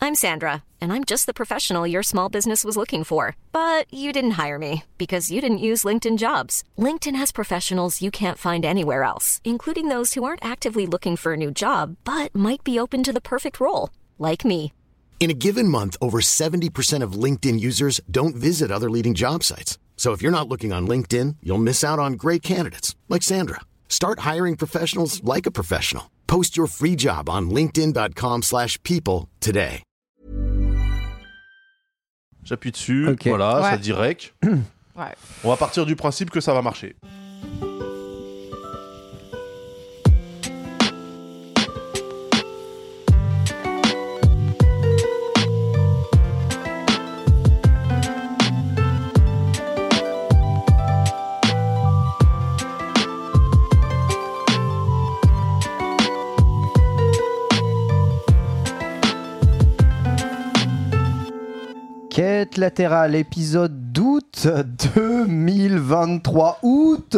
I'm Sandra, and I'm just the professional your small business was looking for. But you didn't hire me because you didn't use LinkedIn Jobs. LinkedIn has professionals you can't find anywhere else, including those who aren't actively looking for a new job, but might be open to the perfect role, like me. In a given month, over 70% of LinkedIn users don't visit other leading job sites. So if you're not looking on LinkedIn, you'll miss out on great candidates like Sandra. Start hiring professionals like a professional. Post your free job on linkedin.com/people today. J'appuie dessus, Okay. voilà, Ouais. ça dit rec. Ouais. On va partir du principe que ça va marcher. Quête latérale, épisode d'août 2023. Août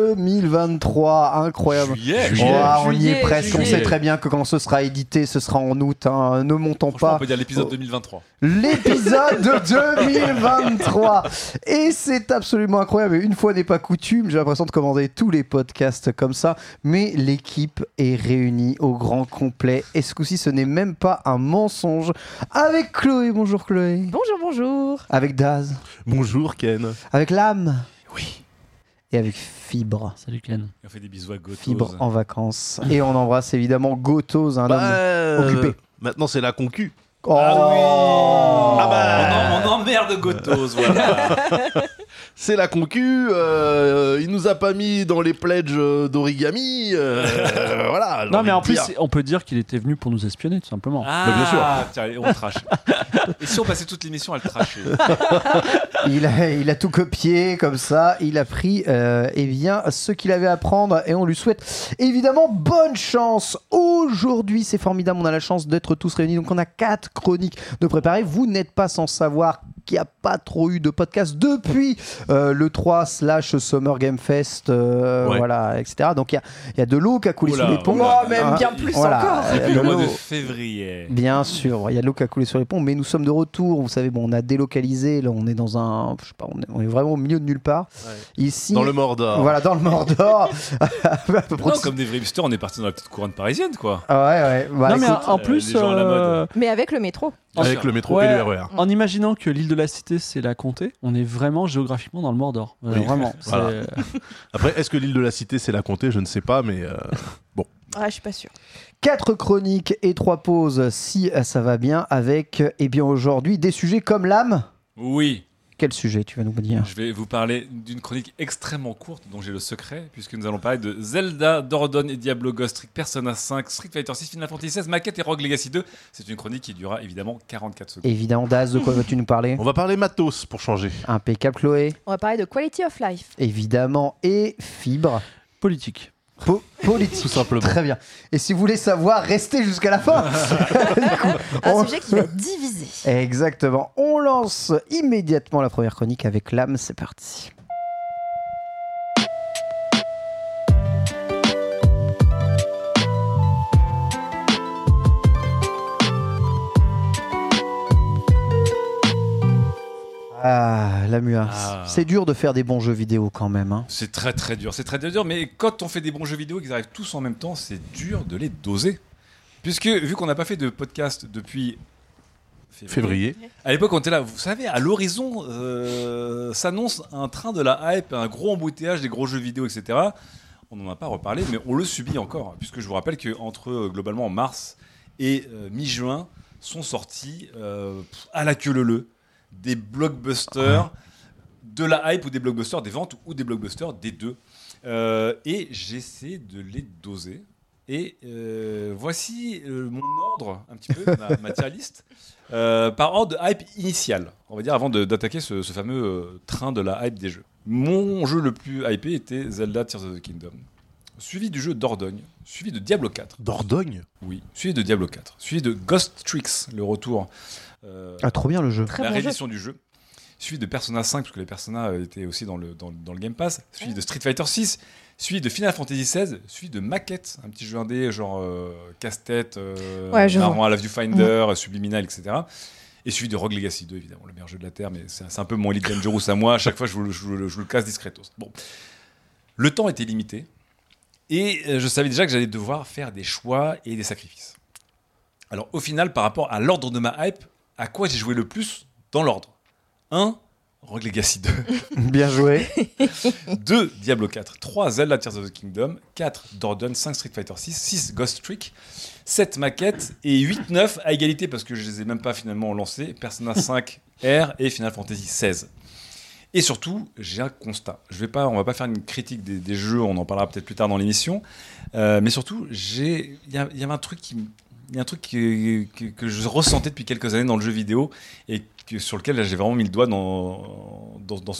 2023, incroyable. Juillet. On y est Juillet, presque. On juillet. sait très bien que quand ce sera édité, ce sera en août. Hein. Ne montons Franchement, pas. on peut dire l'épisode 2023. L'épisode de 2023. Et c'est absolument incroyable. Une fois n'est pas coutume, j'ai l'impression de commander tous les podcasts comme ça. Mais l'équipe est réunie au grand complet. Et ce coup-ci, ce n'est même pas un mensonge. Avec Chloé. Bonjour Chloé. Bonjour, bonjour. Avec Daz. Bonjour Ken. Avec Lame. Oui. Et avec Fibre. Salut Ken. On fait des bisous à Gotos. Fibre en vacances. Et on embrasse évidemment Gotos, un homme occupé. Maintenant, c'est la concu. Oh. Ah oui. Ah bah. On emmerde Gotos, voilà. C'est la concu. Il nous a pas mis dans les pledges d'origami. Voilà. j'ai Non, envie mais en de plus, dire. on peut dire qu'il était venu pour nous espionner, tout simplement. Ah, bien sûr. Tiens, allez, on trash. Et si on passait toute l'émission à le trasher? Il a tout copié comme ça. Il a pris eh bien, ce qu'il avait à prendre et on lui souhaite évidemment bonne chance. Aujourd'hui, c'est formidable. On a la chance d'être tous réunis. Donc, on a 4 chroniques de préparer. Vous n'êtes pas sans savoir qu'il n'y a pas trop eu de podcast depuis le 3/Summer Game Fest, Ouais. voilà, etc. Donc, il y a de l'eau qui a coulé Oula, sous les ponts. oula. Oh, même bien plus Voilà. encore. Il y a Depuis de le mois l'eau. de février. Bien sûr, il y a de l'eau qui a coulé sur les ponts, mais nous sommes de retour. Vous savez, bon, on a délocalisé. Là, on est dans un, je sais pas, on est vraiment au milieu de nulle part. Ouais. Ici, Dans le Mordor. voilà, dans le Mordor. Non, comme des vrais hipsters, on est parti dans la petite couronne parisienne, quoi. Ah ouais. Bah, non, mais écoute, en plus, les gens à la mode. Mais avec le métro. Avec le métro ouais, et le RER. en imaginant que l'île de la Cité, c'est la comté, on est vraiment géographiquement dans le Mordor. Oui. Vraiment. Voilà. Après, est-ce que l'île de la Cité, c'est la comté? Je ne sais pas, mais Ah, je suis pas sûre. 4 chroniques et 3 pauses, si ça va bien, avec, eh bien, aujourd'hui, des sujets comme l'âme. Oui. Quel sujet tu vas nous dire? Je vais vous parler d'une chronique extrêmement courte dont j'ai le secret, puisque nous allons parler de Zelda, Dordogne et Diablo Ghost Trick, Persona 5, Street Fighter 6, Final Fantasy 16, Maquette et Rogue Legacy 2. C'est une chronique qui durera évidemment 44 secondes. Évidemment, Daz, de quoi vas-tu nous parler? on va parler matos pour changer. Impeccable, Chloé. On va parler de quality of life. Évidemment, et Fibre. Politique. Politique. Tout simplement. Très bien. Et si vous voulez savoir, restez jusqu'à la fin. Du coup, Un sujet qui va diviser. Exactement. On lance immédiatement la première chronique avec l'âme. C'est parti. Ah, la MUA. Ah. C'est dur de faire des bons jeux vidéo quand même. Hein. C'est très très dur, mais quand on fait des bons jeux vidéo et qu'ils arrivent tous en même temps, c'est dur de les doser. Puisque, vu qu'on n'a pas fait de podcast depuis Février. à l'époque, on était là, vous savez, à l'horizon s'annonce un train de la hype, un gros embouteillage des gros jeux vidéo, etc. On n'en a pas reparlé, mais on le subit encore. Puisque je vous rappelle qu'entre globalement mars et mi-juin sont sortis à la queue leu des blockbusters de la hype ou des blockbusters des ventes ou des blockbusters des deux. Et j'essaie de les doser. Et voici mon ordre, un petit peu, ma tier list, par ordre de hype initial, on va dire, avant d'attaquer ce fameux train de la hype des jeux. Mon jeu le plus hypé était Zelda Tears of the Kingdom, suivi du jeu Dordogne, suivi de Diablo 4. Dordogne. Oui, suivi de Diablo 4, suivi de Ghost Tricks, le retour, Ah, trop bien le jeu. Très la bon jeu. réédition du jeu, suivi de Persona 5, parce que les Persona étaient aussi dans le Game Pass, suivi de Street Fighter 6, suivi de Final Fantasy 16, suivi de Maquette, un petit jeu indé genre casse-tête, marrant à la Viewfinder, Subliminal, etc. Et suivi de Rogue Legacy 2, évidemment, le meilleur jeu de la Terre, mais c'est un peu mon Elite Dangerous à moi. À chaque fois, je le casse discretos. Bon. Le temps était limité, et je savais déjà que j'allais devoir faire des choix et des sacrifices. Alors, au final, par rapport à l'ordre de ma hype, à quoi j'ai joué le plus dans l'ordre ? 1. Rogue Legacy 2. Bien joué. 2. Diablo 4. 3. Zelda Tears of the Kingdom. 4. Dordogne. 5. Street Fighter 6. 6. Ghost Trick. 7. Maquette. Et 8. 9. À égalité, parce que je les ai même pas finalement lancés. Persona 5 R et Final Fantasy 16. Et surtout, j'ai un constat. On va pas faire une critique des jeux, on en parlera peut-être plus tard dans l'émission. Mais surtout, il y avait un truc que je ressentais depuis quelques années dans le jeu vidéo et sur lequel là, j'ai vraiment mis le doigt dans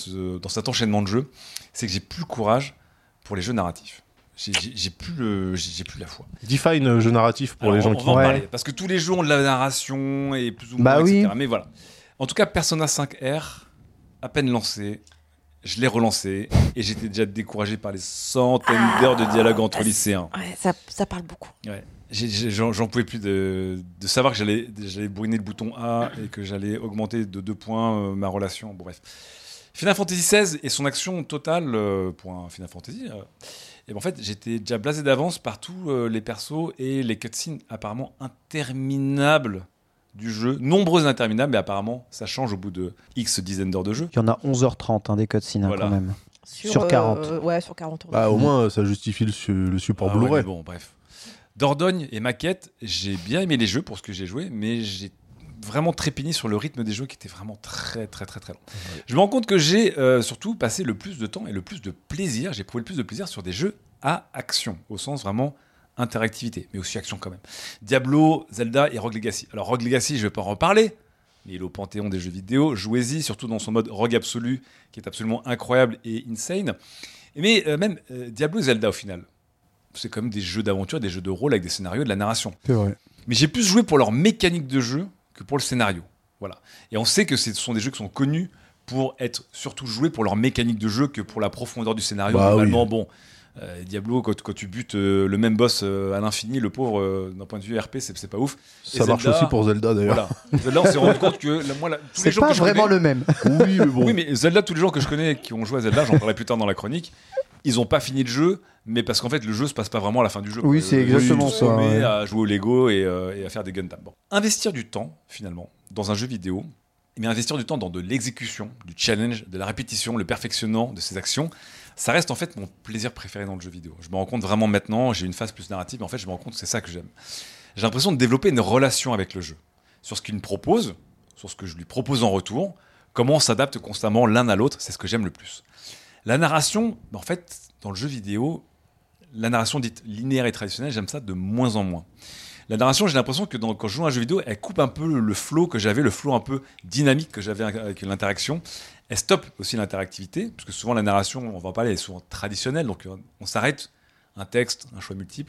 cet enchaînement de jeux, c'est que j'ai plus le courage pour les jeux narratifs. J'ai plus la foi. Define jeu narratif pour les gens qui vont en parler, parce que tous les jeux ont de la narration et plus ou moins, etc. Mais voilà. En tout cas, Persona 5R, à peine lancé, je l'ai relancé et j'étais déjà découragé par les centaines d'heures de dialogue entre lycéens. Ouais, ça parle beaucoup. Ouais. J'en pouvais plus de savoir que j'allais bourriner le bouton A et que j'allais augmenter de 2 points ma relation. Bon, bref. Final Fantasy XVI et son action totale pour un Final Fantasy. Et ben en fait, j'étais déjà blasé d'avance par tous les persos et les cutscenes apparemment interminables du jeu. Nombreuses interminables, mais apparemment, ça change au bout de X dizaines d'heures de jeu. Il y en a 11h30 des cutscenes Voilà. quand même. Sur 40. Ouais, sur 40 euros. Bah, au moins, ça justifie le support Ouais, Blu-ray. mais bon, bref. Dordogne et Maquette, j'ai bien aimé les jeux pour ce que j'ai joué, mais j'ai vraiment trépigné sur le rythme des jeux qui était vraiment très très très très long. Ouais. Je me rends compte que j'ai surtout passé le plus de temps et le plus de plaisir, j'ai prouvé le plus de plaisir sur des jeux à action, au sens vraiment interactivité, mais aussi action quand même. Diablo, Zelda et Rogue Legacy. Alors Rogue Legacy, je vais pas en reparler, mais il est au panthéon des jeux vidéo, jouez-y, surtout dans son mode Rogue absolu, qui est absolument incroyable et insane. Mais même Diablo et Zelda au final, c'est comme des jeux d'aventure, des jeux de rôle avec des scénarios et de la narration. C'est vrai. Mais j'ai plus joué pour leur mécanique de jeu que pour le scénario. Voilà. Et on sait que ce sont des jeux qui sont connus pour être surtout joués pour leur mécanique de jeu que pour la profondeur du scénario. Bah, normalement, oui. bon, Diablo, quand tu butes le même boss à l'infini, le pauvre, d'un point de vue RP, c'est pas ouf. Ça marche Zelda, aussi pour Zelda d'ailleurs. Voilà. Zelda, on s'est rendu compte que tous les C'est gens pas que je vraiment connais, le même. Oui, mais bon. oui, mais Zelda, tous les gens que je connais qui ont joué à Zelda, j'en parlerai plus tard dans la chronique, ils ont pas fini le jeu, mais parce qu'en fait le jeu se passe pas vraiment à la fin du jeu. Oui, c'est exactement Ils ça, sont ouais. à jouer au Lego et à faire des Gundam. Bon. Investir du temps, finalement, dans un jeu vidéo, mais investir du temps dans de l'exécution, du challenge, de la répétition, le perfectionnement de ses actions, ça reste en fait mon plaisir préféré dans le jeu vidéo. Je me rends compte vraiment maintenant, j'ai une phase plus narrative, mais en fait je me rends compte que c'est ça que j'aime. J'ai l'impression de développer une relation avec le jeu, sur ce qu'il me propose, sur ce que je lui propose en retour, comment on s'adapte constamment l'un à l'autre, c'est ce que j'aime le plus. La narration, en fait, dans le jeu vidéo, la narration dite linéaire et traditionnelle, j'aime ça de moins en moins. La narration, j'ai l'impression que quand je joue à un jeu vidéo, elle coupe un peu le flow que j'avais, le flow un peu dynamique que j'avais avec l'interaction. Elle stoppe aussi l'interactivité, parce que souvent la narration, on va en parler, elle est souvent traditionnelle, donc on s'arrête, un texte, un choix multiple.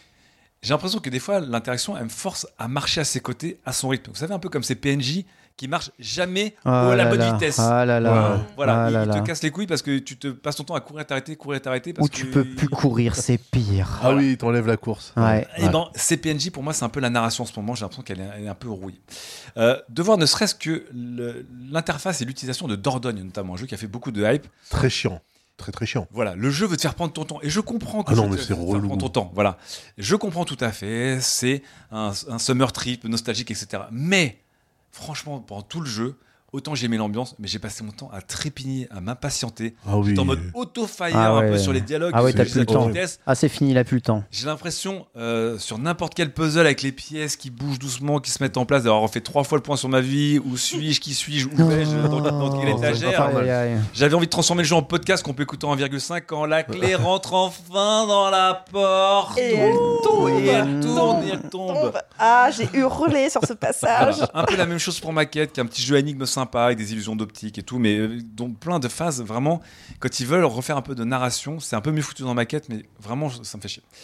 J'ai l'impression que des fois, l'interaction, elle me force à marcher à ses côtés, à son rythme. Vous savez, un peu comme ces PNJ qui marchent jamais à la bonne vitesse. Ah là là. Voilà, Ah là ils te là. cassent les couilles parce que tu te passes ton temps à courir, t'arrêter. Ou tu peux plus courir, c'est pire. Ah oui, t'enlèves la course. Ouais. Et ben, CPNJ, pour moi, c'est un peu la narration en ce moment. J'ai l'impression qu'elle est un peu rouillée. De voir ne serait-ce que l'interface et l'utilisation de Dordogne, notamment, un jeu qui a fait beaucoup de hype. Très chiant. Très très chiant. Voilà, le jeu veut te faire prendre ton temps. Et je comprends que Ah non, je mais te c'est faire relou. prendre ton temps. Voilà. Je comprends tout à fait. C'est un summer trip nostalgique, etc. Mais, franchement, pendant tout le jeu, autant j'ai aimé l'ambiance, mais j'ai passé mon temps à trépigner, à m'impatienter. Ah oui. J'étais en mode auto-fire Ah un peu ouais. sur les dialogues. Ah ouais, sur t'as les plus le temps. vitesse. Ah, c'est fini, il a plus le temps. J'ai l'impression, sur n'importe quel puzzle avec les pièces qui bougent doucement, qui se mettent en place, d'avoir refait 3 fois le point sur ma vie. Où suis-je, qui suis-je, où vais-je, dans quelle étagère. Aïe, aïe, aïe. J'avais envie de transformer le jeu en podcast qu'on peut écouter en 1,5 quand la clé rentre enfin dans la porte. Et elle tombe. Et elle tourne et elle tombe. Ah, j'ai hurlé sur ce passage. Voilà. Un peu la même chose pour Maquette, qui est un petit jeu énigme sympa avec des illusions d'optique et tout, mais dont plein de phases vraiment. Quand ils veulent refaire un peu de narration, c'est un peu mieux foutu dans Maquette, mais vraiment ça me fait chier.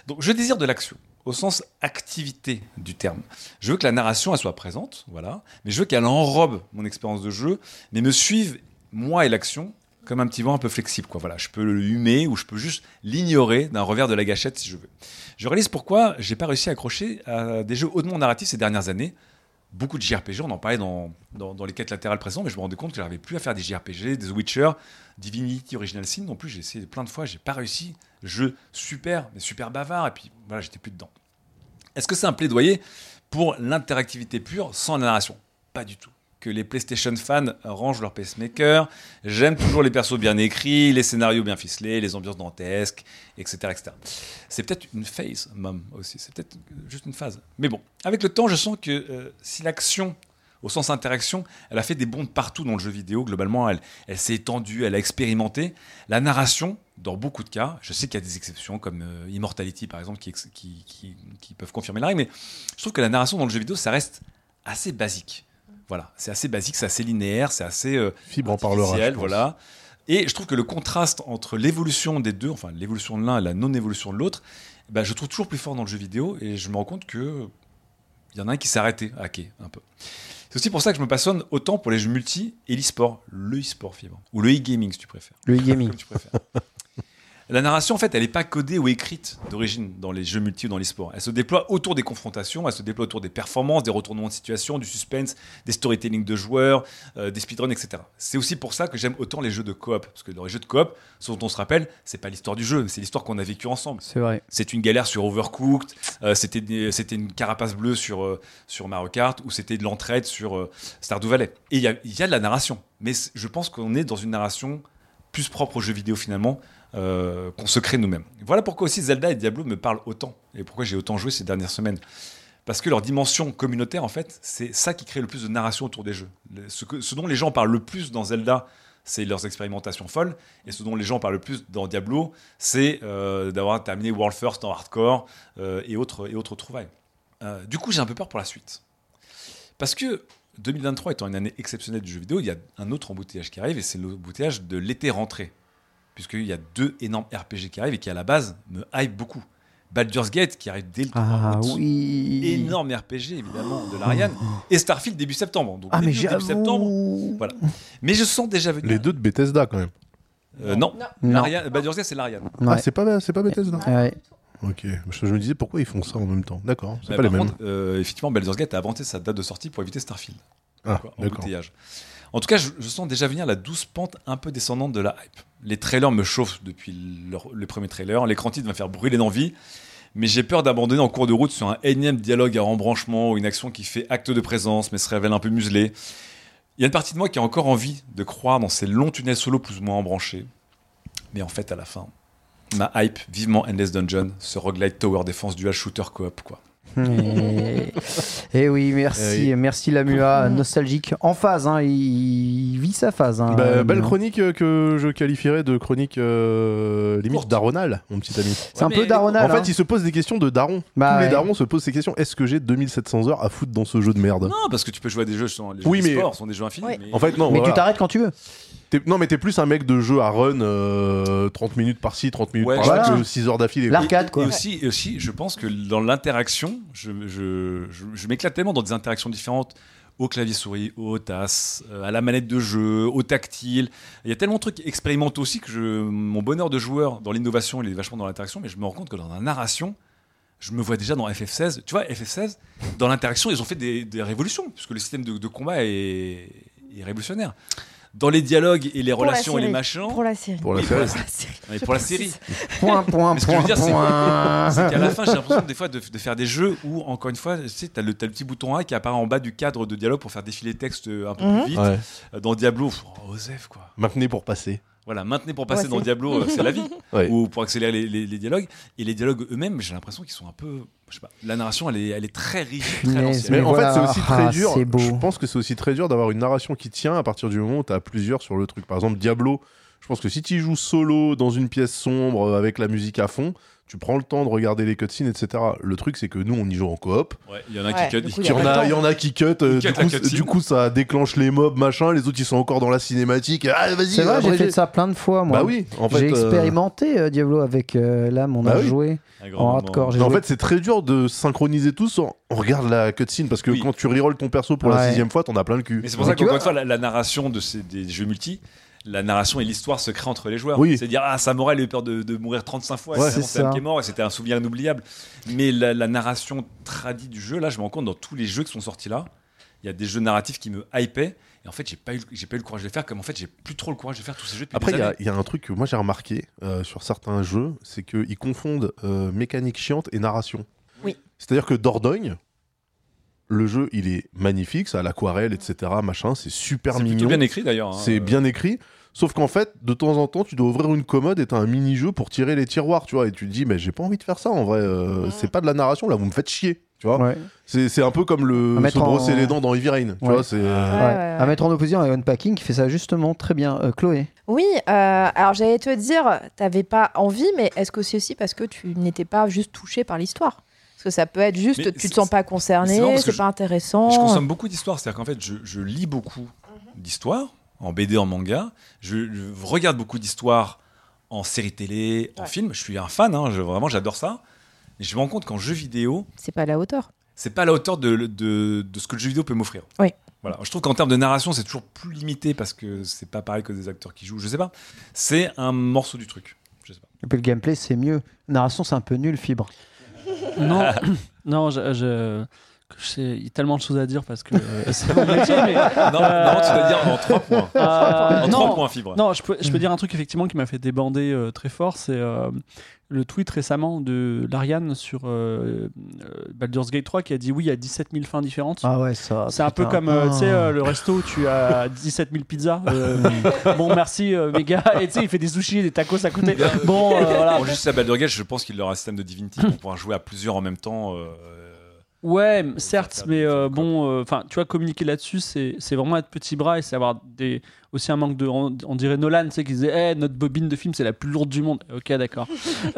Donc je désire de l'action, au sens activité du terme. Je veux que la narration elle soit présente, voilà, mais je veux qu'elle enrobe mon expérience de jeu, mais me suive, moi et l'action, comme un petit vent un peu flexible, quoi. Voilà, je peux le humer ou je peux juste l'ignorer d'un revers de la gâchette si je veux. Je réalise pourquoi j'ai pas réussi à accrocher à des jeux hautement narratifs ces dernières années. Beaucoup de JRPG, on en parlait dans les quêtes latérales précédentes, mais je me rendais compte que j'arrivais plus à faire des JRPG, des Witcher, Divinity Original Sin non plus. J'ai essayé plein de fois, j'ai pas réussi. Jeu super, mais super bavard, et puis voilà, j'étais plus dedans. Est-ce que c'est un plaidoyer pour l'interactivité pure sans la narration ? Pas du tout. Que les PlayStation fans rangent leur pacemaker. J'aime toujours les persos bien écrits, les scénarios bien ficelés, les ambiances dantesques, etc. etc. C'est peut-être une phase, Mom, aussi. C'est peut-être juste une phase. Mais bon, avec le temps, je sens que si l'action, au sens interaction, elle a fait des bonds partout dans le jeu vidéo. Globalement, elle s'est étendue, elle a expérimenté. La narration, dans beaucoup de cas, je sais qu'il y a des exceptions comme Immortality, par exemple, qui peuvent confirmer la règle, mais je trouve que la narration dans le jeu vidéo, ça reste assez basique. Voilà, c'est assez basique, c'est assez linéaire, c'est assez Fibre en parlera, je pense. voilà. Et je trouve que le contraste entre l'évolution des deux, enfin l'évolution de l'un et la non-évolution de l'autre, je trouve toujours plus fort dans le jeu vidéo et je me rends compte que il y en a un qui s'est arrêté à hacker un peu. C'est aussi pour ça que je me passionne autant pour les jeux multi et l'e-sport, le e-sport Fibre, ou le e-gaming si tu préfères. Le e-gaming. Comme tu préfères. La narration, en fait, elle n'est pas codée ou écrite d'origine dans les jeux multi ou dans l'e-sport. Elle se déploie autour des confrontations, elle se déploie autour des performances, des retournements de situation, du suspense, des storytelling de joueurs, des speedruns, etc. C'est aussi pour ça que j'aime autant les jeux de coop. Parce que dans les jeux de coop, ce dont on se rappelle, c'est pas l'histoire du jeu, c'est l'histoire qu'on a vécue ensemble. C'est vrai. C'est une galère sur Overcooked, c'était une carapace bleue sur Mario Kart, ou c'était de l'entraide sur Stardew Valley. Et il y a de la narration. Mais je pense qu'on est dans une narration plus propre aux jeux vidéo finalement, qu'on se crée nous-mêmes. Voilà pourquoi aussi Zelda et Diablo me parlent autant, et pourquoi j'ai autant joué ces dernières semaines. Parce que leur dimension communautaire, en fait, c'est ça qui crée le plus de narration autour des jeux. Ce dont les gens parlent le plus dans Zelda, c'est leurs expérimentations folles, et ce dont les gens parlent le plus dans Diablo, c'est d'avoir terminé World First en hardcore, et autres trouvailles. Du coup, j'ai un peu peur pour la suite. Parce que 2023 étant une année exceptionnelle du jeu vidéo, il y a un autre embouteillage qui arrive, et c'est l'embouteillage de l'été rentré. Puisqu'il y a 2 énormes RPG qui arrivent et qui, à la base, me hype beaucoup. Baldur's Gate, qui arrive dès le 3 août. Oui. Énorme RPG, évidemment, de l'Ariane. Et Starfield, début septembre. Donc, mais début j'avoue. septembre. Voilà. Mais je sens déjà venir. Les deux de Bethesda, quand même. Non. Non. Baldur's Gate, c'est l'Ariane. Ouais. Ah, c'est pas Bethesda. Ouais. Ok, je me disais pourquoi ils font ça en même temps. D'accord, c'est Mais pas les par mêmes. contre, effectivement, Baldur's Gate a avancé sa date de sortie pour éviter Starfield. Ah, d'accord. Embouteillage. En tout cas, je sens déjà venir la douce pente un peu descendante de la hype. Les trailers me chauffent depuis le premier trailer. L'écran titre va me faire brûler d'envie. Mais j'ai peur d'abandonner en cours de route sur un énième dialogue à rembranchement ou une action qui fait acte de présence mais se révèle un peu muselée. Il y a une partie de moi qui a encore envie de croire dans ces longs tunnels solo plus ou moins embranchés. Mais en fait, à la fin, ma hype, vivement Endless Dungeon, ce roguelite tower defense dual shooter coop, quoi. Et oui, merci Lamua, nostalgique, en phase, hein, il vit sa phase. Hein, Belle chronique que je qualifierais de chronique limite Courte. daronale, mon petit ami. C'est un peu daronal. En fait, hein. il se pose des questions de daron. Bah Tous les ouais. darons se posent ces questions. Est-ce que j'ai 2700 heures à foutre dans ce jeu de merde? Non, parce que tu peux jouer à des jeux, justement, les jeux Oui, de mais- sport sont des jeux infinis. Ouais. En fait, non. Mais voilà. tu t'arrêtes quand tu veux. Non, mais t'es plus un mec de jeu à run 30 minutes par-ci, 30 minutes Ouais, par-là, voilà. que 6 heures d'affilée. L'arcade, quoi. Et aussi, je pense que dans l'interaction, je m'éclate tellement dans des interactions différentes, au clavier souris, au TAS, à la manette de jeu, au tactile. Il y a tellement de trucs expérimentaux aussi que mon bonheur de joueur dans l'innovation, il est vachement dans l'interaction, mais je me rends compte que dans la narration, je me vois déjà dans FF16. Tu vois, FF16, dans l'interaction, ils ont fait des révolutions, puisque le système de combat est révolutionnaire. Dans les dialogues et les Pour la relations et les série. machins. Pour la série. Pour la Oui, série. Pour la série. Mais Je pour la précise. série. Point. Mais ce que je veux dire, c'est qu'à la fin, j'ai l'impression des fois de faire des jeux où, encore une fois, tu sais, t'as le petit bouton A qui apparaît en bas du cadre de dialogue pour faire défiler le texte un peu plus vite. Ouais. Dans Diablo, Osef, quoi. Maintenez pour passer. Voilà, maintenez pour passer Ouais, dans c'est- Diablo, c'est la vie. Ouais. Ou pour accélérer les dialogues. Et les dialogues eux-mêmes, j'ai l'impression qu'ils sont un peu. Je sais pas. La narration, elle est très riche, très Punaise, ancienne. Mais Mais en voilà, fait, c'est aussi très dur. c'est beau. Je pense que c'est aussi très dur d'avoir une narration qui tient à partir du moment où tu as plusieurs sur le truc. Par exemple, Diablo, je pense que si tu joues solo dans une pièce sombre avec la musique à fond, tu prends le temps de regarder les cutscenes, etc. Le truc, c'est que nous, on y joue en coop. Ouais, il y en a Ouais, qui du coup, Il y en a qui cut, Ils cut la cutscene. du coup, ça déclenche les mobs, machin. Les autres, ils sont encore dans la cinématique. Ah, vas-y. C'est vrai, j'ai abrégé. fait ça plein de fois, moi. Bah oui, en fait. J'ai expérimenté Diablo avec l'âme, on Bah a oui. joué Un en grand moment. hardcore. J'ai Mais en joué- fait, c'est très dur de synchroniser tous. On regarde la cutscene parce que Oui. quand tu rerolls ton perso pour la Ouais. 6ème fois, t'en as plein le cul. Mais c'est pour Mais ça tu qu'encore vois- une fois, la narration des jeux multi, la narration et l'histoire se créent entre les joueurs. Oui. C'est dire, ah, Samurai a eu peur de mourir 35 fois, Ouais, et c'est c'est Sam ça. qui est mort, et c'était un souvenir inoubliable. Mais la narration tradie du jeu, là, je me rends compte, dans tous les jeux qui sont sortis là, il y a des jeux narratifs qui me hypaient. Et en fait, j'ai pas eu le courage de les faire, comme en fait, j'ai plus trop le courage de faire tous ces jeux depuis Après, des années. il y a un truc que moi j'ai remarqué sur certains jeux, c'est qu'ils confondent mécanique chiante et narration. Oui. C'est-à-dire que Dordogne, le jeu, il est magnifique, ça a l'aquarelle, etc. Machin, c'est super C'est mignon. plutôt bien écrit d'ailleurs. hein. C'est bien écrit. Sauf qu'en fait, de temps en temps, tu dois ouvrir une commode et t'as un mini-jeu pour tirer les tiroirs, tu vois. Et tu te dis, mais j'ai pas envie de faire ça en vrai. C'est pas de la narration, là, vous me faites chier, tu vois. Ouais. C'est un peu comme À se mettre brosser en- les dents dans Heavy Rain, tu Ouais. vois. C'est Ouais, Ouais. ouais. À mettre en opposition à Unpacking qui fait ça justement très bien. Chloé. Oui, alors j'allais te dire, t'avais pas envie, mais est-ce que c'est aussi parce que tu n'étais pas juste touché par l'histoire? Parce que ça peut être juste, Mais tu te c'est- sens pas c'est marrant concerné, parce que c'est pas intéressant. Je consomme beaucoup d'histoires, c'est-à-dire qu'en fait, je lis beaucoup d'histoires, en BD, en manga. Je regarde beaucoup d'histoires en série télé, en Ouais. film. Je suis un fan, hein, vraiment, j'adore ça. Et je me rends compte qu'en jeu vidéo, C'est pas à la hauteur. c'est pas à la hauteur de ce que le jeu vidéo peut m'offrir. Oui. Voilà. Je trouve qu'en termes de narration, c'est toujours plus limité parce que c'est pas pareil que des acteurs qui jouent. Je sais pas. C'est un morceau du truc. Je sais pas. Et puis le gameplay, c'est mieux. Narration, c'est un peu nul, Fibre. Non, non, il y a tellement de choses à dire parce que c'est mon métier, mais Non, non, tu dois dire en 3 points. En 3 non, points, Fibre. non, je peux dire un truc effectivement qui m'a fait débander très fort, c'est le tweet récemment de l'Ariane sur Baldur's Gate 3 qui a dit oui, il y a 17 000 fins différentes. Ah ouais, ça. C'est un peu putain. comme tu sais, le resto où tu as 17 000 pizzas. Bon, merci mes gars. Et tu sais, il fait des sushis et des tacos à côté. Bon, voilà. Bon, juste à Baldur's Gate, je pense qu'il aura un système de Divinity pour pouvoir jouer à plusieurs en même temps. Ouais, certes, faire mais des trucs, bon, enfin, tu vois, communiquer là-dessus, c'est vraiment être petit bras et c'est avoir aussi un manque de. On dirait Nolan, tu sais, qui disait, notre bobine de film, c'est la plus lourde du monde. Ok, d'accord.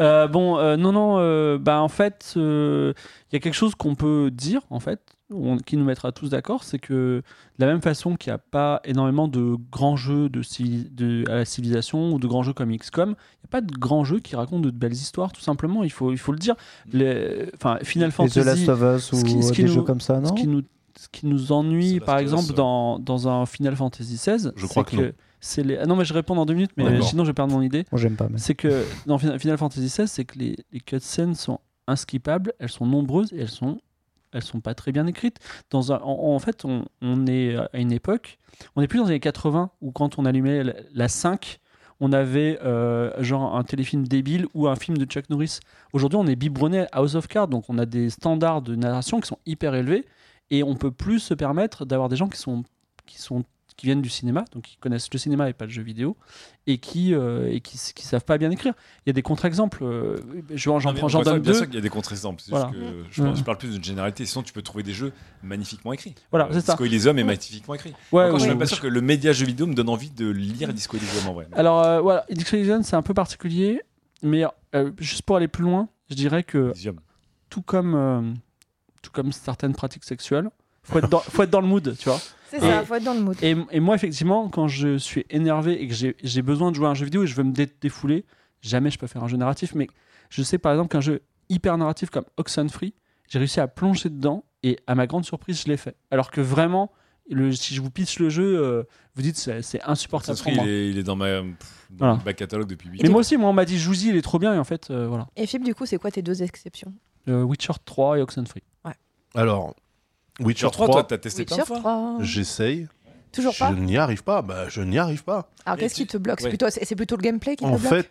Non, bah en fait, il y a quelque chose qu'on peut dire, en fait, qui nous mettra tous d'accord, c'est que de la même façon qu'il n'y a pas énormément de grands jeux à la civilisation ou de grands jeux comme XCOM, il n'y a pas de grands jeux qui racontent de belles histoires, tout simplement, il faut le dire. Final Et Fantasy. The Last of Us ou ce qui des nous- jeux comme ça, non Ce qui nous ennuie, C'est par Last of Us, exemple, dans un Final Fantasy XVI, Je crois c'est que non. c'est les... Ah non, mais je réponds dans 2 minutes, mais D'accord. sinon je vais perdre mon idée. Moi, j'aime pas. Mais... C'est que dans Final Fantasy XVI, c'est que les cutscenes sont inskippables, elles sont nombreuses et elles sont pas très bien écrites. En fait, on est à une époque, on n'est plus dans les années 80 où quand on allumait la 5, on avait genre un téléfilm débile ou un film de Chuck Norris. Aujourd'hui, on est biberonné à House of Cards, donc on a des standards de narration qui sont hyper élevés et on peut plus se permettre d'avoir des gens qui viennent du cinéma, donc qui connaissent le cinéma et pas le jeu vidéo, et qui savent pas bien écrire. Il y a des contre-exemples. J'en donne Bien deux. sûr qu'il y a des contre-exemples. C'est Voilà. juste que je parle plus d'une généralité. Sinon, tu peux trouver des jeux magnifiquement écrits. Voilà, c'est ça. Disco Elysium est magnifiquement écrit. Ouais, Encore, je suis oui. même pas sûr que le média jeu vidéo me donne envie de lire Disco Elysium en vrai. Alors voilà, Disco Elysium, c'est un peu particulier, mais juste pour aller plus loin, je dirais que Elysium. tout comme certaines pratiques sexuelles, faut être dans le mood, tu vois. C'est ça, faut être dans le mood. Et moi, effectivement, quand je suis énervé et que j'ai besoin de jouer à un jeu vidéo et je veux me défouler, jamais je peux faire un jeu narratif. Mais je sais par exemple qu'un jeu hyper narratif comme Oxenfree, j'ai réussi à plonger dedans et à ma grande surprise, je l'ai fait. Alors que vraiment, si je vous pitch le jeu, vous dites c'est insupportable pour moi. Il est dans Voilà. le back catalogue depuis 8 Mais ans. moi aussi, on m'a dit Jouzy, il est trop bien et en fait, voilà. Et Philippe, du coup, c'est quoi tes deux exceptions? Witcher 3 et Oxenfree. Alors, Witcher Sur 3, 3, toi, t'as testé plein de Witcher fois. 3. j'essaye. Toujours Je pas? n'y arrive pas. Bah, je n'y arrive pas. Alors, Et qu'est-ce qui te bloque? ouais. C'est plutôt le gameplay qui te En bloque? fait,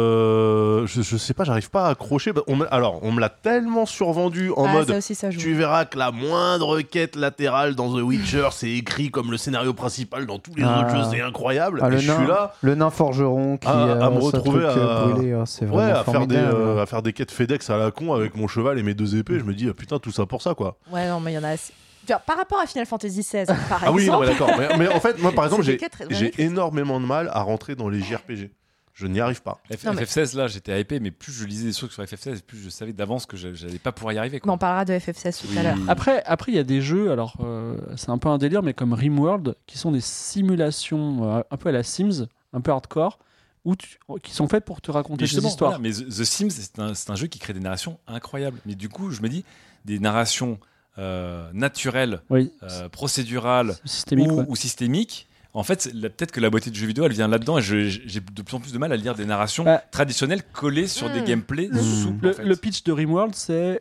je sais pas, j'arrive pas à accrocher. On me l'a tellement survendu en Ah, mode. ça aussi, ça joue. Tu verras que la moindre quête latérale dans The Witcher, c'est écrit comme le scénario principal dans tous les Ah. autres jeux, c'est incroyable. Ah, Et le je suis nain, là, le nain forgeron qui à me ce retrouver truc, à- brûlé, c'est ouais, vraiment formidable. à faire des quêtes FedEx à la con avec mon cheval et mes 2 épées. Je me dis, putain, tout ça pour ça, quoi. Ouais, non, mais il y en a assez. Genre, par rapport à Final Fantasy XVI, par Ah oui, non, exemple. mais d'accord. Mais en fait, moi, par exemple, C'est des quêtes très bien j'ai écrites. énormément de mal à rentrer dans les JRPG. je n'y arrive pas. Non, mais- FF16, là, j'étais hypé, mais plus je lisais des trucs sur FF16, plus je savais d'avance que j'allais pas pouvoir y arriver. On en parlera de FF16 tout à l'heure. Après, il y a des jeux, alors c'est un peu un délire, mais comme RimWorld, qui sont des simulations un peu à la Sims, un peu hardcore, qui sont faites pour te raconter des histoires. Voilà, mais The Sims, c'est un jeu qui crée des narrations incroyables. Mais du coup, je me dis, des narrations naturelles, Oui, procédurales systémique. ouais. ou systémiques. En fait, peut-être que la beauté du jeu vidéo, elle vient là-dedans. Et j'ai de plus en plus de mal à lire des narrations Bah, traditionnelles collées sur des gameplays souples. en fait. Le pitch de RimWorld, c'est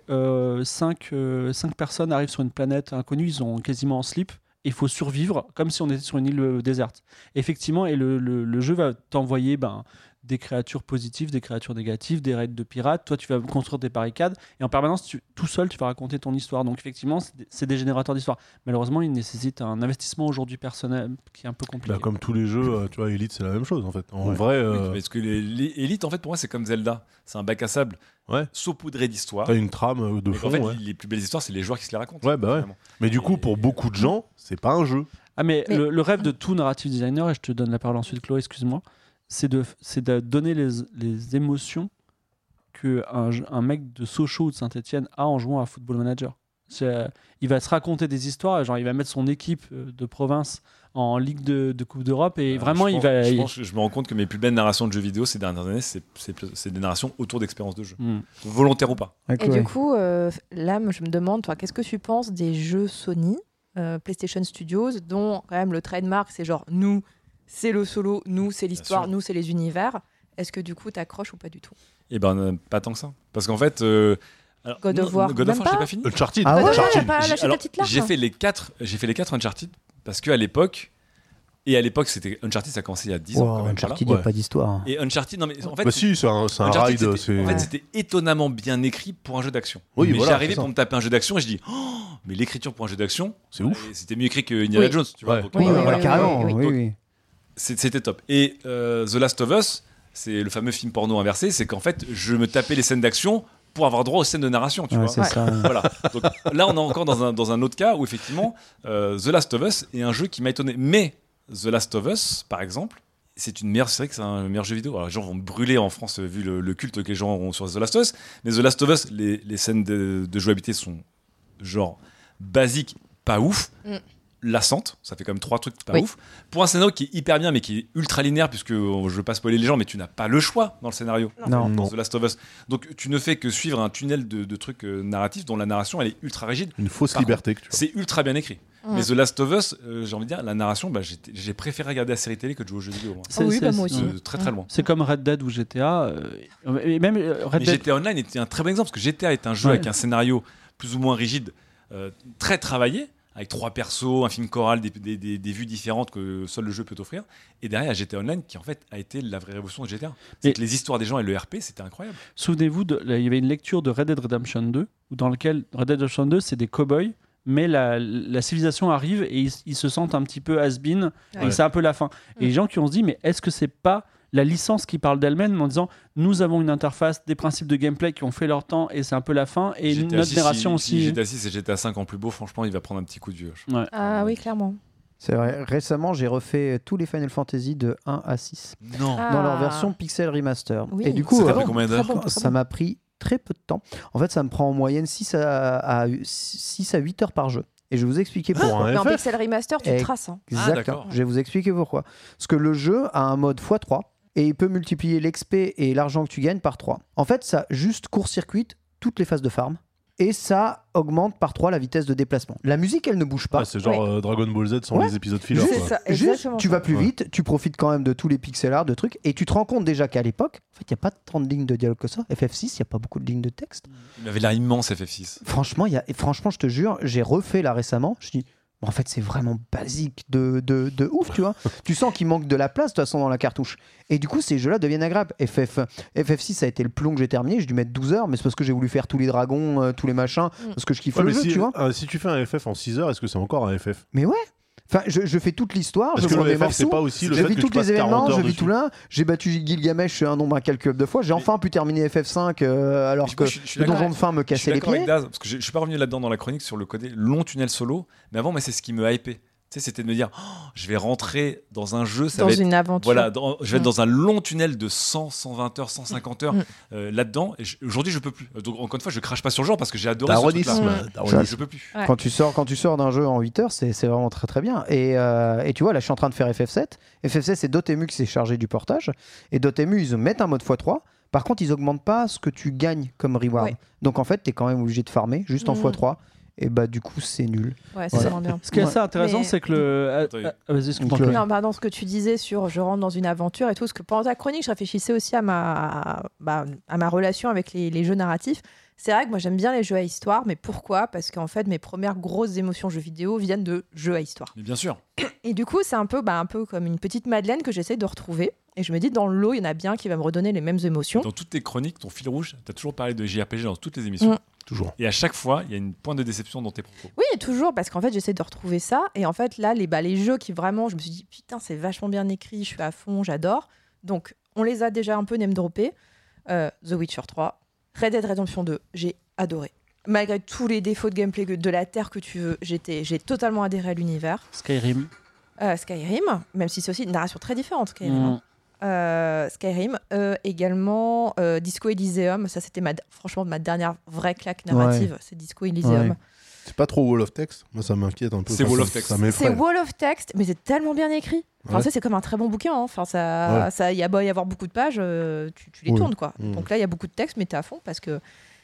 5 personnes arrivent sur une planète inconnue, ils sont quasiment en slip, et il faut survivre comme si on était sur une île déserte. Effectivement, et le jeu va t'envoyer des créatures positives, des créatures négatives, des raids de pirates. Toi, tu vas construire des barricades, et en permanence, tout seul, tu vas raconter ton histoire. Donc, effectivement, c'est des générateurs d'histoire. Malheureusement, ils nécessitent un investissement aujourd'hui personnel qui est un peu compliqué. Bah, comme tous les jeux, tu vois, Elite, c'est la même chose en fait. En Ouais. vrai, Oui, parce que les Elite, en fait, pour moi, c'est comme Zelda. C'est un bac à sable ouais. saupoudré d'histoires. T'as une trame de Et fond. en fait, ouais. les plus belles histoires, c'est les joueurs qui se les racontent. Ouais, bah ouais. finalement. Mais du coup, pour beaucoup de gens, c'est pas un jeu. Ah, mais Mais- le rêve de tout narrative designer, et je te donne la parole ensuite, Chloé, excuse-moi, c'est de donner les émotions qu'un mec de Sochaux ou de Saint-Etienne a en jouant à Football Manager. Il va se raconter des histoires, genre il va mettre son équipe de province en Ligue de Coupe d'Europe, et vraiment je il pense- va... Je pense que je me rends compte que mes plus belles narrations de jeux vidéo ces dernières années, c'est des narrations autour d'expériences de jeu. Hmm. Volontaire ou pas. Et du coup, là, moi, je me demande, toi, qu'est-ce que tu penses des jeux Sony, PlayStation Studios, dont quand même le trademark, c'est genre nous, c'est le solo, nous, c'est l'histoire, sûr. nous, c'est les univers. Est-ce que du coup, t'accroches ou pas du tout? Et pas tant que ça. Parce qu'en fait. Alors, God of War, God of même War, j'ai pas pas fini. Uncharted. Ah ouais, Uncharted. t'as pas lâché ta Alors, petite larme. j'ai fait les 4 Uncharted parce qu'à l'époque. Et à l'époque, c'était Uncharted, ça a commencé il y a 10 ans. Quand même, Uncharted, il voilà. n'y a pas d'histoire. Et Uncharted, non mais en fait. Bah si, c'est un Uncharted, ride. c'était- c'est- En fait, c'était étonnamment bien écrit pour un jeu d'action. Oui, mais voilà, j'arrivais c'est ça. pour me taper un jeu d'action et je dis, oh, mais l'écriture pour un jeu d'action, C'est ouf. c'était mieux écrit que Indiana Oui. Jones, tu vois. Ouais. Donc, Oui, voilà. oui, carrément. oui, Oui, oui. oui. C'était top. Et The Last of Us, c'est le fameux film porno inversé, c'est qu'en fait, je me tapais les scènes d'action pour avoir droit aux scènes de narration, tu Ouais, vois. c'est ça. Voilà. Donc là, on est encore dans un autre cas où effectivement, The Last of Us est un jeu qui m'a étonné. Mais The Last of Us, par exemple, c'est une meilleure série que c'est un meilleur jeu vidéo. Alors, les gens vont me brûler en France vu le culte que les gens ont sur The Last of Us. Mais The Last of Us, les scènes de jouabilité sont genre basiques, pas ouf. Mm. Lassantes, ça fait quand même 3 trucs pas Oui. ouf. Pour un scénario qui est hyper bien, mais qui est ultra linéaire, puisque je veux pas spoiler les gens, mais tu n'as pas le choix dans le scénario. Non. Dans The Last of Us. Donc tu ne fais que suivre un tunnel de trucs narratifs dont la narration elle est ultra rigide. Une fausse Par liberté que tu vois. C'est ultra bien écrit. Mm. Mais The Last of Us, j'ai envie de dire, la narration, j'ai préféré regarder la série télé que de jouer aux jeux vidéo. moi. Ah oui, bah, moi aussi. Très très loin. C'est comme Red Dead ou GTA. Et même Red Mais Dead. GTA Online était un très bon exemple parce que GTA est un jeu Ouais. avec un scénario plus ou moins rigide, très travaillé, avec 3 persos, un film choral, des vues différentes que seul le jeu peut offrir. Et derrière, il y a GTA Online qui en fait a été la vraie révolution de GTA. C'est Et- que les histoires des gens et le RP, c'était incroyable. Souvenez-vous, il y avait une lecture de Red Dead Redemption 2, dans lequel Red Dead Redemption 2, c'est des cow-boys, mais la civilisation arrive et ils se sentent un petit peu has-been, Ouais. et c'est un peu la fin. Et les gens qui ont se dit, mais est-ce que c'est pas la licence qui parle d'elle-même en disant, nous avons une interface, des principes de gameplay qui ont fait leur temps, et c'est un peu la fin, et GTA notre 6, narration si aussi. GTA 6 et GTA 5 en plus beau, franchement, il va prendre un petit coup de vieux. Ouais. Ah oui, clairement. C'est vrai. Récemment, j'ai refait tous les Final Fantasy de 1 à 6 Non. Ah. dans leur version Pixel Remaster. Oui. Et du coup, Ça t'a Très pris bon, combien très d'heures bon, très ça bon. m'a pris très peu de temps. En fait, ça me prend en moyenne 6 à 8 heures par jeu. Et je vais vous expliquer Pour pourquoi. un Mais en FF. Pixel Remaster, tu Eh, traces. Hein. Exactement. d'accord. Je vais vous expliquer pourquoi. Parce que le jeu a un mode x3 et il peut multiplier l'XP et l'argent que tu gagnes par 3. En fait, ça juste court-circuite toutes les phases de farm et ça augmente par 3 la vitesse de déplacement. La musique, elle ne bouge pas. Ouais, c'est genre Dragon Ball Z sans Ouais. les épisodes filler. C'est quoi. ça, Juste, exactement. tu ça. vas plus Ouais. vite, tu profites quand même de tous les pixel art, de trucs, et tu te rends compte déjà qu'à l'époque, en fait, il n'y a pas tant de lignes de dialogue que ça. FF6, il n'y a pas beaucoup de lignes de texte. Il avait l'air immense, FF6. Franchement, et franchement, je te jure, j'ai refait là récemment. Je dis, en fait, c'est vraiment basique de ouf, tu vois. Tu sens qu'il manque de la place, de toute façon, dans la cartouche. Et du coup, ces jeux-là deviennent agréables. FF6 ça a été le plus long que j'ai terminé. J'ai dû mettre 12 heures, mais c'est parce que j'ai voulu faire tous les dragons, tous les machins, parce que je kiffe Ouais, le mais jeu, si, tu vois. si tu fais un FF en 6 heures, est-ce que c'est encore un FF? Mais ouais. Enfin, je fais toute l'histoire, Parce je que prends le des FF, c'est morceaux. pas aussi le J'ai fait vu que tous tu passes les 40 événements, heures j'ai vu dessus. tout là. J'ai battu Gilgamesh un nombre incalculable de fois. J'ai enfin pu terminer FF5 alors Mais que je suis le d'accord. donjon de fin me Je suis cassait les d'accord avec pieds. Daz, parce que je suis pas revenu là-dedans dans la chronique sur le côté long tunnel solo, mais avant, moi, c'est ce qui me hypait. Tu sais, c'était de me dire, je vais rentrer dans un jeu, ça Dans va être une aventure. voilà, je vais être dans un long tunnel de 100, 120 heures, 150 heures là-dedans. Et aujourd'hui, je peux plus. Donc, encore une fois, je crache pas sur le genre parce que j'ai adoré ce truc-là. Daronisme. Je peux plus. Ouais. Quand tu sors d'un jeu en 8 heures, c'est vraiment très très bien. Et tu vois, là, je suis en train de faire FF7. FF7, c'est Dotemu qui s'est chargé du portage. Et Dotemu, ils mettent un mode x3. Par contre, ils augmentent pas ce que tu gagnes comme reward. Ouais. Donc en fait, tu es quand même obligé de farmer juste en x3. Et bah du coup, c'est nul. Ouais, c'est vraiment bien. Ce qui est assez intéressant, Mais- c'est que le. Vas-y, excuse-moi. Donc, Non, pardon, ce que tu disais sur je rentre dans une aventure et tout, parce que pendant ta chronique, je réfléchissais aussi à ma relation avec les jeux narratifs. C'est vrai que moi j'aime bien les jeux à histoire, mais pourquoi ? Parce qu'en fait, mes premières grosses émotions jeux vidéo viennent de jeux à histoire. Mais bien sûr. Et du coup, c'est un peu comme une petite Madeleine que j'essaie de retrouver. Et je me dis, dans le lot, il y en a bien qui va me redonner les mêmes émotions. Dans toutes tes chroniques, ton fil rouge, tu as toujours parlé de JRPG dans toutes les émissions. Toujours. Et à chaque fois, il y a une pointe de déception dans tes propos. Oui, toujours, parce qu'en fait, j'essaie de retrouver ça. Et en fait, là, les jeux qui vraiment, je me suis dit, putain, c'est vachement bien écrit, je suis à fond, j'adore. Donc, on les a déjà un peu name droppés. The Witcher 3, Red Dead Redemption 2, j'ai adoré. Malgré tous les défauts de gameplay de la terre que tu veux, j'ai totalement adhéré à l'univers. Skyrim. Skyrim, même si c'est aussi une narration très différente, Skyrim. Skyrim, également Disco Elysium, ça c'était franchement ma dernière vraie claque narrative, c'est Disco Elysium. Ouais. C'est pas trop Wall of Text. Moi, ça m'inquiète un peu. C'est Enfin, Wall ça- of Text. Ça C'est m'effraie. Wall of Text, mais c'est tellement bien écrit. Enfin, Ouais. ça, c'est comme un très bon bouquin. Hein. Enfin, il y a beau y avoir beaucoup de pages, tu les Oui. tournes, quoi. Mm. Donc là, il y a beaucoup de texte, mais t'es à fond parce que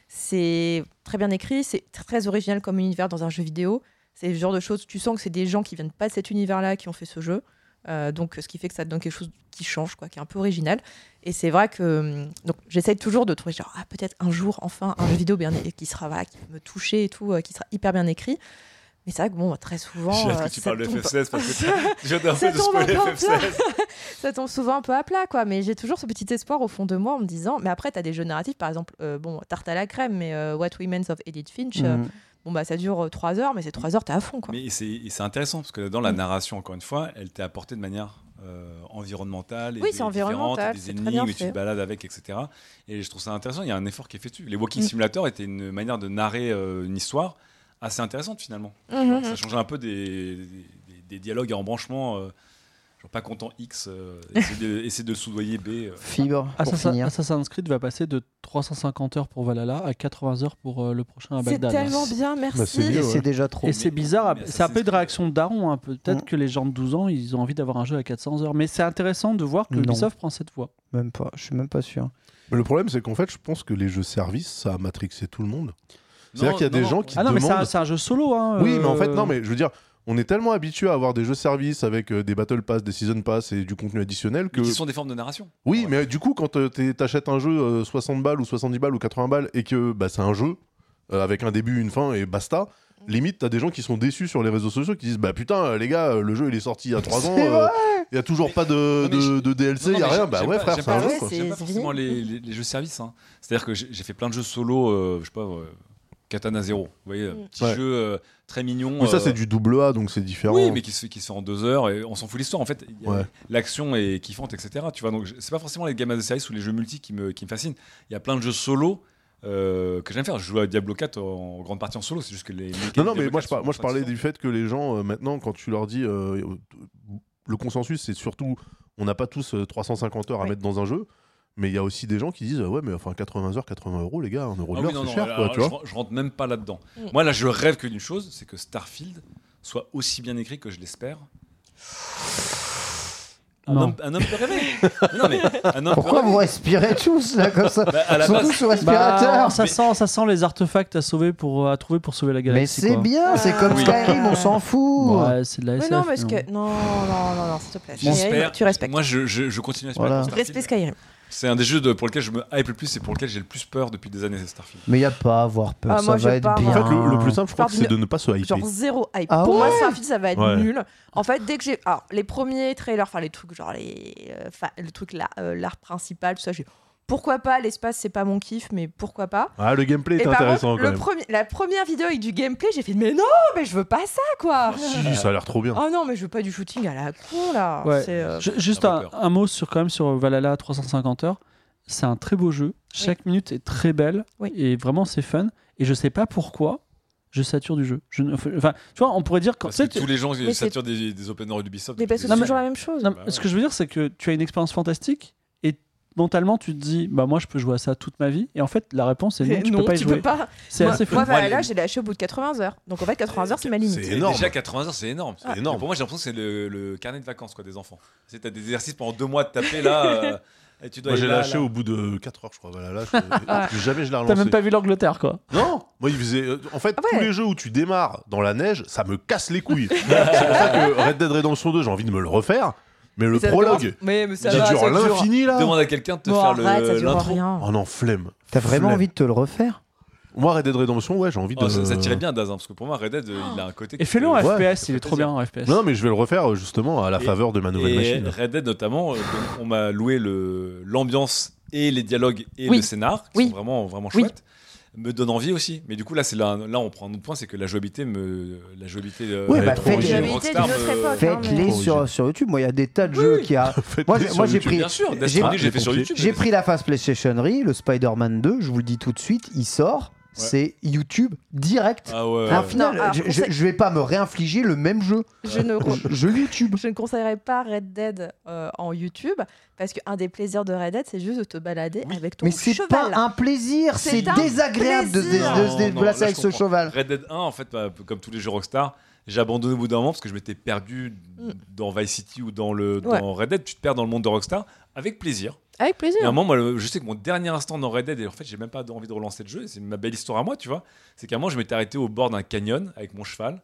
c'est très bien écrit, c'est très original comme univers dans un jeu vidéo. C'est le genre de choses, tu sens que c'est des gens qui viennent pas de cet univers-là qui ont fait ce jeu. Donc, ce qui fait que ça te donne quelque chose qui change, quoi, qui est un peu original. Et c'est vrai que donc, j'essaye toujours de trouver genre, peut-être un jour, enfin, un jeu vidéo qui sera, voilà, qui va me toucher et tout, qui sera hyper bien écrit. Mais c'est vrai que bon, très souvent. J'ai hâte que tu ça parles de tombe- FF16 parce que j'ai hâte un ça peu de tombe un spoiler peu à plat. FF16. Ça tombe souvent un peu à plat, quoi. Mais j'ai toujours ce petit espoir au fond de moi en me disant. Mais après, t'as des jeux narratifs, par exemple, Tarte à la crème, mais What Remains of Edith Finch. Bon, bah, ça dure 3 heures, mais c'est 3 heures, t'es à fond, quoi. Mais c'est intéressant parce que dans la narration, encore une fois, elle t'est apportée de manière environnementale et Oui, c'est environnemental, des c'est très énigmes bien et tu te fait. balades avec, etc. Et je trouve ça intéressant. Il y a un effort qui est fait dessus. Les Walking Simulator étaient une manière de narrer une histoire assez intéressante finalement. Ça changeait un peu des dialogues à embranchement. Genre pas content X, essayer de soudoyer B. Fibre, pour finir. Assassin's Creed va passer de 350 heures pour Valhalla à 80 heures pour le prochain à C'est Bagdad. tellement bien, merci. Bah, c'est Et mieux, c'est ouais. déjà trop. Et c'est bizarre, mais c'est un peu de réaction de daron. Peut-être Mm. que les gens de 12 ans, ils ont envie d'avoir un jeu à 400 heures. Mais c'est intéressant de voir que Non. Ubisoft prend cette voie. Même pas, je suis même pas sûr. Mais le problème, c'est qu'en fait, je pense que les jeux services, ça a matrixé tout le monde. C'est-à-dire Non, qu'il y a des non, gens qui Ah non, mais demandent. c'est un jeu solo. Hein, Oui, mais en fait, non, mais je veux dire, on est tellement habitué à avoir des jeux services avec des Battle Pass, des Season Pass et du contenu additionnel que. Mais qui sont des formes de narration. Oui, Ouais. mais du coup, quand t'achètes un jeu 60 balles ou 70 balles ou 80 balles et que bah, c'est un jeu avec un début, une fin et basta, limite, t'as des gens qui sont déçus sur les réseaux sociaux qui disent bah putain, les gars, le jeu il est sorti il y a 3 ans, il y a toujours pas de DLC, il y a rien. Bah ouais, frère, c'est un jeu quoi. J'aime pas C'est forcément fini. les jeux services. Hein. C'est-à-dire que j'ai fait plein de jeux solo, je sais pas, Katana Zero. Vous voyez, petit Ouais. jeu très mignon. Mais ça, c'est du double A, donc c'est différent. Oui, mais qui se fait en 2 heures et on s'en fout l'histoire. En fait, Ouais. l'action est kiffante, etc. Tu vois, donc c'est pas forcément les games as a service ou les jeux multi qui me fascinent. Il y a plein de jeux solo que j'aime faire. Je joue à Diablo 4 en grande partie en solo. C'est juste que les mécaniques Non, non, de mais Diablo moi 4 je sont parlais différentes. du fait que les gens, maintenant, quand tu leur dis. Le consensus, c'est surtout. On n'a pas tous 350 heures à Oui. mettre dans un jeu. Mais il y a aussi des gens qui disent ouais, mais enfin 80 heures, 80 euros, les gars, un euro de Ah l'heure, oui, non, c'est non, cher, alors, quoi, tu vois. je rentre même pas là-dedans. Mm. Moi, là, je rêve que d'une chose, c'est que Starfield soit aussi bien écrit que je l'espère. Non. Un homme peut rêver. Mais non, mais un homme Pourquoi peut vous rêver. respirez tous là comme ça Bah, à la Surtout base, sur respirateur. Bah, ça sent les artefacts à trouver à trouver pour sauver la Mais galaxie. c'est quoi. bien, c'est comme Oui. Skyrim, on s'en fout. Ouais, c'est de la Mais SF. non, parce mais que. Non, s'il te plaît. j'espère. Tu respectes. Moi, je continue à espérer. Voilà. pour Starfield. Respect Skyrim. C'est un des jeux pour lesquels je me hype le plus et pour lequel j'ai le plus peur depuis des années, c'est Starfield. Mais il n'y a pas à avoir peur, Ah, ça moi, je va être pars, bien. En fait, le plus simple, je crois Pars que c'est de ne pas se hyper. Genre zéro hype. Ah Pour ouais moi, Starfield, ça va être Ouais. nul. En fait, dès que j'ai. Alors, les premiers trailers, enfin, les trucs, genre le truc là, l'art principal, tout ça, j'ai. Pourquoi pas, l'espace, c'est pas mon kiff, mais pourquoi pas. Ah, le gameplay est Et par intéressant contre, quand même. la première vidéo avec du gameplay, j'ai fait, mais non, mais je veux pas ça, quoi. Si, ça a l'air trop bien. Oh non, mais je veux pas du shooting à la con, là. Ouais. C'est, Juste Ça fait un mot quand même sur Valhalla 350 heures. C'est un très beau jeu. Chaque minute est très belle Oui. et vraiment c'est fun. Et je sais pas pourquoi je sature du jeu. Enfin, tu vois, on pourrait dire quand Parce que tous les gens Mais saturent des open world d'Ubisoft. Mais parce que Non, c'est mais- toujours la même chose. Non, Bah ce ouais. que je veux dire, c'est que tu as une expérience fantastique et mentalement, tu te dis, bah moi, je peux jouer à ça toute ma vie. Et en fait, la réponse est non, tu peux pas y jouer. C'est Moi, assez fou. moi, Moi, là, les- je l'ai acheté au bout de 80 heures. Donc en fait, 80 heures, c'est ma limite. C'est énorme. Déjà 80 heures, c'est énorme. C'est énorme. Pour moi, j'ai l'impression que c'est le carnet de vacances quoi, des enfants. Tu as des exercices pendant 2 mois de taper là. Et tu dois Moi, j'ai aller là, lâché là. au bout de 4 heures, je crois. Voilà, là, jamais je l'ai T'as relancé. même pas vu l'Angleterre, quoi. Non, moi il faisait. En fait, Ah ouais. tous les jeux où tu démarres dans la neige, ça me casse les couilles. C'est pour ça que Red Dead Redemption 2, j'ai envie de me le refaire. Mais le Mais ça prologue, commence- Mais ça qui va, dure ça à l'infini là. Demande à quelqu'un de te Bon, faire arrête, ça dure l'intro. rien. Oh non, flemme. T'as vraiment Flemme. envie de te le refaire? Moi, Red Dead Redemption, ouais, j'ai envie de. Oh, ça tirait bien Daz, hein, parce que pour moi, Red Dead, il a un côté. Et fais-le en Ouais, FPS, il fait est trop bien en FPS. Non, mais je vais le refaire justement à la Et- faveur de ma nouvelle Et machine. Red Dead notamment, donc, on m'a loué l'ambiance et les dialogues et Oui. le scénar, qui Oui. sont vraiment, vraiment Oui. chouettes. Me donne envie aussi. Mais du coup, là, on prend un autre point, c'est que la jouabilité Ouais, bah, trop faites- originale. Jouabilité Rockstar d'une autre me- époque. Faites-les Trop sur YouTube. Moi, il y a des tas de jeux qui a. Moi, Faites-les sur moi, j'ai YouTube. pris- Bien sûr, J'ai- Destiny, j'ai fait sur compris. YouTube. J'ai pris la phase PlayStation, le Spider-Man 2, je vous le dis tout de suite, il sort, c'est YouTube direct. Ah ouais. Au final, Non, alors, je vais pas me réinfliger le même jeu. Je ne, Jeu YouTube. je ne conseillerais pas Red Dead en YouTube parce qu'un des plaisirs de Red Dead, c'est juste de te balader avec ton Mais c'est cheval. pas un plaisir, C'est c'est un désagréable de plaisir. se déplacer Non, là, avec je ce comprends. cheval. Red Dead 1, en fait, bah, comme tous les jeux Rockstar, j'ai abandonné au bout d'un moment parce que je m'étais perdu dans Vice City ou dans Red Dead. Tu te perds dans le monde de Rockstar avec plaisir. Avec plaisir. Et à un moment, moi, je sais que mon dernier instant dans Red Dead, et en fait, j'ai même pas envie de relancer le jeu, et c'est ma belle histoire à moi, tu vois. C'est qu'à un moment, je m'étais arrêté au bord d'un canyon avec mon cheval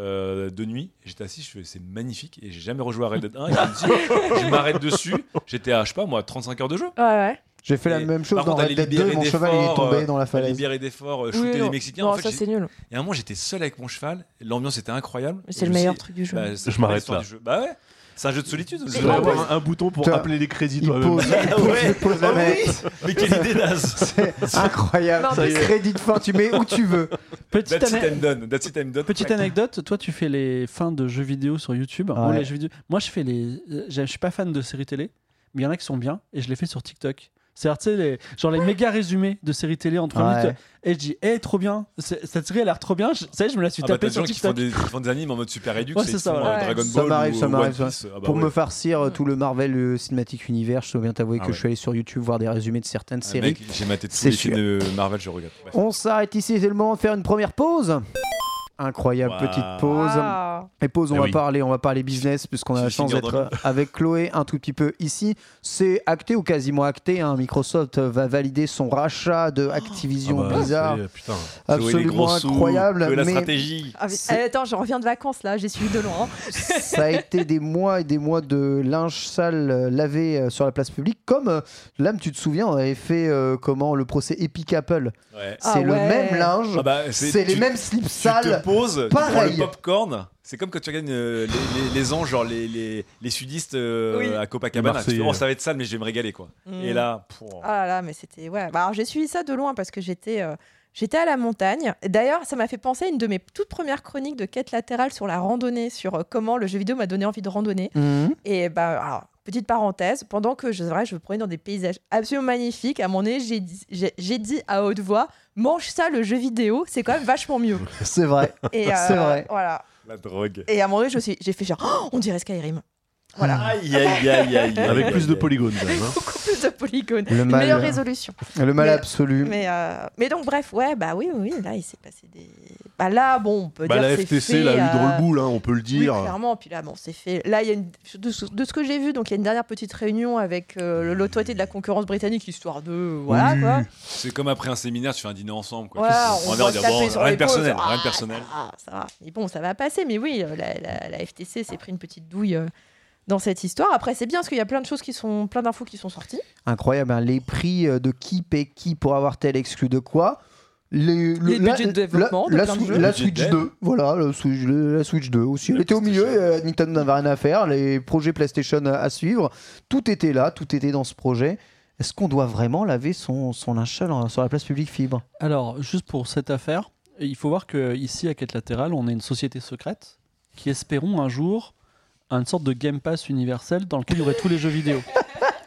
de nuit. Et j'étais assis, je fais, c'est magnifique, et j'ai jamais rejoué à Red Dead 1. Et je me dis, je m'arrête dessus. J'étais à, je sais pas moi, 35 heures de jeu. Ouais. J'ai fait la Et même chose par dans contre, Red aller Dead 2, libérer mon des cheval il est forts, tombé dans la aller falaise. libérer des forts, shooter Oui, les non. Mexicains. Non, En fait, ça c'est nul. et à un moment, j'étais seul avec mon cheval, et l'ambiance était incroyable. C'est Et le je me meilleur suis dit, truc du jeu. bah, c'est Je m'arrête l'histoire là. du jeu. Bah ouais, c'est un jeu de solitude. Je C'est devrais vraiment- avoir un bouton pour Toi, appeler les crédits Il toi-même. pose, il pose la manette. Mais quelle idée naze. C'est incroyable. Non, Ça y est. Crédit de fin, tu mets où tu veux. Petite, That's it, ane- I'm done. That's it, I'm done. petite anecdote, toi tu fais les fins de jeux vidéo sur YouTube. Ou Ouais. les jeux vidéo. Moi je fais je suis pas fan de séries télé, mais il y en a qui sont bien et je les fais sur TikTok. C'est-à-dire, tu sais, genre les méga résumés de séries télé en 3 Ouais. minutes. Et je dis, trop bien, cette série a l'air trop bien. Je me la suis Ah bah, tapée t'as des sur gens qui font TikTok. des animes en mode super réduit, Ouais, c'est ça, ouais. Dragon Ça Ball m'arrive, ou ça One m'arrive, Piece. Ah bah Pour ouais. me farcir tout le Marvel Cinematic Universe, je dois bien t'avouer Ah que ouais. je suis allé sur YouTube voir des résumés de certaines Ah, séries. mec, j'ai maté tous C'est les sûr. films de Marvel, je regarde. Bref. On s'arrête ici, c'est le moment de faire une première pause. Incroyable Wow. petite pause. Ah. Et pause, on Eh va oui. parler business puisqu'on a Petit la chance finger d'être avec Chloé un tout petit peu ici. C'est acté ou quasiment acté. Hein. Microsoft va valider son rachat de Activision Ah bah, Blizzard. ça y est, putain. Absolument incroyable. Que la mais stratégie. Ah, mais- C'est- attends, je reviens de vacances là, j'ai suivi de loin. ça a été des mois et des mois de linge sale lavé sur la place publique. Comme Lame, tu te souviens, on avait fait comment le procès Epic Apple. Ouais. Ah C'est le ouais. même linge, Ah bah, c'est les tu- mêmes slips Tu sales. te poses, tu prends pareil. le popcorn. C'est comme quand tu regardes les anges, genre les sudistes Oui. à Copacabana. Tu fais, Marseillais. oh, ça va être sale, mais je vais me régaler quoi. Mm. Et là, pouah. Ah là là, mais c'était. Ouais. Bah, alors j'ai suivi ça de loin parce que j'étais à la montagne. D'ailleurs, ça m'a fait penser à une de mes toutes premières chroniques de quête latérale sur la randonnée, sur comment le jeu vidéo m'a donné envie de randonner. Mhm. Et bah, alors, petite parenthèse, pendant que je me prenais dans des paysages absolument magnifiques, à un moment donné, j'ai dit à haute voix, mange ça le jeu vidéo, c'est quand même vachement mieux. C'est vrai. Et, C'est vrai. Voilà. La drogue. Et à un moment donné, j'ai fait genre, oh, on dirait Skyrim. Voilà. Aïe, aïe, aïe, aïe. Avec aïe, plus de aïe. polygones quand même. hein. Beaucoup plus de polygones. Le Une mal, meilleure résolution. le mal Mais- absolu. Mais donc, bref, ouais, bah oui, là, il s'est passé des. Bah là, bon, on peut Bah, dire la que c'est FTC fait, l'a eu dans le bout, là, on peut le Oui, dire. clairement. Puis là, bon, c'est fait. Là, il y a de ce que j'ai vu, donc il y a une dernière petite réunion avec l'autorité de la concurrence britannique, histoire de. Voilà, Oui. quoi. C'est comme après un séminaire, tu fais un dîner ensemble. Quoi. Voilà, Tu- on va va dire, se taper bon, sur rien de l'épaule, personnel, faire, rien de personnel. Ça va. Mais bon, ça va passer. Mais oui, la FTC s'est pris une petite douille dans cette histoire. Après, c'est bien parce qu'il y a plein d'infos qui sont sorties. Incroyable, hein, les prix de qui paie qui pour avoir tel exclu de quoi. Les budgets de développement de plein de jeux. la Budget Switch dev. 2, voilà, la Switch 2 aussi. Elle La était au milieu, PlayStation. Nintendo n'avait rien à faire, les projets PlayStation à suivre, tout était là, tout était dans ce projet. Est-ce qu'on doit vraiment laver son linge sale sur la place publique fibre? Alors, juste pour cette affaire, il faut voir qu'ici, à Quête Latérale, on est une société secrète qui espérons un jour une sorte de Game Pass universel dans lequel il y aurait tous les jeux vidéo.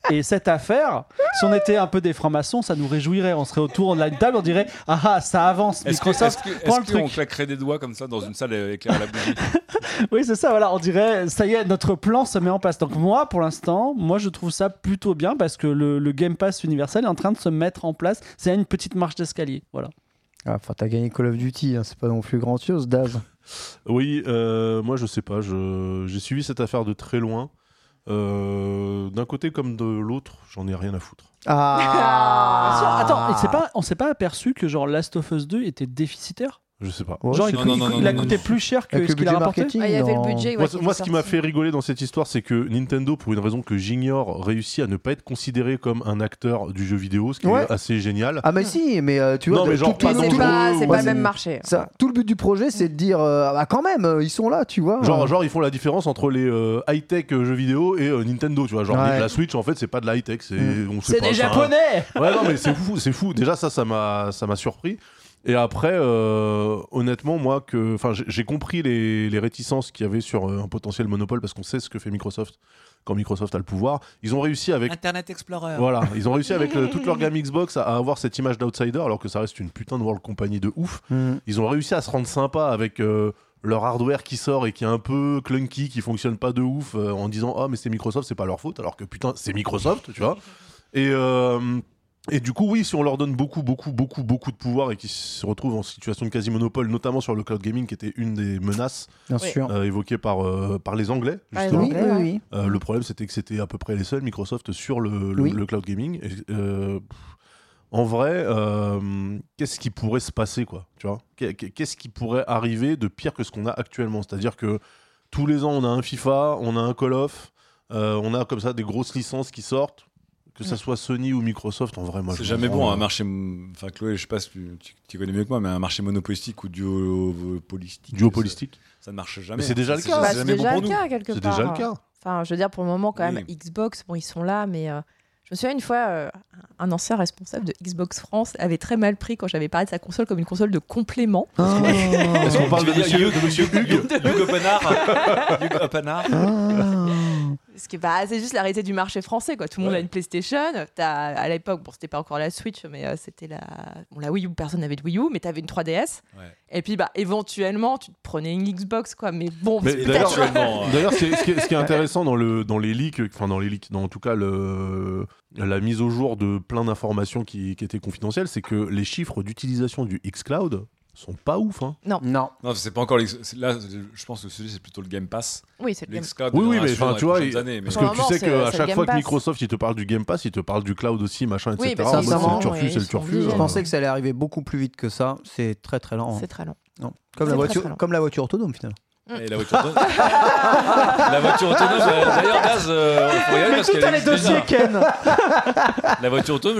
Et cette affaire, si on était un peu des francs-maçons, ça nous réjouirait. On serait autour de la table, on dirait ah ça avance. Microsoft prend le truc. On claquerait des doigts comme ça dans une salle éclairée à la bougie? Oui, c'est ça, voilà, on dirait, ça y est, notre plan se met en place. Donc moi, pour l'instant, je trouve ça plutôt bien parce que le Game Pass universel est en train de se mettre en place. C'est une petite marche d'escalier, voilà. Enfin, t'as gagné Call of Duty, hein, c'est pas non plus grandiose, Daz. Oui, moi je sais pas, j'ai suivi cette affaire de très loin. D'un côté comme de l'autre, j'en ai rien à foutre. Attends, on s'est pas aperçu que genre Last of Us 2 était déficitaire? Je sais pas. Genre, il a coûté plus cher que ce qu'il a rapporté. Il y avait le budget. Moi, ce qui m'a fait rigoler dans cette histoire, c'est que Nintendo, pour une raison que j'ignore, réussit à ne pas être considéré comme un acteur du jeu vidéo, ce qui est assez génial. Ah, mais si, mais tu vois, non, mais genre, c'est pas le même marché. Ça, tout le but du projet, c'est de dire quand même, ils sont là, tu vois. Genre, ils font la différence entre les high-tech jeux vidéo et Nintendo, tu vois. Genre, la Switch, en fait, c'est pas de l'high-tech, c'est des Japonais. Ouais, non, mais c'est fou. Déjà, ça m'a surpris. Et après, honnêtement, moi, j'ai compris les réticences qu'il y avait sur un potentiel monopole parce qu'on sait ce que fait Microsoft quand Microsoft a le pouvoir. Ils ont réussi avec Internet Explorer. Voilà, ils ont réussi avec toute leur gamme Xbox à avoir cette image d'outsider alors que ça reste une putain de world company de ouf. Ils ont réussi à se rendre sympa avec leur hardware qui sort et qui est un peu clunky, qui fonctionne pas de ouf, en disant ah mais c'est Microsoft, c'est pas leur faute, alors que putain c'est Microsoft, tu vois. Et du coup, oui, si on leur donne beaucoup de pouvoir et qu'ils se retrouvent en situation de quasi-monopole, notamment sur le cloud gaming, qui était une des menaces évoquées par les Anglais, justement. Oui. Le problème, c'était que c'était à peu près les seuls, Microsoft, sur le cloud gaming. Et, en vrai, qu'est-ce qui pourrait se passer, quoi, tu vois ? Qu'est-ce qui pourrait arriver de pire que ce qu'on a actuellement ? C'est-à-dire que tous les ans, on a un FIFA, on a un Call of, on a comme ça des grosses licences qui sortent. Que ça soit Sony ou Microsoft, en vrai, moi, c'est jamais bon un marché. Enfin, Chloé, je sais pas si tu connais mieux que moi, mais un marché monopolistique ou duopolistique, ça ne marche jamais. Mais c'est déjà le cas. C'est déjà le cas quelque part. C'est déjà le cas. Enfin, je veux dire, pour le moment, quand même, Xbox, bon, ils sont là, mais je me souviens une fois, un ancien responsable de Xbox France avait très mal pris quand j'avais parlé de sa console comme une console de complément. Est-ce qu'on parle de monsieur Hugues Hugues Oppenard. Parce que c'est juste la réalité du marché français, quoi. Tout le monde a une PlayStation. À l'époque, bon, c'était pas encore la Switch, mais c'était la Wii U. Personne n'avait de Wii U, mais t'avais une 3DS. Ouais. Et puis, éventuellement, tu te prenais une Xbox, quoi. Mais bon, d'ailleurs, ce qui est intéressant dans les leaks, dans en tout cas la mise au jour de plein d'informations qui étaient confidentielles, c'est que les chiffres d'utilisation du xCloud sont pas ouf, hein. Non, c'est pas encore là. Je pense que celui c'est plutôt le Game Pass. Oui, c'est le xCloud. Oui, mais enfin, tu vois, années, parce que tu sais qu'à chaque fois que Microsoft il te parle du Game Pass, il te parle du cloud aussi, machin, etc. Oui, c'est le turfu. Je pensais que ça allait arriver beaucoup plus vite que ça. C'est très très lent. C'est très lent. Non. Comme la voiture autonome, finalement. Et la voiture autonome. La voiture autonome, d'ailleurs, Daz, faut y aller parce qu'elle existe déjà. Ken. La voiture autonome,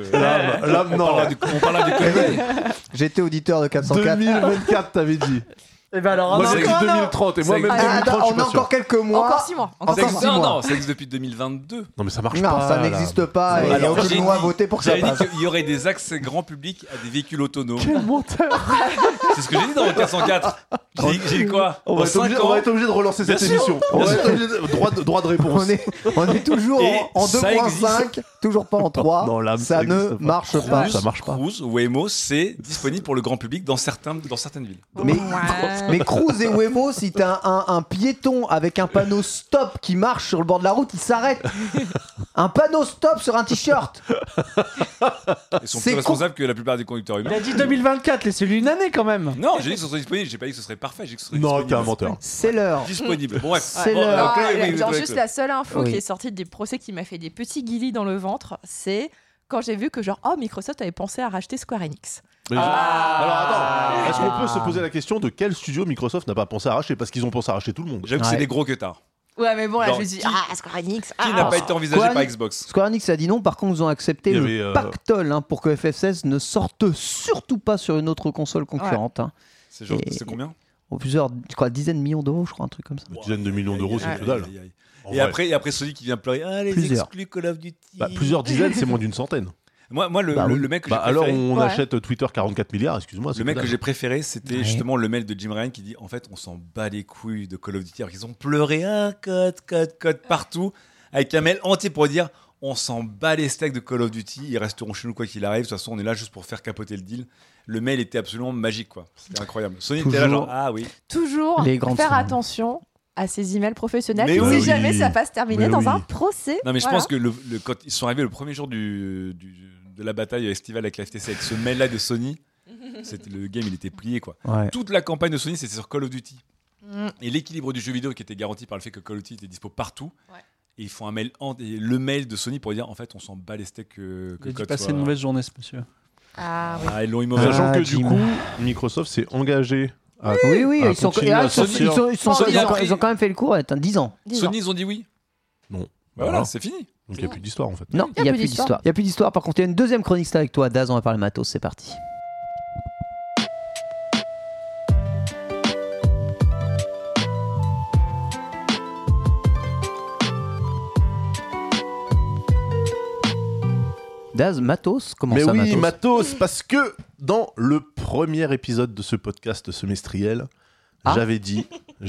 on parle du Covid. J'étais auditeur de 404. 2024, t'avais dit. Et ben alors, moi, c'est 2030. Et moi, même 2030, je suis pas sûr. Encore quelques mois. Encore 6 mois. Non, ça existe depuis 2022. Non, mais ça marche pas. Non, ça n'existe pas. Et il n'y a aucune loi votée pour ça. J'avais dit qu'il y aurait des accès grand public à des véhicules autonomes. Quel menteur. C'est ce que j'ai dit dans le 404. J'ai dit quoi? On va être obligé de relancer cette émission. On va être obligé de droit de réponse. On est toujours en 2.5, toujours pas en 3. Non, ça ne marche pas. Ça marche pas. Cruise, Waymo, c'est disponible pour le grand public dans certaines villes. Mais Cruise et Waymo, si t'as un piéton avec un panneau stop qui marche sur le bord de la route, il s'arrête. Un panneau stop sur un t-shirt. Ils sont plus responsables que la plupart des conducteurs humains. Il a dit 2024, laissez-lui une année quand même. Non, j'ai dit que ce serait disponible, j'ai pas dit que ce serait parfait, j'ai dit que ce serait non, disponible. t'es un menteur. C'est l'heure. Disponible. Bon, bref. C'est l'heure. Genre juste la seule info qui est sortie des procès qui m'a fait des petits guilis dans le ventre, c'est quand j'ai vu que Microsoft avait pensé à racheter Square Enix. Alors attends, est-ce qu'on peut se poser la question de quel studio Microsoft n'a pas pensé à racheter? Parce qu'ils ont pensé à racheter tout le monde. J'avoue que c'est des gros queutards. Ouais, mais bon, là, je me dis, Square Enix. Qui n'a pas été envisagé par Xbox? Square Enix a dit non, par contre, ils ont accepté le pactole pour que FF16 ne sorte surtout pas sur une autre console concurrente. Ouais. C'est combien? Plusieurs, je crois, dizaines de millions d'euros, je crois, un truc comme ça. Une dizaine de millions d'euros, c'est que dalle. Et après, Sony qui vient pleurer, les exclus Call of Duty. Plusieurs dizaines, c'est moins d'une centaine. Moi, le mec que j'ai préféré... Alors on achète Twitter 44 milliards, excuse-moi. Le mec que j'ai préféré, c'était justement le mail de Jim Ryan qui dit en fait, on s'en bat les couilles de Call of Duty. Alors qu'ils ont pleuré code partout, avec un mail entier pour dire On s'en bat les steaks de Call of Duty. Ils resteront chez nous quoi qu'il arrive. De toute façon, on est là juste pour faire capoter le deal. Le mail était absolument magique, quoi. C'était incroyable. Sony était là, genre, ah oui. Toujours Les grandes faire semaines. attention à ces emails professionnels. Mais si oui. jamais ça va se terminer Mais dans oui. un procès. Non, mais je Voilà. pense que quand ils sont arrivés le premier jour de la bataille estivale avec la FTC, avec ce mail-là de Sony, le game, il était plié, quoi. Ouais. Toute la campagne de Sony, c'était sur Call of Duty. Mm. Et l'équilibre du jeu vidéo qui était garanti par le fait que Call of Duty était dispo partout. Ouais. Et ils font un mail, le mail de Sony pour dire en fait, on s'en bat les steaks que Il a dû Code passer soit- une mauvaise journée, ce monsieur. Ah oui. Ah, ils l'ont eu mauvais. Sachant que Jim. du coup, Microsoft s'est engagé à Oui, à ils sont, continuer ah, à ils sont- sortir. Sony a pris- ils ont quand même fait le cours, attends, 10 ans. Sony, ils ont dit oui. Non. Bah Voilà. voilà, c'est fini. Donc il n'y a plus d'histoire en fait. Non, il n'y a plus d'histoire. Il n'y a plus d'histoire. Par contre, il y a une deuxième chronique c'est avec toi, Daz. On va parler matos. C'est parti. Daz, matos, comment Mais ça, oui, matos matos, parce que dans le premier épisode de ce podcast semestriel, Ah. j'avais dit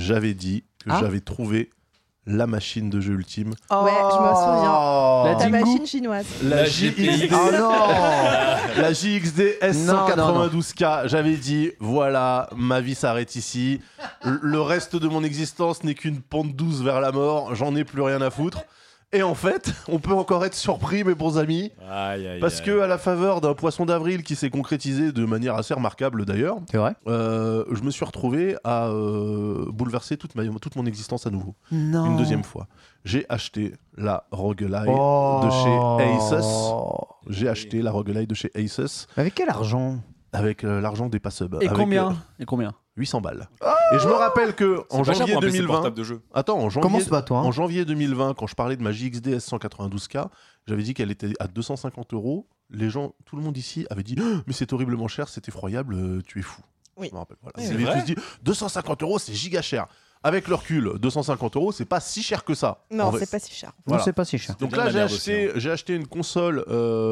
que Ah. j'avais trouvé la machine de jeu ultime. Ouais, je me souviens. La Ta Dingo. machine chinoise. La GPX. JXD, Oh non la JXD Non, S192K. J'avais dit, voilà, ma vie s'arrête ici. Le reste de mon existence n'est qu'une pente douce vers la mort. J'en ai plus rien à foutre. Et en fait, on peut encore être surpris, mes bons amis, Aïe, aïe, parce aïe. que à la faveur d'un poisson d'avril qui s'est concrétisé de manière assez remarquable d'ailleurs, C'est vrai je me suis retrouvé à bouleverser toute mon existence à nouveau. Non. Une deuxième fois. J'ai acheté la roguelite Oh. de chez Asus. J'ai acheté la roguelite de chez Asus Avec quel argent avec l'argent des passubs. Et avec, combien Et combien 800 balles. Et je me rappelle que en C'est pas cher janvier pour un PC 2020, portable de jeu. attends, en janvier, Commence pas, toi. Hein. en janvier 2020, quand je parlais de ma JXD S192K, j'avais dit qu'elle était à 250 €. Les gens, tout le monde ici avait dit oh, mais c'est horriblement cher, c'est effroyable, tu es fou. Oui. Je me rappelle. Voilà. Oui, Ils c'est avaient vrai tous dit 250 €, c'est giga cher. Avec le recul, 250 €, c'est pas si cher que ça. En Non, vrai. c'est pas si cher. Voilà. Non, c'est pas si cher. Donc bien là, de la merde aussi, j'ai acheté une console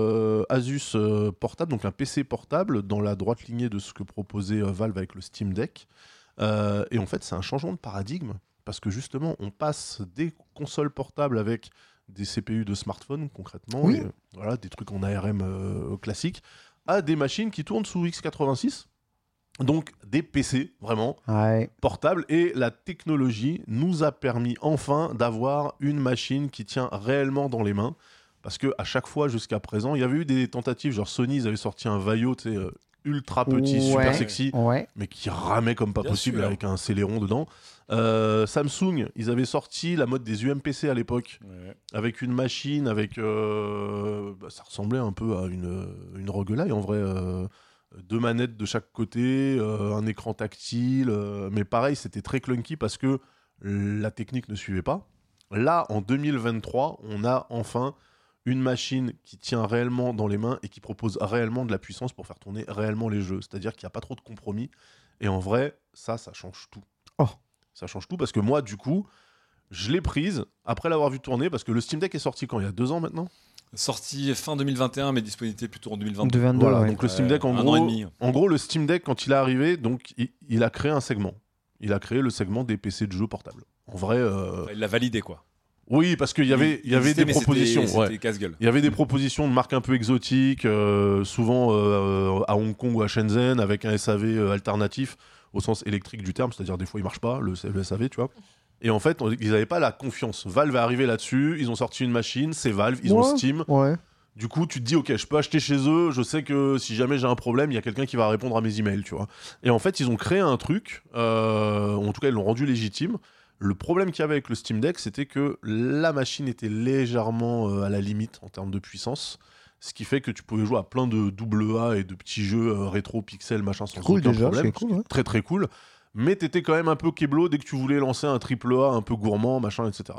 Asus portable, donc un PC portable, dans la droite lignée de ce que proposait Valve avec le Steam Deck. Et en fait, c'est un changement de paradigme, parce que justement, on passe des consoles portables avec des CPU de smartphone, concrètement, Oui. et, voilà, des trucs en ARM classiques, à des machines qui tournent sous x86. Donc des PC, vraiment, Ouais. portable, et la technologie nous a permis enfin d'avoir une machine qui tient réellement dans les mains, parce que à chaque fois jusqu'à présent il y avait eu des tentatives, genre Sony ils avaient sorti un Vaio, tu sais, ultra petit, super Ouais. sexy, Ouais. mais qui ramait comme pas Bien possible sûr. avec un Celeron dedans. Samsung, ils avaient sorti la mode des UMPC à l'époque, Ouais. avec une machine, avec ça ressemblait un peu à une roguelite en vrai. Deux manettes de chaque côté, un écran tactile, mais pareil, c'était très clunky parce que la technique ne suivait pas. Là, en 2023, on a enfin une machine qui tient réellement dans les mains et qui propose réellement de la puissance pour faire tourner réellement les jeux. C'est-à-dire qu'il n'y a pas trop de compromis. Et en vrai, ça change tout. Oh. Ça change tout parce que moi, du coup, je l'ai prise après l'avoir vu tourner parce que le Steam Deck est sorti quand il y a 2 ans maintenant. Sorti fin 2021, mais disponibilité plutôt en 2022. 22, Voilà, ouais. donc le Steam Deck, un an et demi. en gros, le Steam Deck, quand il est arrivé, donc, il a créé un segment. Il a créé le segment des PC de jeux portables. En vrai, Enfin, il l'a validé, quoi. oui, parce qu'il y avait existait, des mais propositions. C'était Ouais. casse-gueule. Il y avait des propositions de marques un peu exotiques, souvent à Hong Kong ou à Shenzhen, avec un SAV alternatif au sens électrique du terme, c'est-à-dire des fois il marche pas, le SAV, tu vois. Et en fait, ils n'avaient pas la confiance. Valve est arrivé là-dessus, ils ont sorti une machine, c'est Valve, ils ont Ouais. Steam. Ouais. Du coup, tu te dis, ok, je peux acheter chez eux, je sais que si jamais j'ai un problème, il y a quelqu'un qui va répondre à mes emails, tu vois. Et en fait, ils ont créé un truc, en tout cas, ils l'ont rendu légitime. Le problème qu'il y avait avec le Steam Deck, c'était que la machine était légèrement à la limite en termes de puissance, ce qui fait que tu pouvais jouer à plein de AA et de petits jeux rétro, pixels, machin, sans Cool aucun déjà, problème. c'est cool, ouais. Très très cool. Mais t'étais quand même un peu keblo dès que tu voulais lancer un AAA un peu gourmand, machin, etc.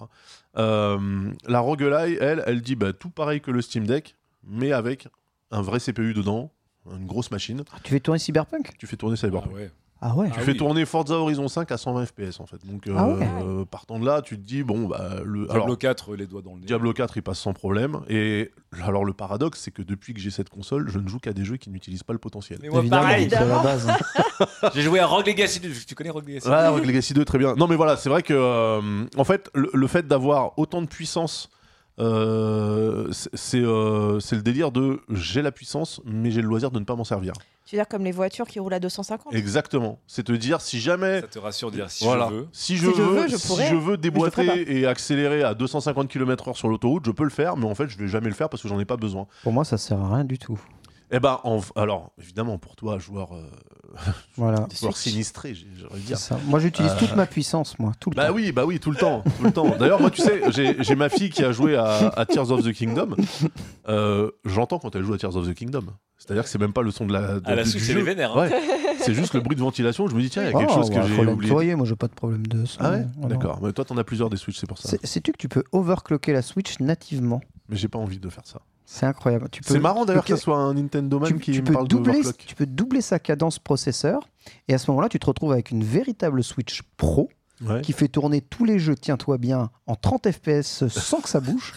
La roguelite, elle dit bah, tout pareil que le Steam Deck, mais avec un vrai CPU dedans, une grosse machine. Ah, tu fais tourner Cyberpunk Tu fais tourner Ah Cyberpunk. ouais. Ah ouais. Tu Ah fais oui. tourner Forza Horizon 5 à 120 FPS en fait. Donc Ah ouais. partant de là, tu te dis bon bah Diablo 4, les doigts dans le nez. Diablo 4 il passe sans problème. Et alors le paradoxe c'est que depuis que j'ai cette console, je ne joue qu'à des jeux qui n'utilisent pas le potentiel. Mais moi, Évidemment, pareil. c'est la base. hein. J'ai joué à Rogue Legacy 2. Tu connais Rogue Legacy Ouais, Rogue Legacy 2 très bien. Non mais voilà, c'est vrai que en fait le fait d'avoir autant de puissance c'est le délire de j'ai la puissance, mais j'ai le loisir de ne pas m'en servir. Tu veux dire comme les voitures qui roulent à 250 ? Exactement. C'est te dire si jamais. Ça te rassure de dire si Voilà. je veux. Si je veux je déboîter et accélérer à 250 km/h sur l'autoroute, je peux le faire, mais en fait, je vais jamais le faire parce que j'en ai pas besoin. Pour moi, ça sert à rien du tout. Eh ben, alors, évidemment, pour toi, joueur Voilà. sinistré, j'aurais C'est dire. ça. Moi, j'utilise toute ma puissance, moi, tout le temps. Bah oui, tout le temps. D'ailleurs, moi, tu sais, j'ai ma fille qui a joué à Tears of the Kingdom. J'entends quand elle joue à Tears of the Kingdom. C'est-à-dire que c'est même pas le son de la Switch, du c'est jeu. les vénères. Hein. Ouais. C'est juste le bruit de ventilation. Je me dis, tiens, il y a quelque chose que j'ai faut la oublié. nettoyer, moi, j'ai pas de problème de son. Ah ouais Alors. D'accord. Mais toi, t'en as plusieurs des Switch, c'est pour ça. Sais-tu que tu peux overclocker la Switch nativement ? Mais j'ai pas envie de faire ça. C'est incroyable. C'est marrant d'ailleurs que ce soit un Nintendo Man qui me parle d'overclock. Tu peux doubler sa cadence processeur et à ce moment-là, tu te retrouves avec une véritable Switch Pro qui fait tourner tous les jeux, tiens-toi bien, en 30 FPS sans que ça bouge.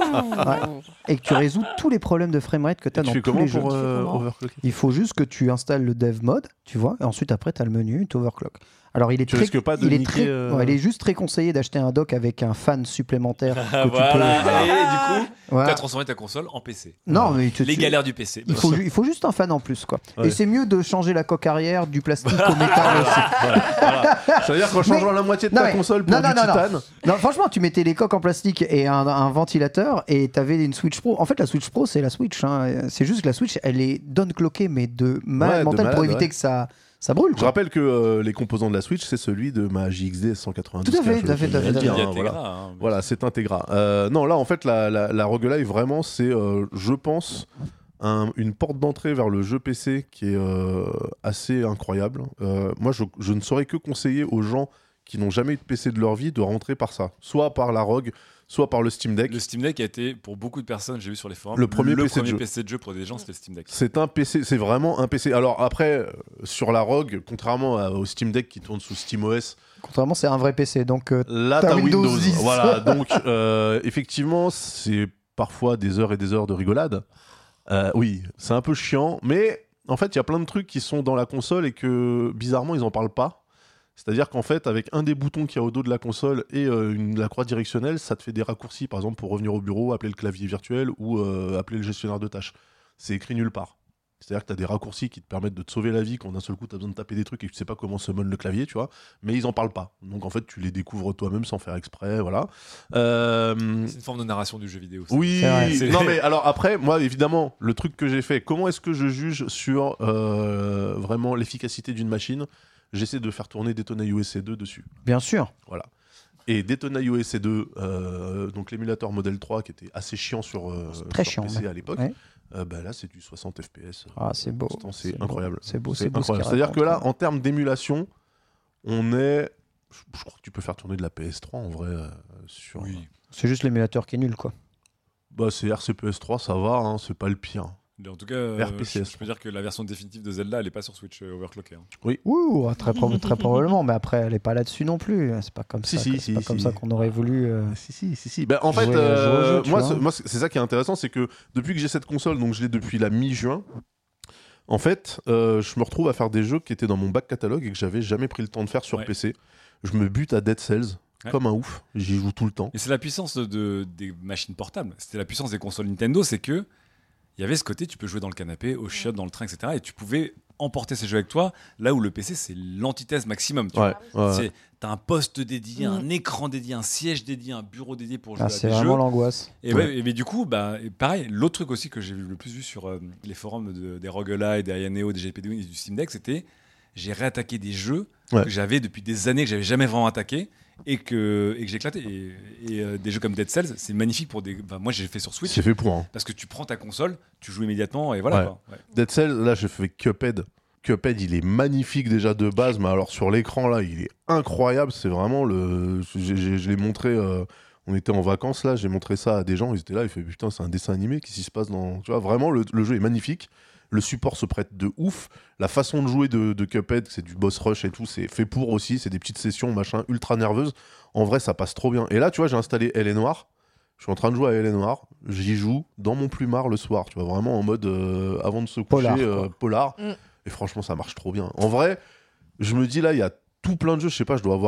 Et que tu résous tous les problèmes de framerate que tu as dans tous les jeux. Tu fais comment pour overclocker ? Il faut juste que tu installes le dev mode, tu vois, et ensuite après tu as le menu, tu overclock. Alors il est risques pas de il est niquer, il est juste très conseillé d'acheter un dock avec un fan supplémentaire que tu Voilà. peux. Et du coup, Voilà. tu as transformé ta console en PC. Non, mais Les galères du PC. il faut juste un fan en plus, quoi. Ouais. Et c'est mieux de changer la coque arrière du plastique au métal aussi. Voilà. C'est-à-dire qu'en changeant la moitié de ta console pour du titane. Non, franchement, tu mettais les coques en plastique et un ventilateur et t'avais une Switch Pro. En fait, la Switch Pro, c'est la Switch. Hein. C'est juste que la Switch, elle est downclockée, mais de malade mental pour éviter que ça brûle. Je rappelle que les composants de la Switch, c'est celui de ma JXD 192. Tout à fait, tout à fait. Voilà, c'est Integra. Non, là, en fait, la roguelike, vraiment, c'est, je pense, une porte d'entrée vers le jeu PC qui est assez incroyable. Moi, je ne saurais que conseiller aux gens qui n'ont jamais eu de PC de leur vie de rentrer par ça. Soit par la ROG, soit par le Steam Deck. Le Steam Deck a été, pour beaucoup de personnes, j'ai vu sur les forums, le premier PC de jeu pour des gens, c'était le Steam Deck. C'est un PC, c'est vraiment un PC. Alors après, sur la ROG, contrairement au Steam Deck qui tourne sous SteamOS, contrairement, c'est un vrai PC. Donc là, t'as Windows 10. Voilà, donc effectivement, c'est parfois des heures et des heures de rigolade. Oui, c'est un peu chiant, mais en fait, il y a plein de trucs qui sont dans la console et que bizarrement, ils en parlent pas. C'est-à-dire qu'en fait, avec un des boutons qu'il y a au dos de la console et la croix directionnelle, ça te fait des raccourcis, par exemple, pour revenir au bureau, appeler le clavier virtuel ou appeler le gestionnaire de tâches. C'est écrit nulle part. C'est-à-dire que tu as des raccourcis qui te permettent de te sauver la vie quand d'un seul coup tu as besoin de taper des trucs et que tu sais pas comment se summon le clavier, tu vois. Mais ils en parlent pas. Donc en fait, tu les découvres toi-même sans faire exprès, voilà. C'est une forme de narration du jeu vidéo. Ça. Oui, non mais alors après, moi évidemment, le truc que j'ai fait, comment est-ce que je juge sur vraiment l'efficacité d'une machine ? J'essaie de faire tourner Daytona USA 2 dessus. Bien sûr. Voilà. Et Daytona USA 2, donc l'émulateur Model 3 qui était assez chiant sur PC à l'époque, là c'est du 60 FPS. Ah, c'est beau. C'est incroyable. C'est beau, c'est incroyable. C'est-à-dire que là, en termes d'émulation, on est. Je crois que tu peux faire tourner de la PS3 en vrai sur. Oui. C'est juste l'émulateur qui est nul, quoi. Bah, c'est RCPS3, ça va, hein, c'est pas le pire. En tout cas, RPCS. je peux dire que la version définitive de Zelda, elle est pas sur Switch overclockée. Hein. Oui. Ouh, très probablement, mais après, elle est pas là-dessus non plus. C'est pas comme ça. C'est pas comme ça qu'on aurait voulu. Si. Ben, en fait, moi, c'est ça qui est intéressant, c'est que depuis que j'ai cette console, donc je l'ai depuis la mi-juin. En fait, je me retrouve à faire des jeux qui étaient dans mon back catalogue et que j'avais jamais pris le temps de faire sur PC. Je me bute à Dead Cells. Comme un ouf, j'y joue tout le temps. Et c'est la puissance des machines portables. C'était la puissance des consoles Nintendo, c'est que il y avait ce côté, tu peux jouer dans le canapé, au chiottes, dans le train, etc. Et tu pouvais emporter ces jeux avec toi, là où le PC, c'est l'antithèse maximum. Tu vois. T'as un poste dédié, un écran dédié, un siège dédié, un bureau dédié pour jouer à des jeux. C'est vraiment l'angoisse. Et mais du coup, pareil, l'autre truc aussi que j'ai le plus vu sur les forums des roguelites, des Ayaneo, des GPD et du Steam Deck, c'était j'ai réattaqué des jeux que j'avais depuis des années, que j'avais jamais vraiment attaqué. Et que j'ai éclaté. Et des jeux comme Dead Cells, c'est magnifique pour des. Moi, j'ai fait sur Switch. C'est fait pour. Hein. Parce que tu prends ta console, tu joues immédiatement et voilà. Quoi. Dead Cells, là, j'ai fait Cuphead. Cuphead, il est magnifique déjà de base, mais alors sur l'écran, là, il est incroyable. C'est vraiment le. Je l'ai montré. On était en vacances, là, j'ai montré ça à des gens. Ils étaient là, ils font putain, c'est un dessin animé. Qu'est-ce qui se passe dans. Tu vois, vraiment, le jeu est magnifique. Le support se prête de ouf. La façon de jouer de Cuphead, c'est du boss rush et tout, c'est fait pour aussi. C'est des petites sessions, machin, ultra nerveuses. En vrai, ça passe trop bien. Et là, tu vois, j'ai installé L.A. Je suis en train de jouer à L.A. J'y joue dans mon plumard le soir. Tu vois, vraiment en mode avant de se coucher, polar. Et franchement, ça marche trop bien. En vrai, je me dis là, il y a tout plein de jeux. Je sais pas, je dois avoir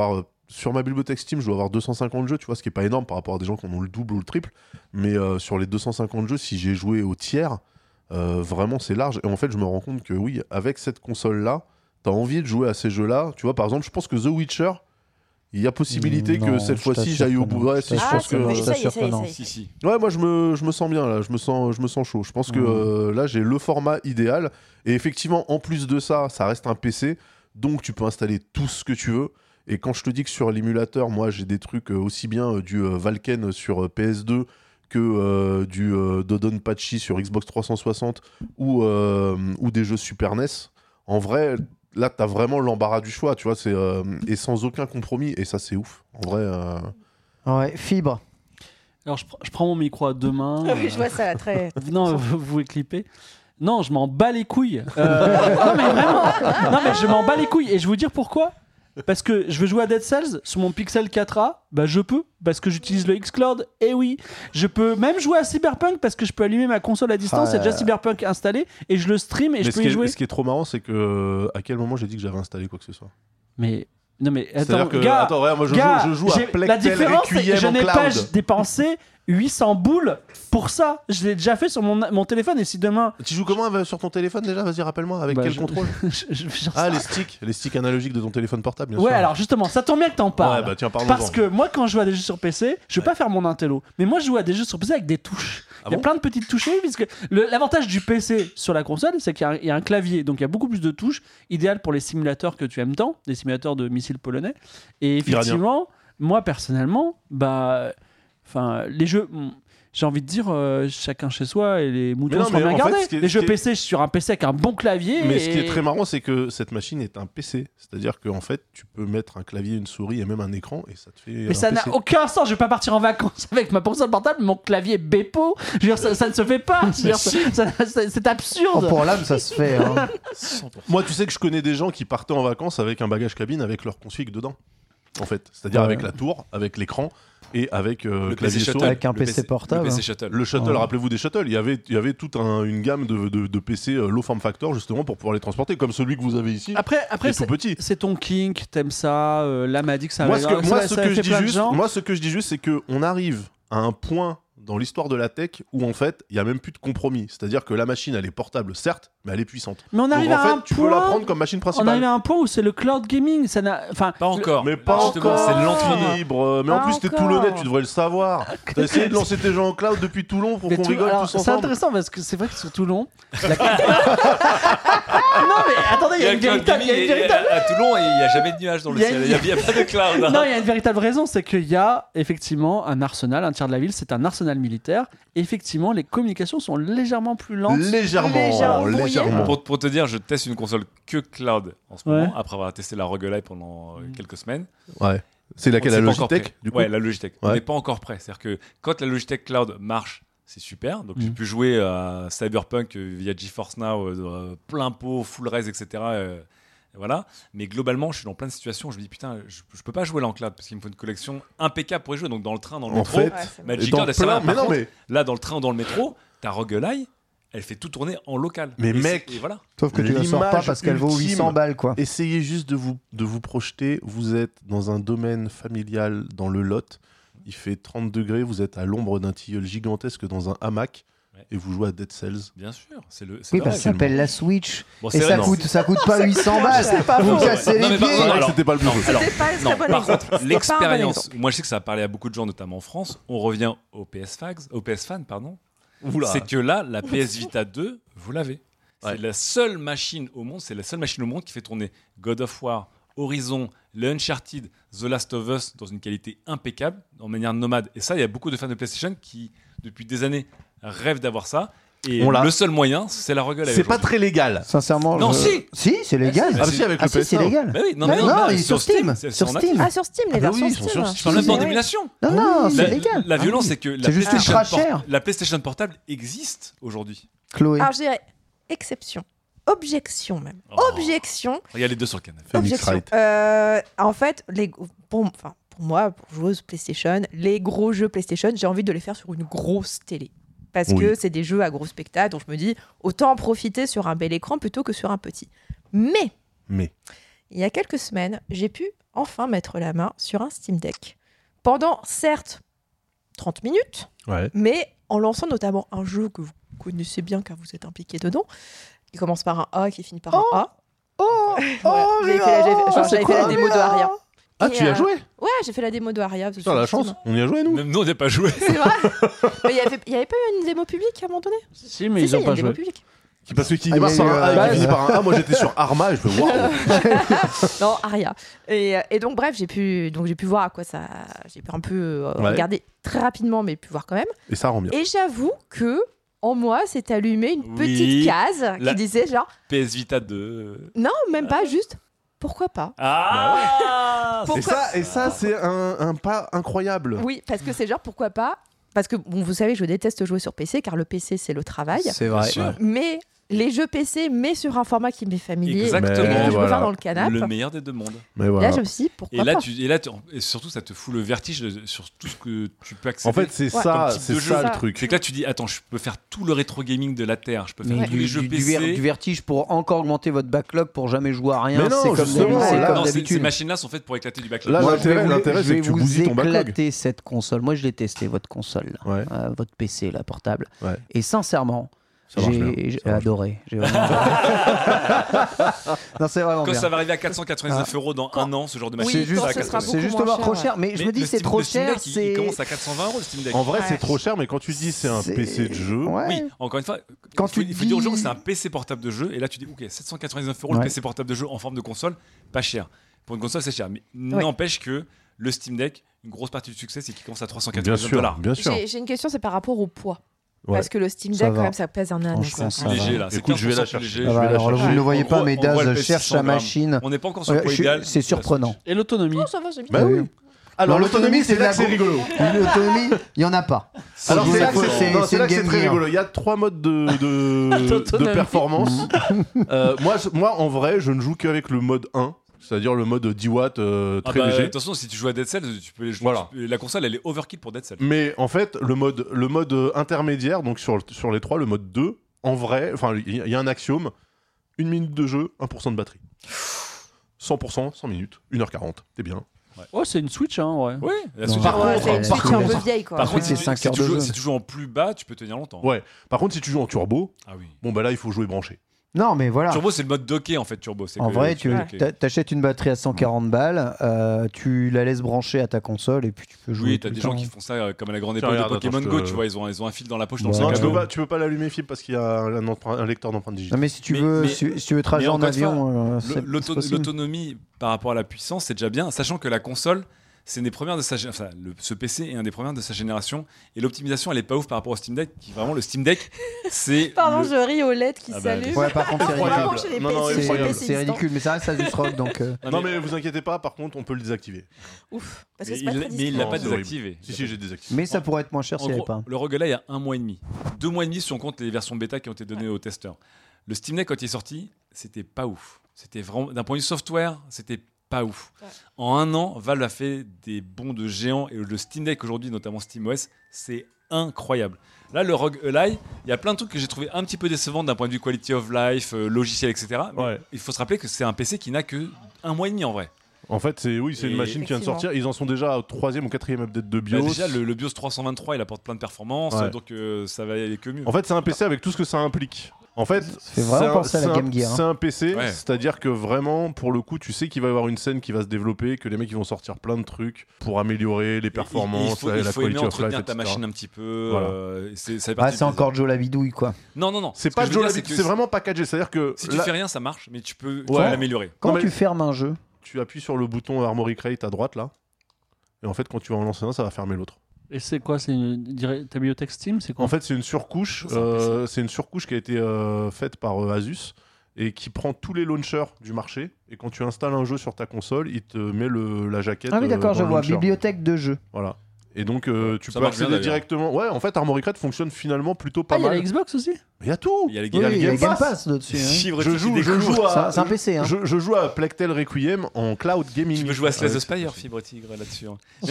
sur ma bibliothèque Steam, je dois avoir 250 jeux, tu vois, ce qui est pas énorme par rapport à des gens qui en ont le double ou le triple. Mais sur les 250 jeux, si j'ai joué au tiers, vraiment c'est large. Et en fait, je me rends compte que oui, avec cette console-là, t'as envie de jouer à ces jeux-là. Tu vois, par exemple, je pense que The Witcher, il y a possibilité que cette fois-ci j'aille au bout. Ouais, si, je pense que. Ça y est. Si. Ouais, moi je me sens bien là, je me sens chaud. Je pense que là j'ai le format idéal. Et effectivement, en plus de ça, ça reste un PC, donc tu peux installer tout ce que tu veux. Et quand je te dis que sur l'émulateur, moi j'ai des trucs aussi bien du Valken sur PS2 que du Dodonpachi sur Xbox 360 ou des jeux Super NES, en vrai, là t'as vraiment l'embarras du choix, tu vois, et sans aucun compromis, et ça c'est ouf. En vrai. Ouais, Fibre. Alors, je prends mon micro à deux mains. Ah oui, je vois ça là, très. Non, vous clippez. Non, je m'en bats les couilles. Non, mais vraiment. Non, mais je m'en bats les couilles. Et je vais vous dire pourquoi. Parce que je veux jouer à Dead Cells sur mon Pixel 4a, bah je peux, parce que j'utilise le Xcloud, et oui, je peux même jouer à Cyberpunk, parce que je peux allumer ma console à distance, il y a déjà Cyberpunk installé, et je le stream, et je peux y jouer. Ce qui est trop marrant, c'est que à quel moment j'ai dit que j'avais installé quoi que ce soit. Mais... Non mais C'est-à-dire attends, que, gars, attends, regarde, moi je joue à Plectel, la différence, c'est que Requiem je en n'ai cloud. pas dépensé 800 boules pour ça. Je l'ai déjà fait sur mon téléphone, et si demain... Tu joues comment sur ton téléphone déjà? Vas-y, rappelle-moi, avec quel contrôle? Les sticks analogiques de ton téléphone portable, bien sûr. Ouais, alors justement, ça tombe bien que t'en parles. Ouais, bah tiens, parlons-en. Parce que moi, quand je joue à des jeux sur PC, je veux pas faire mon intello, mais moi je joue à des jeux sur PC avec des touches. Il y a plein de petites touches, puisque l'avantage du PC sur la console, c'est qu'il y a un clavier, donc il y a beaucoup plus de touches, idéal pour les simulateurs que tu aimes tant, des simulateurs de missiles polonais. Et effectivement, moi personnellement, les jeux... J'ai envie de dire, chacun chez soi et les moutons sont bien gardés. Les jeux PC sur un PC avec un bon clavier. Mais ce qui est très marrant, c'est que cette machine est un PC. C'est-à-dire qu'en fait, tu peux mettre un clavier, une souris et même un écran et ça te fait. Mais ça n'a aucun sens. Je vais pas partir en vacances avec ma console portable, mon clavier Bepo. Je veux dire, ça ne se fait pas. C'est absurde. Oh, pour l'âme, ça se fait. Hein. Moi, tu sais que je connais des gens qui partaient en vacances avec un bagage cabine avec leur config dedans. En fait, c'est-à-dire avec la tour, avec l'écran. Et avec le clavier souris. Avec un PC portable. Le PC Shuttle. Le Shuttle, rappelez-vous des Shuttles. Il y avait toute une gamme de PC low form factor justement pour pouvoir les transporter, comme celui que vous avez ici. Après tout petit. C'est ton kink, t'aimes ça. Là m'a dit que ça. Moi, ce que je dis juste, c'est que on arrive à un point dans l'histoire de la tech où en fait il y a même plus de compromis. C'est-à-dire que la machine elle est portable certes, mais elle est puissante. Mais on arrive donc, en à fait, un tu point. peux la prendre comme machine principale. On arrive à un point où c'est le cloud gaming. Ça n'a. Pas encore. Mais pas Justement, encore. c'est l'entre-deux. Libre. Mais en plus t'es toulonnais, tu devrais le savoir. T'as essayé de lancer tes jeux en cloud depuis Toulon pour qu'on rigole tous c'est ensemble. intéressant parce que c'est vrai que sur Toulon. Non mais attendez, il y a une véritable. À Toulon, il n'y a jamais de nuages dans le ciel. Il n'y a pas de cloud. Non, il y a une véritable raison, c'est qu'il y a effectivement un arsenal, un tiers de la ville, c'est un arsenal militaire. Effectivement, les communications sont légèrement plus lentes. Légèrement. Pour te dire, je teste une console que cloud en ce moment, après avoir testé la Roguelite pendant quelques semaines. Ouais. C'est laquelle, la Logitech du coup? Ouais, la Logitech. Ouais. On n'est pas encore prêt. C'est-à-dire que quand la Logitech Cloud marche, c'est super. Donc j'ai pu jouer à Cyberpunk via GeForce Now, plein pot, full res, etc. Voilà. Mais globalement, je suis dans plein de situations où je me dis putain, je peux pas jouer là en cloud parce qu'il me faut une collection impeccable pour y jouer. Donc dans le train, dans le métro, Magic Cloud, là dans le train ou dans le métro, ta Roguelite, elle fait tout tourner en local. Mais mec, voilà. Sauf que tu la sors pas parce qu'elle vaut 800 balles quoi. Essayez juste de vous projeter. Vous êtes dans un domaine familial dans le Lot. Il fait 30 degrés. Vous êtes à l'ombre d'un tilleul gigantesque dans un hamac. Et vous jouez à Dead Cells. Bien sûr, c'est oui, parce que ça s'appelle la Switch. Bon, et ça coûte pas 800 balles. C'est pas vous faux. cassez les pieds. C'était pas le but. Par contre, l'expérience. Moi, je sais que ça a parlé à beaucoup de gens, notamment en France. On revient au PS Fan, pardon. C'est que là, la PS Vita 2, vous l'avez. C'est la seule machine au monde. C'est la seule machine au monde qui fait tourner God of War, Horizon, le Uncharted, The Last of Us dans une qualité impeccable, en manière nomade. Et ça, il y a beaucoup de fans de PlayStation qui, depuis des années, rêvent d'avoir ça. Et le seul moyen, c'est la Roguelite. C'est pas très légal. Sincèrement. Non, si, c'est légal. Ah, si, avec le PS1. c'est légal. Bah oui, non, sur Steam. Sur Steam. Ah, sur Steam, les versions ils sont Steam. sur Je parle même pas en émulation. Non, c'est légal. La violence, c'est que C'est juste ultra cher. la PlayStation Portable existe aujourd'hui. Chloé. Alors je dirais exception. Objection même. Objection. Regarde les deux sur le canapé. Objection. En fait, pour moi, pour joueuse PlayStation, les gros jeux PlayStation, j'ai envie de les faire sur une grosse télé. Parce que c'est des jeux à gros spectacle, donc je me dis, autant en profiter sur un bel écran plutôt que sur un petit. Mais, il Il y a quelques semaines, j'ai pu enfin mettre la main sur un Steam Deck. Pendant, certes, 30 minutes, mais en lançant notamment un jeu que vous connaissez bien car vous êtes impliqué dedans, qui commence par un A et qui finit par un A. J'avais fait la démo de Aria. Ah, tu y as joué? Ouais, j'ai fait la démo de Aria. Putain, la chance, on y a joué, nous. Même nous, on n'a pas joué. C'est vrai. Il y avait pas eu une démo publique à un moment donné? Si, mais ils n'ont pas joué. Parce que qui démarre par un A et qui finit par un A, moi j'étais sur Arma et je fais waouh. Non, Aria. Et donc bref, j'ai pu voir à quoi ça. J'ai pu un peu regarder très rapidement, mais pu voir quand même. Et ça rend bien. Et j'avoue que en moi, s'est allumé une petite case qui disait genre PS Vita 2. Non, même pas, juste pourquoi pas. Ah Et ça c'est un pas incroyable. Oui, parce que c'est genre pourquoi pas. Parce que bon, vous savez, je déteste jouer sur PC car le PC c'est le travail. C'est vrai. Mais les jeux PC, mais sur un format qui m'est familier. Exactement. Et que je peux faire dans le canapé. Le meilleur des deux mondes. Mais voilà. Là, je me suis dit pourquoi pas. Et surtout, ça te fout le vertige sur tout ce que tu peux accéder. En fait, c'est ça le truc. C'est que là, tu dis, attends, je peux faire tout le rétro gaming de la Terre. Je peux faire tous les jeux du PC. Du vertige pour encore augmenter votre backlog pour jamais jouer à rien. Mais non, c'est comme d'habitude. Ces machines-là sont faites pour éclater du backlog. Là, l'intérêt, c'est que tu bousilles ton backlog. Éclater cette console. Moi, je l'ai testé, votre console, votre PC, la portable. Ouais. Et sincèrement, j'ai adoré. J'ai vraiment non, c'est vraiment Quand bien. ça va arriver à 499 € dans un an, ce genre de machine, c'est justement trop cher. Mais je me dis, c'est trop cher. Il commence à 420 € le Steam Deck. En vrai, c'est trop cher, mais quand tu dis c'est un PC de jeu. Oui, encore une fois, il faut dire aux gens que c'est un PC portable de jeu. Et là, tu dis, ok, 799 € le PC portable de jeu en forme de console, pas cher. Pour une console, c'est cher. Mais n'empêche que le Steam Deck, une grosse partie du succès, c'est qu'il commence à 399 $. Bien sûr. J'ai une question, c'est par rapport au poids. Ouais. Parce que le Steam Deck, quand même, ça pèse un âne. C'est léger là. Écoute, je vais la chercher. Alors, vous ne le voyez pas, mais Daz cherche sa machine. On n'est pas encore sur le poids idéal. C'est surprenant. Et l'autonomie? Oh, ça va, c'est bien. Bah oui. Alors, l'autonomie, c'est là que c'est rigolo. L'autonomie, il n'y en a pas. Alors, c'est là que c'est Game très Gear. rigolo. Il y a 3 modes de performance. Moi, en vrai, je ne joue qu'avec le mode 1. C'est-à-dire le mode 10 watts très léger. De toute façon, si tu joues à Dead Cells, tu peux les jouer. Voilà. La console, elle est overkill pour Dead Cells. Mais en fait, le mode intermédiaire, donc sur les 3, le mode 2, en vrai, il y a un axiome 1 minute de jeu, 1% de batterie. 100%, 100 minutes, 1h40, t'es bien. Ouais. Oh, c'est une Switch, hein, ouais. Oui, C'est une Switch un peu vieille, quoi. Par contre, c'est 5 heures de jeu. si tu joues en plus bas, tu peux tenir longtemps. Ouais. Par contre, si tu joues en turbo, oui. bon bah là, il faut jouer branché. Non, mais voilà. Turbo, c'est le mode docké en fait. Turbo. En vrai, tu achètes une batterie à 140 balles, tu la laisses brancher à ta console et puis tu peux jouer. Oui, t'as des gens qui font ça comme à la grande époque de Pokémon Go, tu vois, ils ont un fil dans la poche dans le Non, sac à dos. tu peux pas l'allumer, Phil, parce qu'il y a un lecteur d'empreintes digitales. Non, mais si tu veux trajet en avion, l'autonomie par rapport à la puissance, c'est déjà bien, sachant que la console, c'est une des premières de ce PC est un des premiers de sa génération et l'optimisation elle est pas ouf par rapport au Steam Deck qui vraiment le Steam Deck c'est Pardon, je ris aux LED qui s'allument. Ouais, par contre, c'est ridicule, mais ça reste à du rock donc. Non, mais vous inquiétez pas, par contre, on peut le désactiver. Ouf, parce que mais il l'a pas désactivé. Si, j'ai désactivé. Mais ça pourrait être moins cher s'il n'y avait pas. Le roguelike, il y a 1 mois et demi. 2 mois et demi si on compte les versions bêta qui ont été données aux testeurs. Le Steam Deck quand il est sorti, c'était pas ouf. C'était vraiment d'un point de vue software, c'était pas ouf. Ouais. En 1 an, Valve a fait des bonds de géants et le Steam Deck aujourd'hui, notamment SteamOS, c'est incroyable. Là, le Rogue Ally, il y a plein de trucs que j'ai trouvé un petit peu décevants d'un point de vue quality of life, logiciel, etc. Mais il faut se rappeler que c'est un PC qui n'a que 1 mois et demi en vrai. En fait, c'est une machine qui vient de sortir. Ils en sont déjà au 3e ou 4e update de BIOS. Déjà, le BIOS 323, il apporte plein de performances, donc ça va aller que mieux. En fait, c'est un PC avec tout ce que ça implique. En fait, c'est un PC, c'est-à-dire que vraiment, pour le coup, tu sais qu'il va y avoir une scène qui va se développer, que les mecs ils vont sortir plein de trucs pour améliorer les performances, la qualité of life, entretenir ta machine un petit peu. Voilà. C'est encore Joe la bidouille, quoi. Non. C'est pas Joe la bidouille, c'est vraiment packagé. C'est-à-dire que si tu fais rien, ça marche, mais tu peux l'améliorer. Quand tu fermes un jeu, tu appuies sur le bouton Armory Crate à droite là, et en fait, quand tu vas en lancer un, ça va fermer l'autre. Et c'est quoi? C'est ta bibliothèque Steam? C'est quoi? En fait, c'est une surcouche. C'est une surcouche qui a été faite par Asus et qui prend tous les launchers du marché. Et quand tu installes un jeu sur ta console, il te met la jaquette. Ah oui, d'accord, je vois. Launcher. Bibliothèque de jeux. Voilà. Et donc, tu peux accéder directement. Ouais, en fait, Armory Crate fonctionne finalement plutôt pas mal. Il y a la Xbox aussi? Il y a tout. Il y a le Game Pass dessus. Je joue à. C'est un PC. Hein. Je joue à Plague Tale Requiem en cloud gaming. Tu peux jouer à Slay the Spire, Fibre Tigre là-dessus.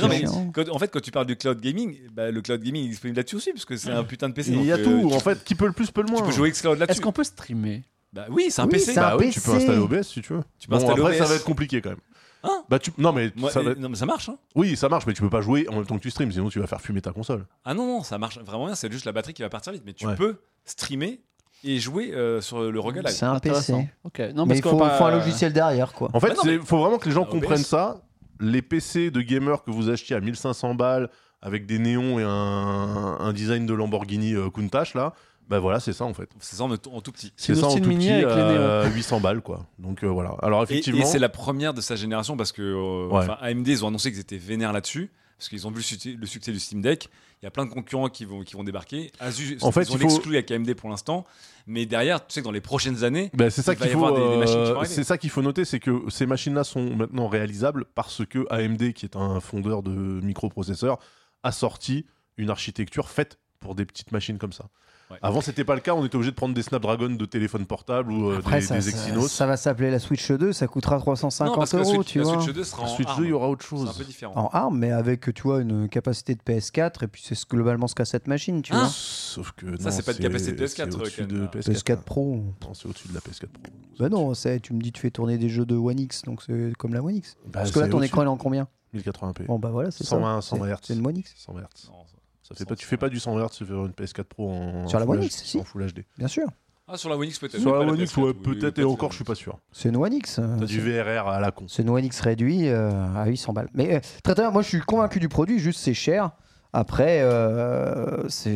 En fait, quand tu parles du cloud gaming, le cloud gaming est disponible là-dessus aussi, parce que c'est un putain de PC. Il y a tout. En fait, qui peut le plus, peut le moins. Tu peux jouer xCloud là-dessus. Est-ce qu'on peut streamer? Bah oui, c'est un Oui, PC. c'est un Bah oui, tu peux PC. installer OBS si tu veux. Tu peux installer après, ça OBS. va être compliqué quand même. Hein Non, mais Moi, ça va être- non, mais ça marche. Hein. Oui, ça marche, mais tu peux pas jouer en même temps que tu streams, sinon tu vas faire fumer ta console. Ah non, ça marche vraiment bien. C'est juste la batterie qui va partir vite. Mais tu Ouais. peux streamer et jouer sur le Rogue Live. C'est un PC. Intéressant. Ok. Non, Mais parce il qu'on faut, va- faut un logiciel derrière, quoi. En fait, Bah non, mais- faut vraiment que les gens OBS. comprennent ça. Les PC de gamers que vous achetiez à 1500 balles avec des néons et un design de Lamborghini Countach, là, bah voilà, c'est ça en fait. C'est ça en tout petit. C'est une ça en Austin tout Mini petit, avec les néons. 800 balles, quoi. Donc voilà. Alors Et effectivement. c'est la première de sa génération parce que Ouais. enfin, AMD, ils ont annoncé qu'ils étaient vénères là-dessus. Parce qu'ils ont vu le succès du Steam Deck. Il y a plein de concurrents qui vont débarquer. Asus, En fait, ils ont il faut- l'exclu avec AMD pour l'instant. Mais derrière, tu sais que dans les prochaines années, Bah, c'est ça il va qu'il y faut. avoir des machines qui vont arriver. C'est ça qu'il faut noter, c'est que ces machines-là sont maintenant réalisables parce que AMD, qui est un fondeur de microprocesseurs, a sorti une architecture faite pour des petites machines comme ça. Ouais. Avant, c'était pas le cas. On était obligé de prendre des Snapdragon de téléphone portable ou Après, des Exynos. ça va s'appeler la Switch 2, ça coûtera non, 350 parce que la euros, Switch, tu la vois. Switch 2 sera en Switch 2, ARM. il y aura autre C'est un chose. peu différent. En ARM, mais avec, tu vois, une capacité de PS4, et puis c'est globalement ce qu'a cette machine, tu Hein vois. Sauf que Ça, non, c'est pas de capacité de PS4, c'est au-dessus quand de même. PS4. PS4 Pro. Non, c'est au-dessus de la PS4 Pro. Bah non, tu me dis, tu fais tourner des jeux de One X, donc c'est comme la One X. Bah, Parce que là, c'est ton au-dessus. écran, il est en combien 1080p. Bon, bah voilà, c'est ça. 120 120 Hz. C'est une One X, 120 Hz. Non, Ça fait pas, tu fais pas du 100 Hz sur une PS4 Pro en Sur la Full One HD, X, si. en Full HD. bien sûr. Ah, sur la One X peut-être. Sur mais la pas One X, PS4, ouais, oui, peut-être, pas et sur encore, la je suis pas sûr. C'est une One X. T'as du VRR à la con. C'est une One X réduit à 800 balles. Mais très bien, moi je suis convaincu du produit, juste c'est cher. Après, c'est.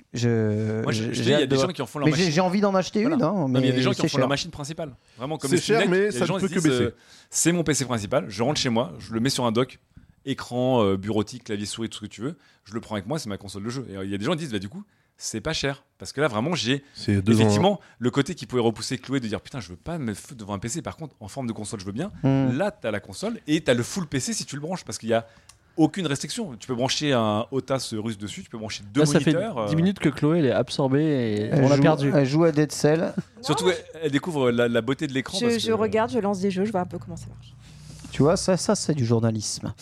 Moi, je dis, il y a des gens qui en font leur Mais machine. j'ai envie d'en acheter Voilà. une, hein, Non, mais mais il y a des gens qui en c'est font leur cher. machine principale. Vraiment, comme C'est le Steam cher, Deck, mais il y a ça des gens ne qui peut que se disent, baisser. c'est mon PC principal, je rentre chez moi, je le mets sur un dock, écran, bureautique, clavier, souris, tout ce que tu veux, je le prends avec moi, c'est ma console de jeu. Et il y a des gens qui disent, bah du coup, c'est pas cher. Parce que là, vraiment, j'ai C'est 2 ans. effectivement le côté qui pouvait repousser Chloé de dire, putain, je veux pas me foutre devant un PC, par contre, en forme de console, je veux bien. Là, t'as la console et t'as le full PC si tu le branches, parce qu'il y a aucune restriction. Tu peux brancher un OTAS russe dessus, tu peux brancher deux Là, ça fait moniteurs. 10 minutes que Chloé elle est absorbée et Elle on l'a joue- perdu. Elle joue à Dead Cell. Surtout, elle découvre la beauté de l'écran. parce Je que- regarde, je lance des jeux, je vois un peu comment ça marche. Tu vois, ça c'est du journalisme.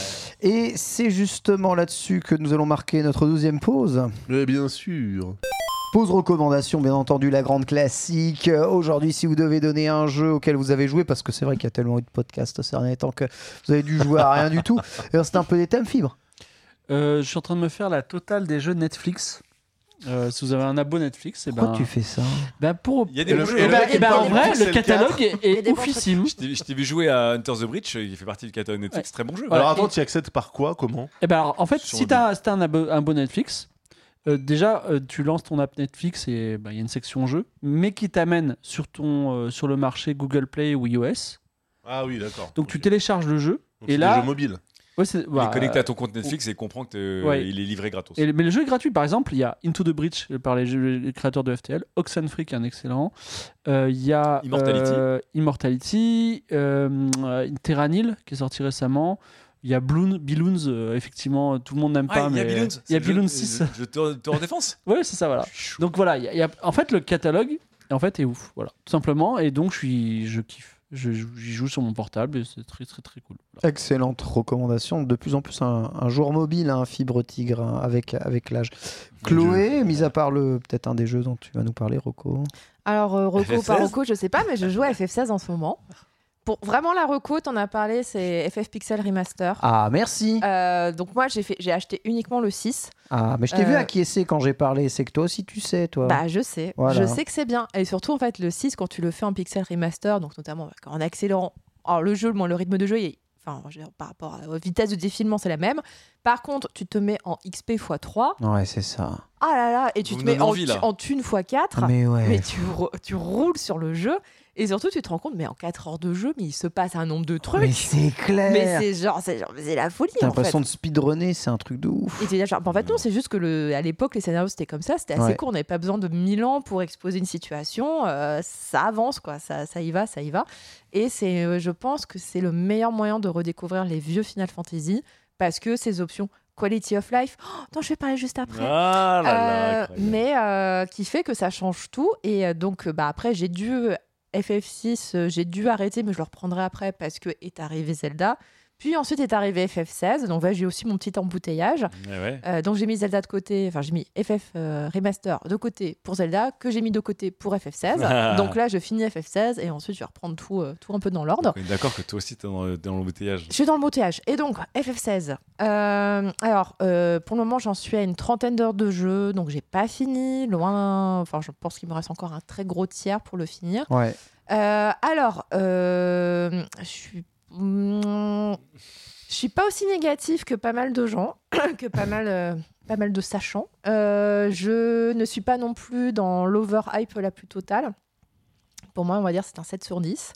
Et c'est justement là-dessus que nous allons marquer notre 12e pause. Mais bien sûr. Pause recommandation, bien entendu, la grande classique. Aujourd'hui, si vous devez donner un jeu auquel vous avez joué, parce que c'est vrai qu'il y a tellement eu de podcasts ces derniers temps que vous avez dû jouer à rien du tout, et c'est un peu des thèmes fibres. Je suis en train de me faire la totale des jeux Netflix. Si vous avez un abo Netflix, et Pourquoi ben, tu fais ça? ben pour. Il y a des Et bons le- jeux. et Eh le ben, mec, eh il ben, parle en du vrai, Pixel le catalogue 4. Il y a est des bons oufissime. Je t'ai vu jouer à Hunter the Breach, qui fait partie du catalogue Netflix, très bon jeu. Alors Ouais, attends, et- tu y accèdes par quoi? Comment? Eh ben, alors, en fait, Sur si le tu as un abo Netflix, déjà, tu lances ton app Netflix et il y a une section jeux, mais qui t'amène sur le marché Google Play ou iOS. Ah oui, d'accord. Donc tu Ok. télécharges le jeu. Donc et c'est là- des jeux mobiles. Ouais, c'est, Il bah, est connecté à ton compte Netflix et comprend que Ouais. il est livré gratos. mais le jeu est gratuit. Par exemple, il y a Into the Breach par les créateurs de FTL, Oxenfree qui est un excellent. Il y a Immortality, Terranil qui est sorti récemment. Il y a Balloons, effectivement, tout le monde n'aime pas. Ah, il y a mais Balloons. Il y a C'est le Balloons jeu- 6. Je te redéfense. Ouais, c'est ça, voilà. Donc voilà, en fait, le catalogue en fait, est ouf. Voilà, tout simplement. Et donc, je kiffe. J'y joue sur mon portable et c'est très, très, très cool. Voilà. Excellente recommandation. De plus en plus, un joueur mobile, un fibre tigre hein, avec l'âge. Chloé, mis à part peut-être un des jeux dont tu vas nous parler, Rocco. Alors, reco FF16? par reco, je sais pas, mais je joue à FF16 en ce moment. Pour vraiment la reco, t'en as parlé, c'est FF Pixel Remaster. Ah, merci. Donc moi, j'ai acheté uniquement le 6. Ah, mais je t'ai vu acquiescer quand j'ai parlé. C'est que toi aussi, tu sais, toi. Bah, je sais. Voilà. Je sais que c'est bien. Et surtout, en fait, le 6, quand tu le fais en Pixel Remaster, donc notamment en accélérant. Alors, le jeu, le rythme de jeu, enfin, je veux dire, par rapport à la vitesse de défilement, c'est la même. Par contre, tu te mets en XP x3. Ouais, c'est ça. Ah là là, et tu Vous te me mets donnez envie, là. en thune x4. Mais ouais. Mais tu roules sur le jeu. Et surtout, tu te rends compte, mais en 4 heures de jeu, mais il se passe un nombre de trucs. Mais c'est clair. Mais c'est la folie. T'as en fait. l'impression de speedrunner, c'est un truc de ouf. Et tu dis, genre, en fait, non, c'est juste que à l'époque, les scénarios, c'était comme ça, c'était assez Ouais. court, on n'avait pas besoin de 1000 ans pour exposer une situation, ça avance, quoi, ça y va. Et je pense que c'est le meilleur moyen de redécouvrir les vieux Final Fantasy, parce que ces options Quality of Life, dont je vais parler juste après, Ah là là, incroyable. mais qui fait que ça change tout. Et donc, après, j'ai dû FF6, j'ai dû arrêter, mais je le reprendrai après parce que est arrivé Zelda. Puis ensuite est arrivé FF16, donc là j'ai aussi mon petit embouteillage. Donc j'ai mis Zelda de côté, enfin j'ai mis FF Remaster de côté pour Zelda, que j'ai mis de côté pour FF16. Donc là je finis FF16 et ensuite je vais reprendre tout un peu dans l'ordre. On est d'accord que toi aussi t'es dans l'embouteillage. Je suis dans l'embouteillage. Et donc FF16. Alors pour le moment j'en suis à une 30aine d'heures de jeu, donc j'ai pas fini, loin. Enfin je pense qu'il me reste encore un très gros tiers pour le finir. Ouais. Je suis pas aussi négative que pas mal de gens, que pas mal de sachants. Je ne suis pas non plus dans l'overhype la plus totale. Pour moi, on va dire c'est un 7 sur 10.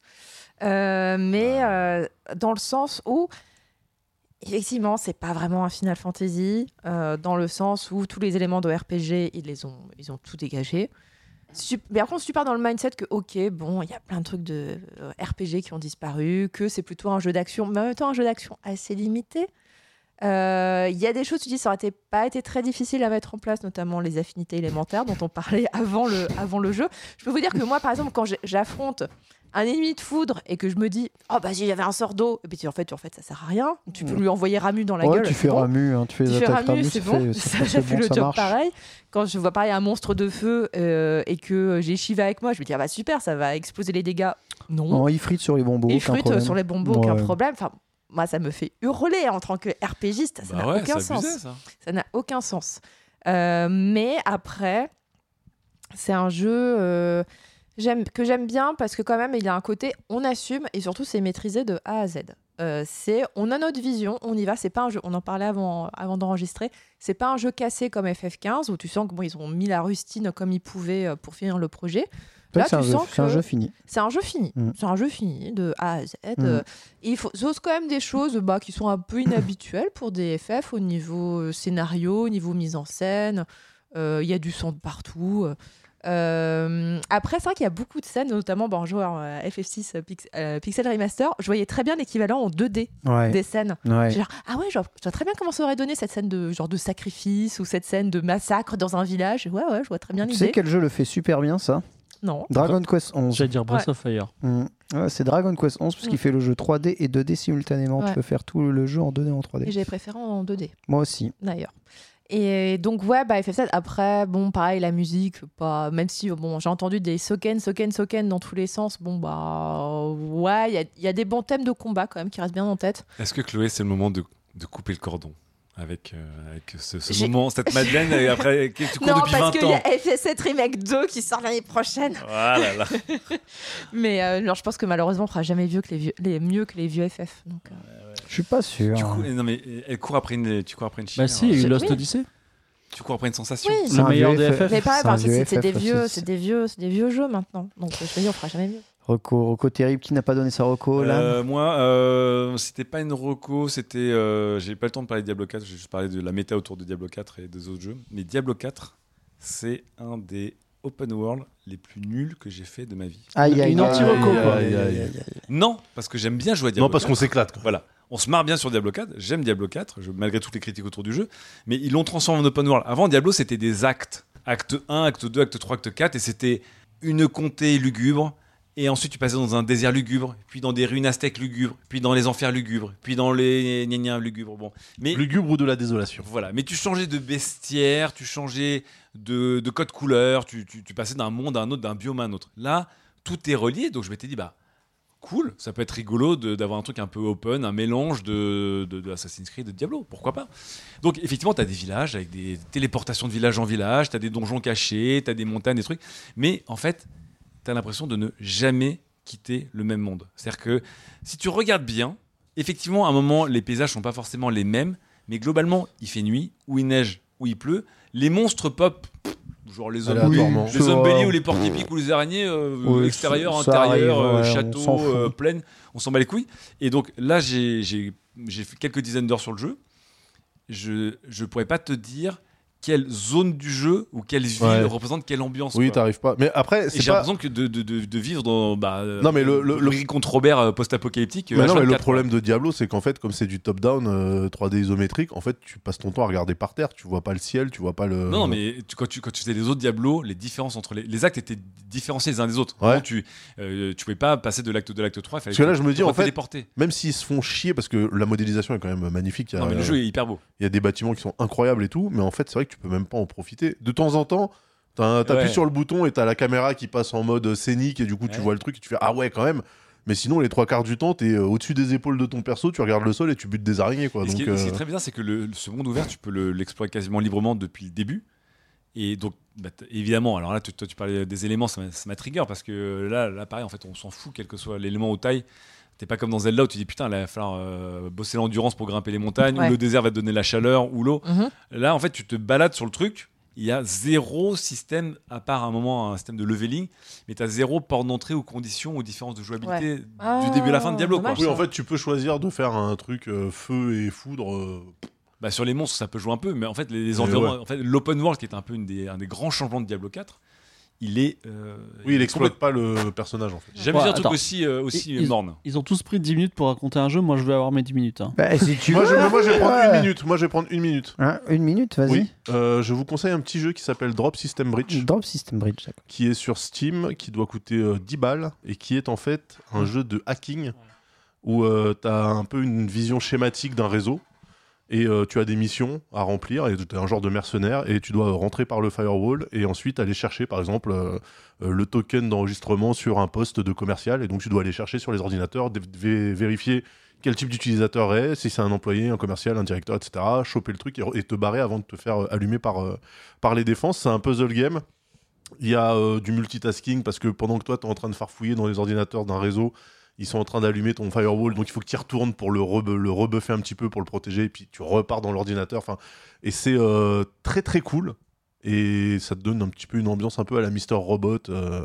Mais dans le sens où, effectivement, c'est pas vraiment un Final Fantasy, dans le sens où tous les éléments de RPG, ils ont tout dégagé. Mais par contre, si tu pars dans le mindset que, ok, bon, il y a plein de trucs de RPG qui ont disparu, que c'est plutôt un jeu d'action, mais en même temps un jeu d'action assez limité. Il y a des choses, tu dis, ça aurait pas été très difficile à mettre en place, notamment les affinités élémentaires dont on parlait avant le jeu. Je peux vous dire que moi, par exemple, quand j'affronte un ennemi de foudre et que je me dis, oh bah si j'avais un sort d'eau, et puis en fait ça sert à rien. Tu peux lui envoyer Ramu dans la gueule. Tu fais bon. Ramu, tu fais les attaques Ramu, c'est bon. Ça fait le job pareil. Quand je vois pareil un monstre de feu et que j'ai Shiva avec moi, je me dis, ah bah super, ça va exploser les dégâts. Non, il frite sur les bombos. Il frite sur les bombos, aucun problème. Enfin, moi, ça me fait hurler en tant que RPGiste. Ça n'a aucun sens. Ça n'a aucun sens. Mais après, c'est un jeu que j'aime bien parce que quand même, il a un côté on assume et surtout, c'est maîtrisé de A à Z. On a notre vision, on y va. C'est pas un jeu. On en parlait avant d'enregistrer. C'est pas un jeu cassé comme FF15 où tu sens que ils ont mis la rustine comme ils pouvaient pour finir le projet. Là, c'est un jeu fini. C'est un jeu fini. C'est un jeu fini de A à Z. Il j'ose quand même des choses qui sont un peu inhabituelles pour des FF au niveau scénario, au niveau mise en scène. Il y a du son de partout. Après, c'est vrai qu'il y a beaucoup de scènes, notamment en jouant à FF6 Pixel Remaster. Je voyais très bien l'équivalent en 2D des scènes. Genre, je vois très bien comment ça aurait donné cette scène de sacrifice ou cette scène de massacre dans un village. Ouais, je vois très bien l'idée. Tu sais quel jeu le fait super bien, ça ? Non. Dragon Quest 11. J'allais dire Breath of Fire. C'est Dragon Quest 11 parce qu'il fait le jeu 3D et 2D simultanément. Tu peux faire tout le jeu en 2D et en 3D. Et j'ai préféré en 2D. Moi aussi. D'ailleurs. Et donc, FF7, après, pareil, la musique, même si, j'ai entendu des soken dans tous les sens, il y a des bons thèmes de combat quand même qui restent bien en tête. Est-ce que Chloé, c'est le moment de couper le cordon avec ce moment, cette Madeleine, et après, tu cours depuis 20 ans. Non, parce qu'il y a FF7 Remake 2 qui sort l'année prochaine. Voilà. Mais je pense que malheureusement, on fera jamais mieux que les vieux FF. Donc, je suis pas sûr. Non, mais tu cours après une chimère. Bah si, il y a eu Lost Odyssey. Tu cours après une sensation. Oui, le meilleur des FF. Mais pas, c'est des vieux jeux maintenant. Donc je me dis, on fera jamais mieux. Reco terrible, qui n'a pas donné sa reco là Moi, c'était pas une reco, c'était. J'ai pas le temps de parler de Diablo 4, j'ai juste parlé de la méta autour de Diablo 4 et des autres jeux. Mais Diablo 4, c'est un des open world les plus nuls que j'ai fait de ma vie. Une anti-reco, quoi. Non, parce que j'aime bien jouer à Diablo 4. Non, parce qu'on s'éclate, quoi. Voilà. On se marre bien sur Diablo 4, j'aime Diablo 4, malgré toutes les critiques autour du jeu, mais ils l'ont transformé en open world. Avant, Diablo, c'était des actes. Acte 1, acte 2, acte 3, acte 4, et c'était une comté lugubre, et ensuite tu passais dans un désert lugubre, puis dans des ruines aztèques lugubres, puis dans les enfers lugubres, puis dans les gna lugubres. Bon. Mais, lugubre ou de la désolation. Voilà, mais tu changeais de bestiaire, tu changeais de code couleur, tu passais d'un monde à un autre, d'un biome à un autre. Là, tout est relié, donc je m'étais dit, cool, ça peut être rigolo d'avoir un truc un peu open, un mélange de Assassin's Creed et de Diablo, pourquoi pas. Donc effectivement, tu as des villages avec des téléportations de village en village, tu as des donjons cachés, tu as des montagnes, des trucs, mais en fait, tu as l'impression de ne jamais quitter le même monde. C'est-à-dire que si tu regardes bien, effectivement, à un moment, les paysages sont pas forcément les mêmes, mais globalement, il fait nuit, ou il neige, ou il pleut, les monstres pop... Genre les zombies ou les porc-épics ou les araignées, extérieur, intérieur, château, plaine, on s'en bat les couilles. Et donc là, j'ai fait quelques dizaines d'heures sur le jeu. Je pourrais pas te dire quelle zone du jeu ou quelle ville représente quelle ambiance. Oui, quoi. t'arrives pas. Mais après, J'ai l'impression que de vivre dans non, mais le Rick contre Robert post-apocalyptique. Mais non, mais le H24, problème de Diablo, c'est qu'en fait, comme c'est du top-down 3D isométrique, en fait, tu passes ton temps à regarder par terre. Tu vois pas le ciel, tu vois pas le. Non, mais quand tu faisais les autres Diablo, les différences entre les actes étaient différenciés les uns des autres. Ouais. Vraiment, tu pouvais pas passer de l'acte 2 à l'acte 3. Parce que là, je me dis, en fait, téléporter. même s'ils se font chier, parce que la modélisation est quand même magnifique. Non, mais le jeu est hyper beau. Il y a des bâtiments qui sont incroyables et tout, mais en fait, c'est vrai que tu peux même pas en profiter. De temps en temps, t'appuies sur le bouton et t'as la caméra qui passe en mode scénique et du coup, tu vois le truc et tu fais ah ouais, quand même. Mais sinon, les 3 quarts du temps, t'es au-dessus des épaules de ton perso, tu regardes le sol et tu butes des araignées. Quoi. Donc, ce qui est très bizarre, c'est que ce monde ouvert, tu peux l'explorer quasiment librement depuis le début. Et donc, évidemment, alors là, toi, tu parlais des éléments, ça m'a trigger parce que là, pareil, en fait, on s'en fout, quel que soit l'élément ou taille. T'es pas comme dans Zelda où tu dis putain, là, il va falloir bosser l'endurance pour grimper les montagnes, ou le désert va te donner la chaleur, ou l'eau. Là, en fait, tu te balades sur le truc. Il y a 0 système, à part un moment, un système de leveling, mais tu as 0 porte d'entrée ou conditions ou différences de jouabilité du début à la fin de Diablo. Quoi. Oui, en fait, tu peux choisir de faire un truc feu et foudre. Sur les monstres, ça peut jouer un peu, mais en fait, les environnements, en fait, l'open world, qui est un peu un des grands changements de Diablo 4, il est. il exploite pas le personnage en fait. J'ai jamais vu un truc aussi morne. Ils ont tous pris 10 minutes pour raconter un jeu. Moi, je vais avoir mes 10 minutes. Hein. Si tu moi, veux, je vais prendre 1 minute. Moi, je vais prendre 1 minute. Hein, 1 minute, vas-y. Oui. Je vous conseille un petit jeu qui s'appelle Drop System Bridge. Drop System Bridge, d'accord. Qui est sur Steam, qui doit coûter 10 balles et qui est en fait un jeu de hacking où tu as un peu une vision schématique d'un réseau. Et tu as des missions à remplir, et tu es un genre de mercenaire, et tu dois rentrer par le firewall, et ensuite aller chercher, par exemple, le token d'enregistrement sur un poste de commercial, et donc tu dois aller chercher sur les ordinateurs, vérifier quel type d'utilisateur est, si c'est un employé, un commercial, un directeur, etc., choper le truc, et te barrer avant de te faire allumer par les défenses. C'est un puzzle game. Il y a du multitasking, parce que pendant que toi, tu es en train de farfouiller dans les ordinateurs d'un réseau, ils sont en train d'allumer ton firewall, donc il faut que tu y retournes pour le rebuffer un petit peu pour le protéger, et puis tu repars dans l'ordinateur. Et c'est très très cool, et ça te donne un petit peu une ambiance un peu à la Mister Robot.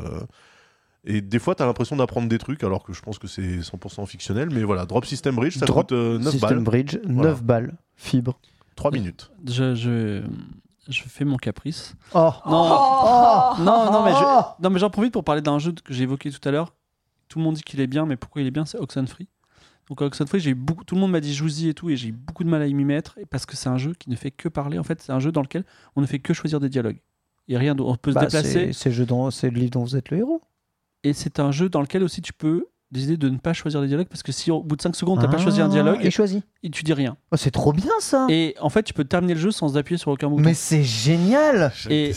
Et des fois, tu as l'impression d'apprendre des trucs, alors que je pense que c'est 100% fictionnel. Mais voilà, Drop System Bridge, ça coûte 9 balles. System Bridge, 9 balles, fibre. 3 minutes. Je fais mon caprice. Oh. Non, mais j'en profite pour parler d'un jeu que j'ai évoqué tout à l'heure. Tout le monde dit qu'il est bien, mais pourquoi il est bien, c'est Oxenfree. Donc Oxenfree, tout le monde m'a dit jouez-y et tout, et j'ai eu beaucoup de mal à y m'y mettre, parce que c'est un jeu qui ne fait que parler. En fait, c'est un jeu dans lequel on ne fait que choisir des dialogues. Et rien d'autre. On peut se déplacer. C'est le livre dont vous êtes le héros. Et c'est un jeu dans lequel aussi tu peux décider de ne pas choisir des dialogues, parce que si au bout de 5 secondes, tu n'as pas choisi un dialogue, et tu dis rien. Oh, c'est trop bien ça. Et en fait, tu peux terminer le jeu sans appuyer sur aucun bouton. Mais c'est génial. Et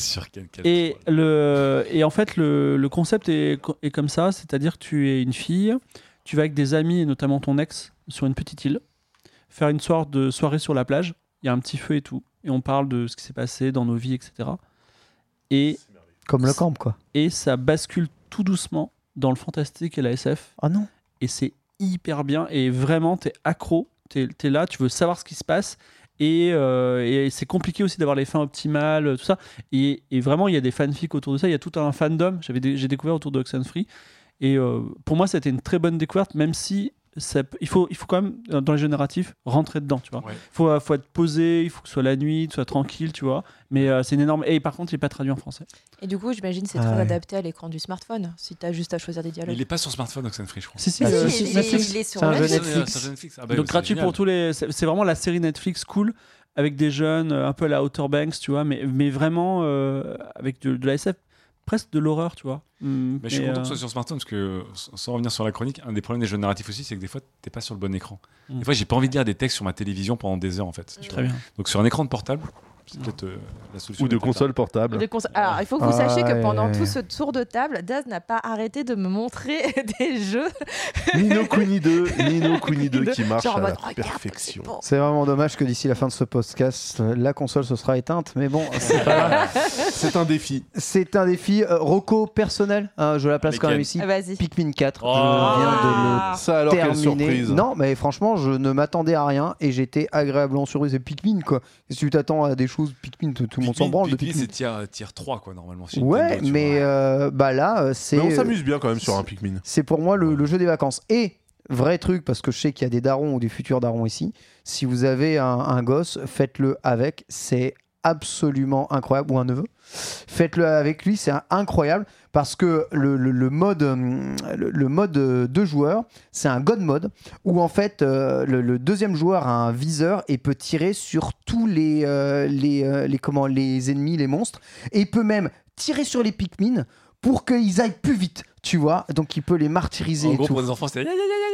en fait, le concept est comme ça, c'est-à-dire que tu es une fille, tu vas avec des amis, et notamment ton ex, sur une petite île, faire une sorte de soirée sur la plage, il y a un petit feu et tout, et on parle de ce qui s'est passé dans nos vies, etc. Et comme le camp, quoi. Et ça bascule tout doucement dans le fantastique et la SF. Ah non. Et c'est hyper bien, et vraiment, t'es accro, t'es là, tu veux savoir ce qui se passe. Et c'est compliqué aussi d'avoir les fins optimales, tout ça. Et vraiment, il y a des fanfics autour de ça. Il y a tout un fandom. J'ai découvert autour de Oxenfree. Et pour moi, c'était une très bonne découverte, même si il faut quand même, dans les jeux narratifs, rentrer dedans, tu vois. Ouais. Faut être posé, il faut que ce soit la nuit, que ce soit tranquille, tu vois. Mais c'est une énorme... Et par contre, il n'est pas traduit en français. Et du coup, j'imagine c'est très adapté à l'écran du smartphone, si tu as juste à choisir des dialogues. Mais il n'est pas sur smartphone, Oxenfree, je crois. Si, il est sur Netflix. Donc gratuit pour tous les... C'est vraiment la série Netflix cool, avec des jeunes, un peu à la Outer Banks, tu vois, mais vraiment avec de la SF, presque de l'horreur, tu vois. Mais je suis content que ce soit sur smartphone, parce que, sans revenir sur la chronique, un des problèmes des jeux narratifs aussi, c'est que des fois, t'es pas sur le bon écran. Des fois, j'ai pas envie de lire des textes sur ma télévision pendant des heures, en fait. Très bien. Donc sur un écran de portable, c'est peut-être la solution. Ou de console portable. Alors, il faut que vous sachiez que pendant tout ce tour de table, Daz n'a pas arrêté de me montrer des jeux. Ni no Kuni 2 qui marche à la perfection. C'est vraiment dommage que d'ici la fin de ce podcast, la console se sera éteinte, mais bon, c'est pas grave. C'est un défi. C'est un défi. Rocco personnel, je la place quand même ici. Vas-y. Pikmin 4. Oh. Je viens de le Ça alors, terminer. quelle surprise. Non, mais franchement, je ne m'attendais à rien et j'étais agréablement surpris. C'est Pikmin, quoi. Si tu t'attends à des choses Pikmin, tout le monde s'en branle de Pikmin. Pikmin. C'est tier 3, quoi, normalement. Ouais, mais là, c'est. Mais on s'amuse bien quand même sur un Pikmin. C'est pour moi le jeu des vacances. Et vrai truc, parce que je sais qu'il y a des darons ou des futurs darons ici, si vous avez un gosse, faites-le avec. C'est absolument incroyable, ou un neveu. Faites-le avec lui, c'est incroyable parce que le mode deux joueurs, c'est un God mode où en fait le deuxième joueur a un viseur et peut tirer sur tous les ennemis, les monstres, et il peut même tirer sur les Pikmin pour qu'ils aillent plus vite, tu vois. Donc il peut les martyriser. En et gros, tout. pour les enfants, c'était.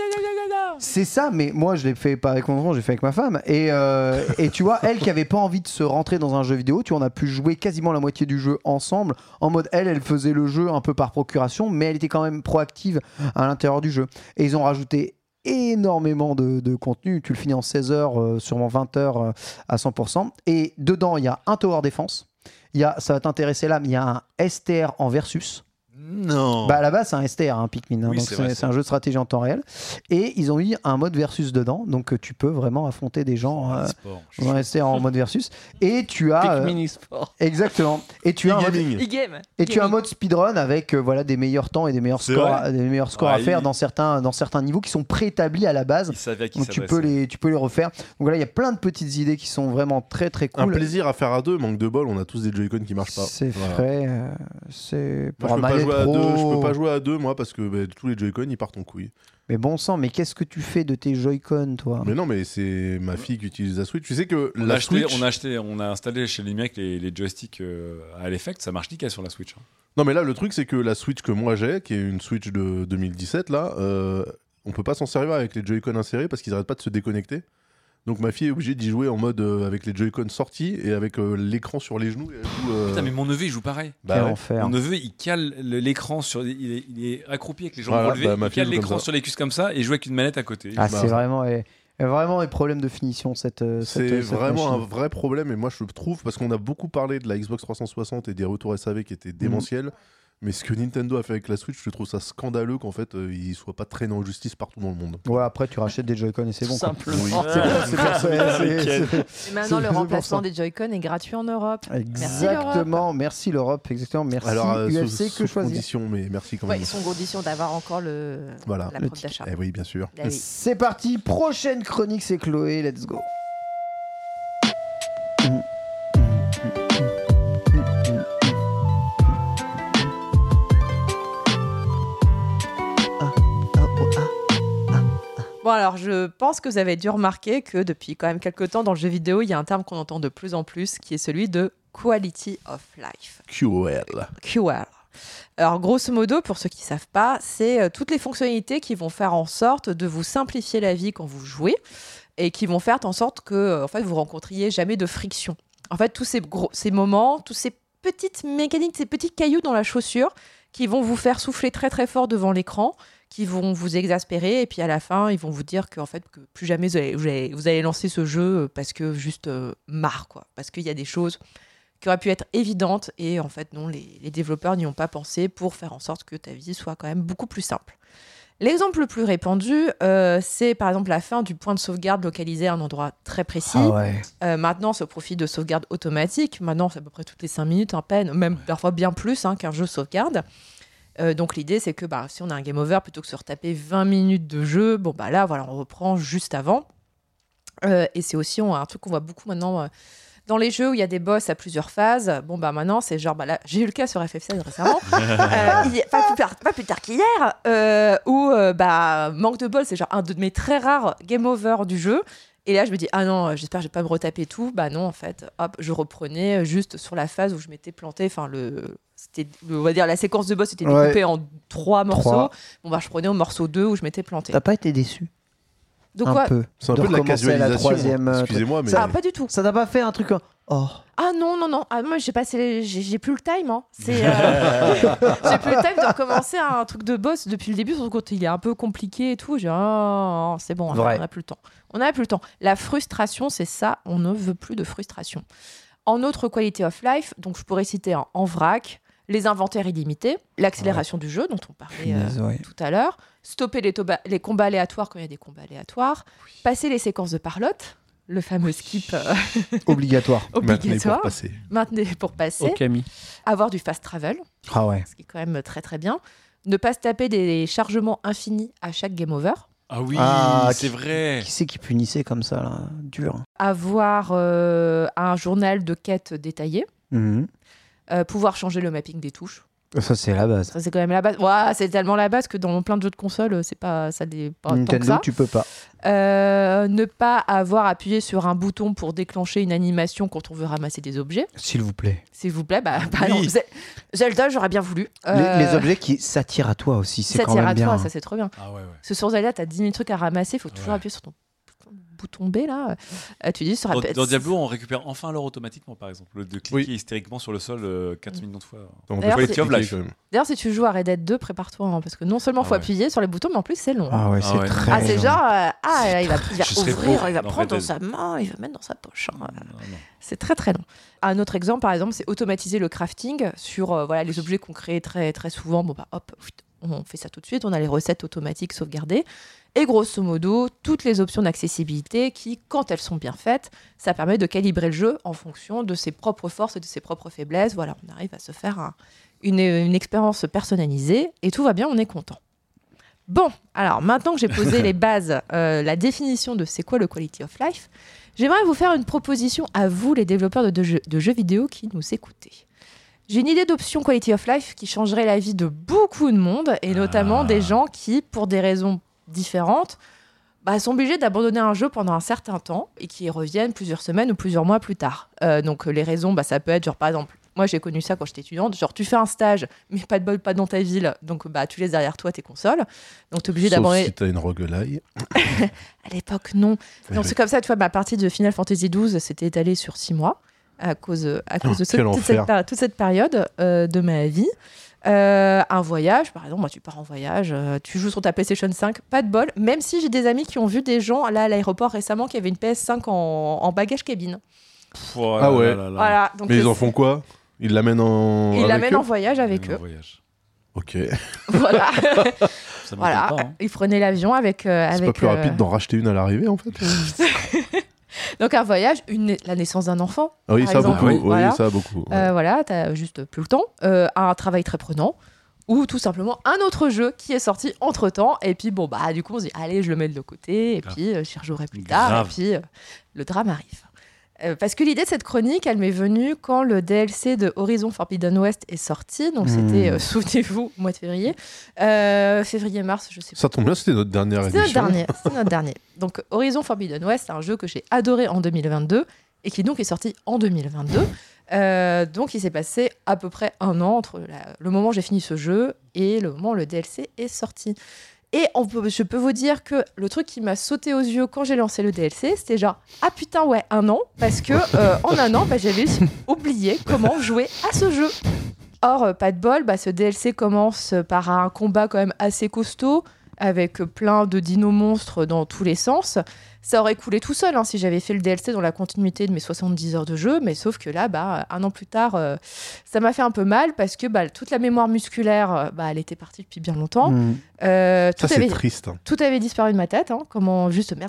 C'est ça, mais moi je l'ai fait pas avec mon enfant, j'ai fait avec ma femme. Et tu vois, elle qui avait pas envie de se rentrer dans un jeu vidéo, tu vois, on a pu jouer quasiment la moitié du jeu ensemble. En mode, elle faisait le jeu un peu par procuration, mais elle était quand même proactive à l'intérieur du jeu. Et ils ont rajouté énormément de contenu. Tu le finis en 16 heures, sûrement 20 heures à 100%. Et dedans, il y a un tower défense. Ça va t'intéresser là, mais il y a un STR en versus. Non. Bah à la base c'est un STR, un Pikmin, Oui, donc c'est un jeu de stratégie en temps réel. Et ils ont mis un mode versus dedans, donc tu peux vraiment affronter des gens dans un STR en mode versus. Et tu as Pikmin e-sport. exactement. Et tu as un mode, E-game. et tu as un mode speedrun avec des meilleurs temps et des meilleurs C'est scores, vrai à faire dans certains niveaux qui sont préétablis à la base. Il savait à qui Donc tu s'adresser. peux les refaire. Donc voilà, il y a plein de petites idées qui sont vraiment très très Un cool. plaisir à faire à deux, manque de bol, on a tous des Joy-Con qui marchent pas. C'est Voilà. frais, c'est Moi, pour un manette je pro. peux pas jouer à deux, moi, parce que tous les Joy-Con ils partent en couille. Mais bon sang, mais qu'est-ce que tu fais de tes Joy-Con, toi? Mais non, mais c'est ma fille qui utilise la Switch. Tu sais que On a, la acheté, Switch. on a installé chez les mecs les joysticks à l'effect, ça marche nickel sur la Switch. Hein. Non, mais là, le truc, c'est que la Switch que moi j'ai, qui est une Switch de 2017, là, on peut pas s'en servir avec les Joy-Con insérés parce qu'ils arrêtent pas de se déconnecter. Donc ma fille est obligée d'y jouer en mode avec les Joy-Con sortis et avec l'écran sur les genoux. Et elle joue, Putain, mais mon neveu il joue pareil. bah Quel ouais. enfer. Mon neveu il cale l'écran sur. Il est accroupi avec les jambes Voilà, relevées, bah, ma il fille cale joue comme l'écran ça. sur les cuisses comme ça et joue avec une manette à côté. Ah, Bah, c'est vraiment des problèmes de finition, cette C'est cette vraiment un machine. vrai problème et moi je trouve, parce qu'on a beaucoup parlé de la Xbox 360 et des retours SAV qui étaient démentiels, mais ce que Nintendo a fait avec la Switch, je trouve ça scandaleux qu'en fait il soit pas traîné en justice partout dans le monde. Ouais, après tu rachètes des Joy-Con et c'est bon. quoi. Simplement. Oui. C'est pour ça. Et maintenant, c'est le pour remplacement ça. des Joy-Con est gratuit en Europe. Exactement, merci l'Europe, exactement, merci Alors UFC que sous choisir. condition, mais merci quand Ouais, même. ils sont conditions d'avoir encore Voilà. la Le preuve d'achat. Eh oui, bien sûr. Ah oui. C'est parti, prochaine chronique, c'est Chloé, let's go. Bon, alors, je pense que vous avez dû remarquer que depuis quand même quelques temps, dans le jeu vidéo, il y a un terme qu'on entend de plus en plus, qui est celui de Quality of Life. QOL. QL. Alors, grosso modo, pour ceux qui ne savent pas, c'est toutes les fonctionnalités qui vont faire en sorte de vous simplifier la vie quand vous jouez et qui vont faire en sorte que en fait, vous rencontriez jamais de friction. En fait, tous ces moments, tous ces petites mécaniques, ces petits cailloux dans la chaussure qui vont vous faire souffler très très fort devant l'écran, qui vont vous exaspérer, et puis à la fin, ils vont vous dire qu'en fait, que plus jamais vous allez lancer ce jeu parce que juste marre, quoi. Parce qu'il y a des choses qui auraient pu être évidentes, et en fait, non, les développeurs n'y ont pas pensé pour faire en sorte que ta vie soit quand même beaucoup plus simple. L'exemple le plus répandu, c'est par exemple la fin du point de sauvegarde localisé à un endroit très précis. Ah ouais. Maintenant, c'est au profit de sauvegarde automatique. Maintenant, c'est à peu près toutes les 5 minutes, à peine, même parfois bien plus qu'un jeu sauvegarde. Donc l'idée, c'est que si on a un game over, plutôt que de se retaper 20 minutes de jeu, bon là, voilà, on reprend juste avant. Et c'est aussi un truc qu'on voit beaucoup maintenant dans les jeux où il y a des boss à plusieurs phases. Bon maintenant, c'est genre, là, j'ai eu le cas sur FF16 récemment, pas plus tard qu'hier, où manque de bol, c'est genre un de mes très rares game over du jeu. Et là, je me dis, ah non, j'espère que je vais pas me retaper tout. Bah non, en fait, hop, je reprenais juste sur la phase où je m'étais planté. Enfin, on va dire, la séquence de boss était découpée en 3 morceaux. Bon, je prenais au morceau 2 où je m'étais planté. T'as pas été déçu? Donc, Un quoi peu. C'est un peu de la recommencer à la casualisation. troisième, Excusez-moi, mais. Ah, pas du tout. Ça t'a pas fait un truc oh. Ah non. Ah, moi, j'ai plus le time. Hein. J'ai plus le time de recommencer un truc de boss depuis le début, surtout quand il est un peu compliqué et tout. C'est bon, Vrai. on n'a plus le temps. On n'a plus le temps. La frustration, c'est ça. On ne veut plus de frustration. En autre quality of life, donc je pourrais citer en vrac, les inventaires illimités, l'accélération du jeu dont on parlait tout à l'heure, stopper les combats aléatoires quand il y a des combats aléatoires, passer les séquences de parlotte, le fameux skip Obligatoire. obligatoire, Maintenez maintenez pour passer, Okami. avoir du fast travel, Ah ouais. ce qui est quand même très très bien, ne pas se taper des chargements infinis à chaque game over. Ah oui, Ah, c'est vrai. Qui c'est qui punissait comme ça, là? Dur. Avoir un journal de quête détaillé. Mhm. Pouvoir changer le mapping des touches. Ça, c'est la base. Ça, c'est quand même la base. Ouais, c'est tellement la base que dans plein de jeux de console, c'est pas, ça n'est pas tant que Nintendo, ça. tu peux pas. Ne pas avoir appuyé sur un bouton pour déclencher une animation quand on veut ramasser des objets. S'il vous plaît. S'il vous plaît, bah Oui. non. Zelda, j'aurais bien voulu. Les objets qui s'attirent à toi aussi, c'est ça quand tire même à bien. toi, ça c'est trop bien. Ah ouais. Parce que sur Zelda, t'as 10 000 trucs à ramasser, il faut toujours Ouais. appuyer sur ton bouton B là. Tu dis, ça Dans, rappelle. dans Diablo, on récupère enfin l'or automatiquement, par exemple. Le de cliquer Oui. hystériquement sur le sol 4 millions de fois. On D'ailleurs, peut c'est- pas Life. quand même. D'ailleurs, si tu joues à Red Dead 2, prépare-toi, hein, parce que non seulement faut Ah ouais. appuyer sur les boutons, mais en plus c'est long. Ah ouais, Ah c'est ouais, très Ah, c'est long. genre, là, il va Je serais ouvrir, pauvre il va dans prendre Red dans Dead. sa main, il va mettre dans sa poche. hein. Non. C'est très très long. Un autre exemple, par exemple, c'est automatiser le crafting sur voilà, les objets qu'on crée très, très souvent. Bon, bah hop, on fait ça tout de suite, on a les recettes automatiques sauvegardées. Et grosso modo, toutes les options d'accessibilité qui, quand elles sont bien faites, ça permet de calibrer le jeu en fonction de ses propres forces et de ses propres faiblesses. Voilà, on arrive à se faire une expérience personnalisée et tout va bien, on est content. Bon, alors maintenant que j'ai posé les bases, la définition de c'est quoi le quality of life, j'aimerais vous faire une proposition à vous, les développeurs de jeux vidéo qui nous écoutez. J'ai une idée d'option quality of life qui changerait la vie de beaucoup de monde, et notamment des gens qui, pour des raisons différentes, sont obligés d'abandonner un jeu pendant un certain temps et qui y reviennent plusieurs semaines ou plusieurs mois plus tard. Donc les raisons, ça peut être genre par exemple, moi j'ai connu ça quand j'étais étudiante, genre tu fais un stage, mais pas de bol, pas dans ta ville, donc tu laisses derrière toi tes consoles, donc t'es obligé Sauf d'abandonner. si t'as une roguelike. À l'époque, non. Donc c'est comme ça, tu vois, ma partie de Final Fantasy XII s'était étalée sur 6 mois à cause de quel enfer. toute cette période de ma vie. Un voyage, par exemple, tu pars en voyage, tu joues sur ta PlayStation 5, pas de bol, même si j'ai des amis qui ont vu des gens là à l'aéroport récemment qui avaient une PS5 en bagage cabine. Ah ouais. Voilà, donc Mais ils en font quoi? Ils l'amènent en. ils avec l'amènent eux en voyage avec eux. Ok. Voilà. Ça m'étonne Voilà. pas, hein. Ils prenaient l'avion avec. C'est pas plus rapide d'en racheter une à l'arrivée en fait. Donc un voyage, la naissance d'un enfant. Ah oui, par ça exemple. beaucoup. Oui, voilà. Oui, ça beaucoup. Ouais. Voilà, t'as juste plus le temps. Un travail très prenant. Ou tout simplement un autre jeu qui est sorti entre temps. Et puis bon, du coup, on se dit, allez, je le mets de côté. Et Grave. puis, j'y rejouerai plus tard. Grave. Et puis, le drame arrive. Parce que l'idée de cette chronique, elle m'est venue quand le DLC de Horizon Forbidden West est sorti. Donc, c'était, souvenez-vous, au mois de février. Février-mars, je sais pas. Ça tombe bien, c'était notre dernière C'était édition. notre dernier. Donc, Horizon Forbidden West, c'est un jeu que j'ai adoré en 2022 et qui donc est sorti en 2022. Donc, il s'est passé à peu près un an entre le moment où j'ai fini ce jeu et le moment où le DLC est sorti. Et je peux vous dire que le truc qui m'a sauté aux yeux quand j'ai lancé le DLC, c'était genre, ah putain, ouais, un an, parce que en un an, j'avais oublié comment jouer à ce jeu. Or, pas de bol, ce DLC commence par un combat quand même assez costaud, avec plein de dinos monstres dans tous les sens. Ça aurait coulé tout seul si j'avais fait le DLC dans la continuité de mes 70 heures de jeu, mais sauf que là, un an plus tard, ça m'a fait un peu mal parce que toute la mémoire musculaire, elle était partie depuis bien longtemps. Ça, c'est triste. Tout avait disparu de ma tête. Comment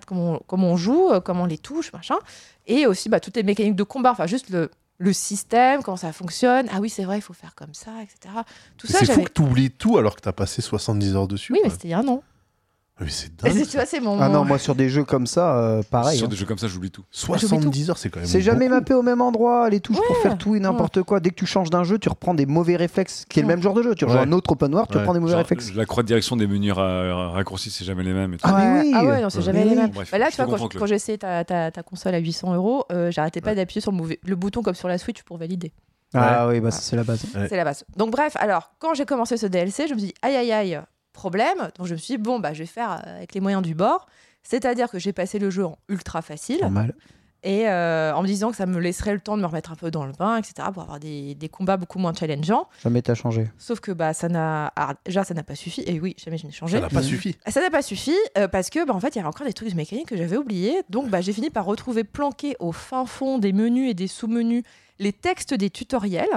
on joue, comment les touches, machin. Et aussi toutes les mécaniques de combat, enfin juste le système, comment ça fonctionne. Ah oui, c'est vrai, il faut faire comme ça, etc. Tout ça, C'est fou que tu oublies tout alors que tu as passé 70 heures dessus. Oui, quoi. mais c'était il y a un an. Mais c'est dingue. Tu vois, c'est mon. Ah non, moi sur des jeux comme ça, pareil. Sur hein. des jeux comme ça, j'oublie tout. 70 heures, c'est quand même. C'est jamais beaucoup. mappé au même endroit, les touches pour Ouais. faire tout et n'importe quoi. Dès que tu changes d'un jeu, tu reprends des mauvais réflexes, qui est le même genre de jeu. Tu rejoins Ouais. un autre open world, tu Ouais. reprends des mauvais Genre, réflexes. la croix de direction des menus raccourcis, c'est jamais les mêmes. Et tout. Ah, mais oui. Ah ouais, non, c'est jamais Oui. les mêmes. Bref, Là, je tu vois, peux comprendre quand j'ai essayé ta console à 800 €, j'arrêtais pas d'appuyer sur le bouton comme sur la Switch pour valider. Ah oui, ça c'est la base. Ouais. C'est la base. Donc bref, alors, quand j'ai commencé ce DLC, je me suis dit, aïe, aïe, aïe, problème. Donc je me suis dit, bon, je vais faire avec les moyens du bord. C'est-à-dire que j'ai passé le jeu en ultra facile. Normal. Et en me disant que ça me laisserait le temps de me remettre un peu dans le bain, etc., pour avoir des combats beaucoup moins challengeants. Jamais t'as changé. Sauf que ça n'a pas suffi. Et oui, jamais je n'ai changé. Ça n'a pas suffi. Ça n'a pas suffi parce que en fait, il y avait encore des trucs mécaniques que j'avais oubliés. Donc, j'ai fini par retrouver planqués au fin fond des menus et des sous-menus les textes des tutoriels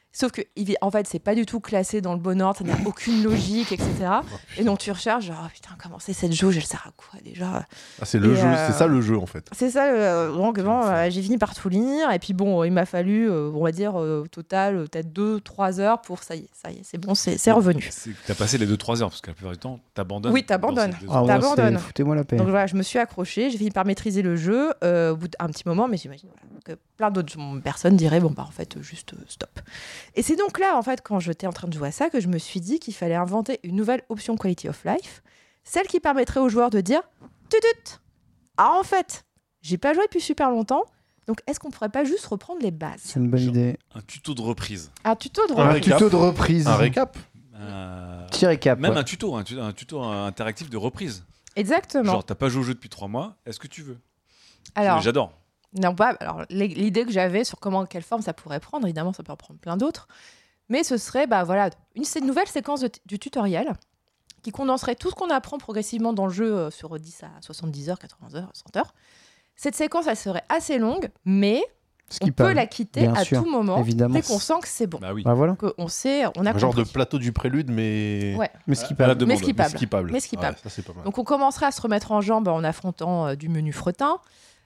Sauf que, en fait, c'est pas du tout classé dans le bon ordre, ça n'a aucune logique, etc. Et donc, tu recherches, genre, oh, putain, comment c'est cette jauge, elle sert à quoi déjà? C'est le jeu, c'est ça le jeu en fait. C'est ça, donc j'ai fini par tout lire. Et puis bon, il m'a fallu, on va dire, au total, peut-être 2-3 heures pour ça y est, c'est bon, c'est revenu. T'as passé les 2-3 heures, parce que la plupart du temps, t'abandonnes. Oui, t'abandonnes. T'abandonnes. Foutez-moi la paix. Donc voilà, je me suis accrochée, j'ai fini par maîtriser le jeu au bout d'un petit moment, mais j'imagine que plein d'autres personnes diraient, bon, bah en fait, juste stop. Et c'est donc là, en fait, quand j'étais en train de jouer à ça, que je me suis dit qu'il fallait inventer une nouvelle option quality of life, celle qui permettrait aux joueurs de dire tutut. Ah, en fait, j'ai pas joué depuis super longtemps, donc est-ce qu'on pourrait pas juste reprendre les bases? C'est une bonne idée. Un tuto de reprise. Un tuto de Un reprise. tuto de reprise. Un récap. Petit récap. Même ouais. un tuto interactif de reprise. Exactement. Genre, t'as pas joué au jeu depuis 3 mois, est-ce que tu veux? Alors, J'adore. non, alors l'idée que j'avais sur quelle forme ça pourrait prendre, évidemment, ça peut en prendre plein d'autres, mais ce serait voilà, une nouvelle séquence du tutoriel qui condenserait tout ce qu'on apprend progressivement dans le jeu sur 10 à 70 heures, 80 heures, 100 heures. Cette séquence, elle serait assez longue, mais on peut la quitter à tout moment dès qu'on sent que c'est bon. Bah oui. Bah voilà. On sait, on a Un genre de compris. plateau du prélude, mais. Ouais. Mais skippable. Mais skippable. Mais skippable. Ouais, ça, c'est pas mal. Donc on commencerait à se remettre en jambes en affrontant du menu fretin.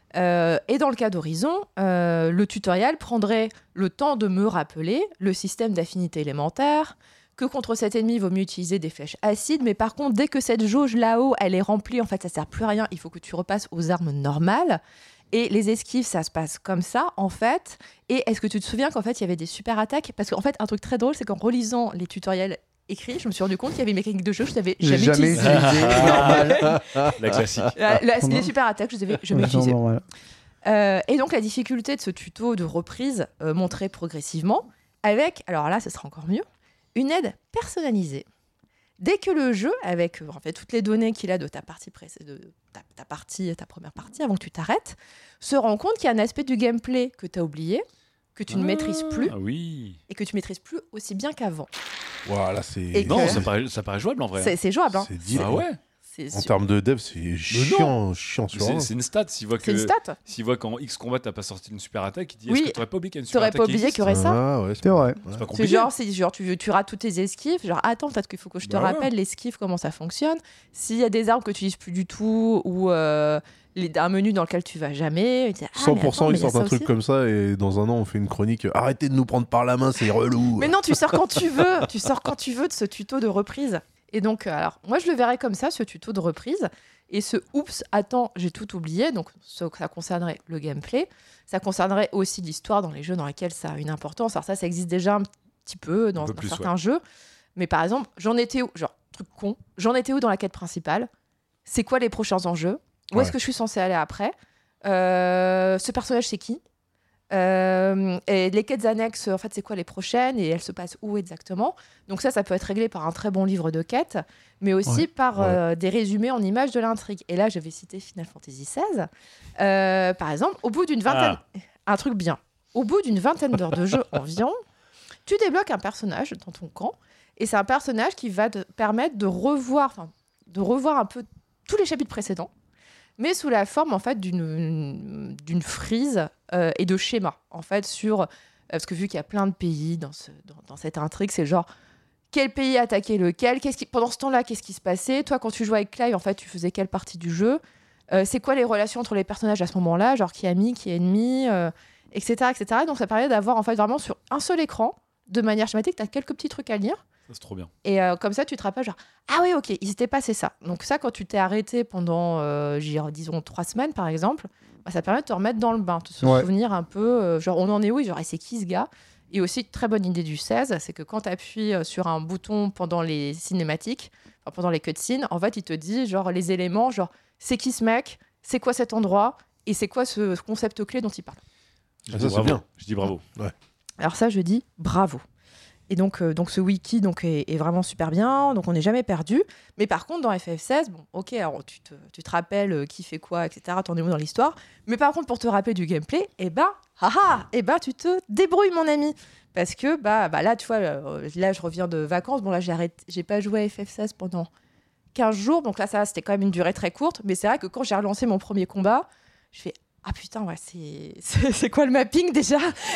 Et dans le cas d'Horizon, le tutoriel prendrait le temps de me rappeler le système d'affinité élémentaire, que contre cet ennemi, il vaut mieux utiliser des flèches acides, mais par contre, dès que cette jauge là-haut, elle est remplie, en fait, ça sert plus à rien, il faut que tu repasses aux armes normales. Et les esquives, ça se passe comme ça, en fait. Et est-ce que tu te souviens qu'en fait, il y avait des super attaques? Parce qu'en fait, un truc très drôle, c'est qu'en relisant les tutoriels écrits, je me suis rendu compte qu'il y avait une mécanique de jeu que je n'avais jamais utilisée. Normal. La classique. Les super attaques, je les avais jamais utilisées. Et donc, la difficulté de ce tuto de reprise montrait progressivement avec, alors là, ce sera encore mieux, une aide personnalisée. Dès que le jeu, avec en fait, toutes les données qu'il a de ta partie ta première partie, avant que tu t'arrêtes, se rend compte qu'il y a un aspect du gameplay que tu as oublié, que tu ne maîtrises plus, et que tu maîtrises plus aussi bien qu'avant. Voilà, c'est. Non, ça paraît jouable en vrai. C'est jouable. Hein. C'est dit. Ah ouais. En termes de dev, c'est chiant sur C'est une stat. S'il voit qu'en X combat, t'as pas sorti une super attaque, il dit est-ce que t'aurais pas oublié qu'il y a une super attaque? T'aurais pas oublié qu'il y aurait ça? Ah ouais, c'est vrai. C'est pas compliqué. C'est genre tu rates toutes tes esquives. Genre, attends, peut-être qu'il faut que je te rappelle l'esquive, comment ça fonctionne. S'il y a des armes que tu utilises plus du tout ou un menu dans lequel tu vas jamais. 100% ils sortent un truc comme ça et dans un an, on fait une chronique. Arrêtez de nous prendre par la main, c'est relou. Mais non, tu sors quand tu veux. Tu sors quand tu veux de ce tuto de reprise. Et donc, alors, moi, je le verrais comme ça, ce tuto de reprise. Et ce « oups, attends, j'ai tout oublié », donc ça concernerait le gameplay. Ça concernerait aussi l'histoire dans les jeux dans lesquels ça a une importance. Alors ça existe déjà un petit peu dans certains jeux. Mais par exemple, j'en étais où? Genre, truc con. J'en étais où dans la quête principale? C'est quoi les prochains enjeux? Où est-ce que je suis censée aller après? Ce personnage, c'est qui? Et les quêtes annexes, en fait, c'est quoi les prochaines et elles se passent où exactement? Donc ça peut être réglé par un très bon livre de quêtes, mais aussi par des résumés en images de l'intrigue. Et là, je vais citer Final Fantasy XVI. Par exemple, au bout d'une vingtaine... Un truc bien. Au bout d'une vingtaine d'heures de jeu environ, tu débloques un personnage dans ton camp, et c'est un personnage qui va te permettre de revoir un peu tous les chapitres précédents, mais sous la forme en fait d'une frise et de schémas en fait parce que vu qu'il y a plein de pays dans cette intrigue, c'est genre quel pays attaquait lequel, pendant ce temps-là qu'est-ce qui se passait, toi quand tu jouais avec Clive en fait tu faisais quelle partie du jeu, c'est quoi les relations entre les personnages à ce moment-là, genre qui est ami, qui est ennemi, etc. Donc ça permet d'avoir en fait vraiment sur un seul écran de manière schématique, tu as quelques petits trucs à lire. C'est trop bien. Et comme ça, tu te rappelles, genre, ah oui, ok, il s'était passé ça. Donc, ça, quand tu t'es arrêté pendant, disons, 3 semaines, par exemple, ça permet de te remettre dans le bain, de se souvenir un peu, genre, on en est où? Genre, et c'est qui ce gars? Et aussi, très bonne idée du 16, c'est que quand tu appuies sur un bouton pendant les cinématiques, pendant les cutscenes, en fait, il te dit, genre, les éléments, genre, c'est qui ce mec? C'est quoi cet endroit? Et c'est quoi ce concept clé dont il parle? Ça, c'est bien. Je dis bravo. Ouais. Alors ça, je dis bravo. Et donc ce wiki est vraiment super bien, donc on n'est jamais perdu. Mais par contre, dans FF16, bon, ok, alors tu te rappelles qui fait quoi, etc., t'en es où dans l'histoire. Mais par contre, pour te rappeler du gameplay, tu te débrouilles, mon ami. Parce que là, tu vois, là, je reviens de vacances. Bon, là, j'ai pas joué à FF16 pendant 15 jours, donc là, ça, c'était quand même une durée très courte. Mais c'est vrai que quand j'ai relancé mon premier combat, je fais ah putain, ouais, c'est quoi le mapping déjà?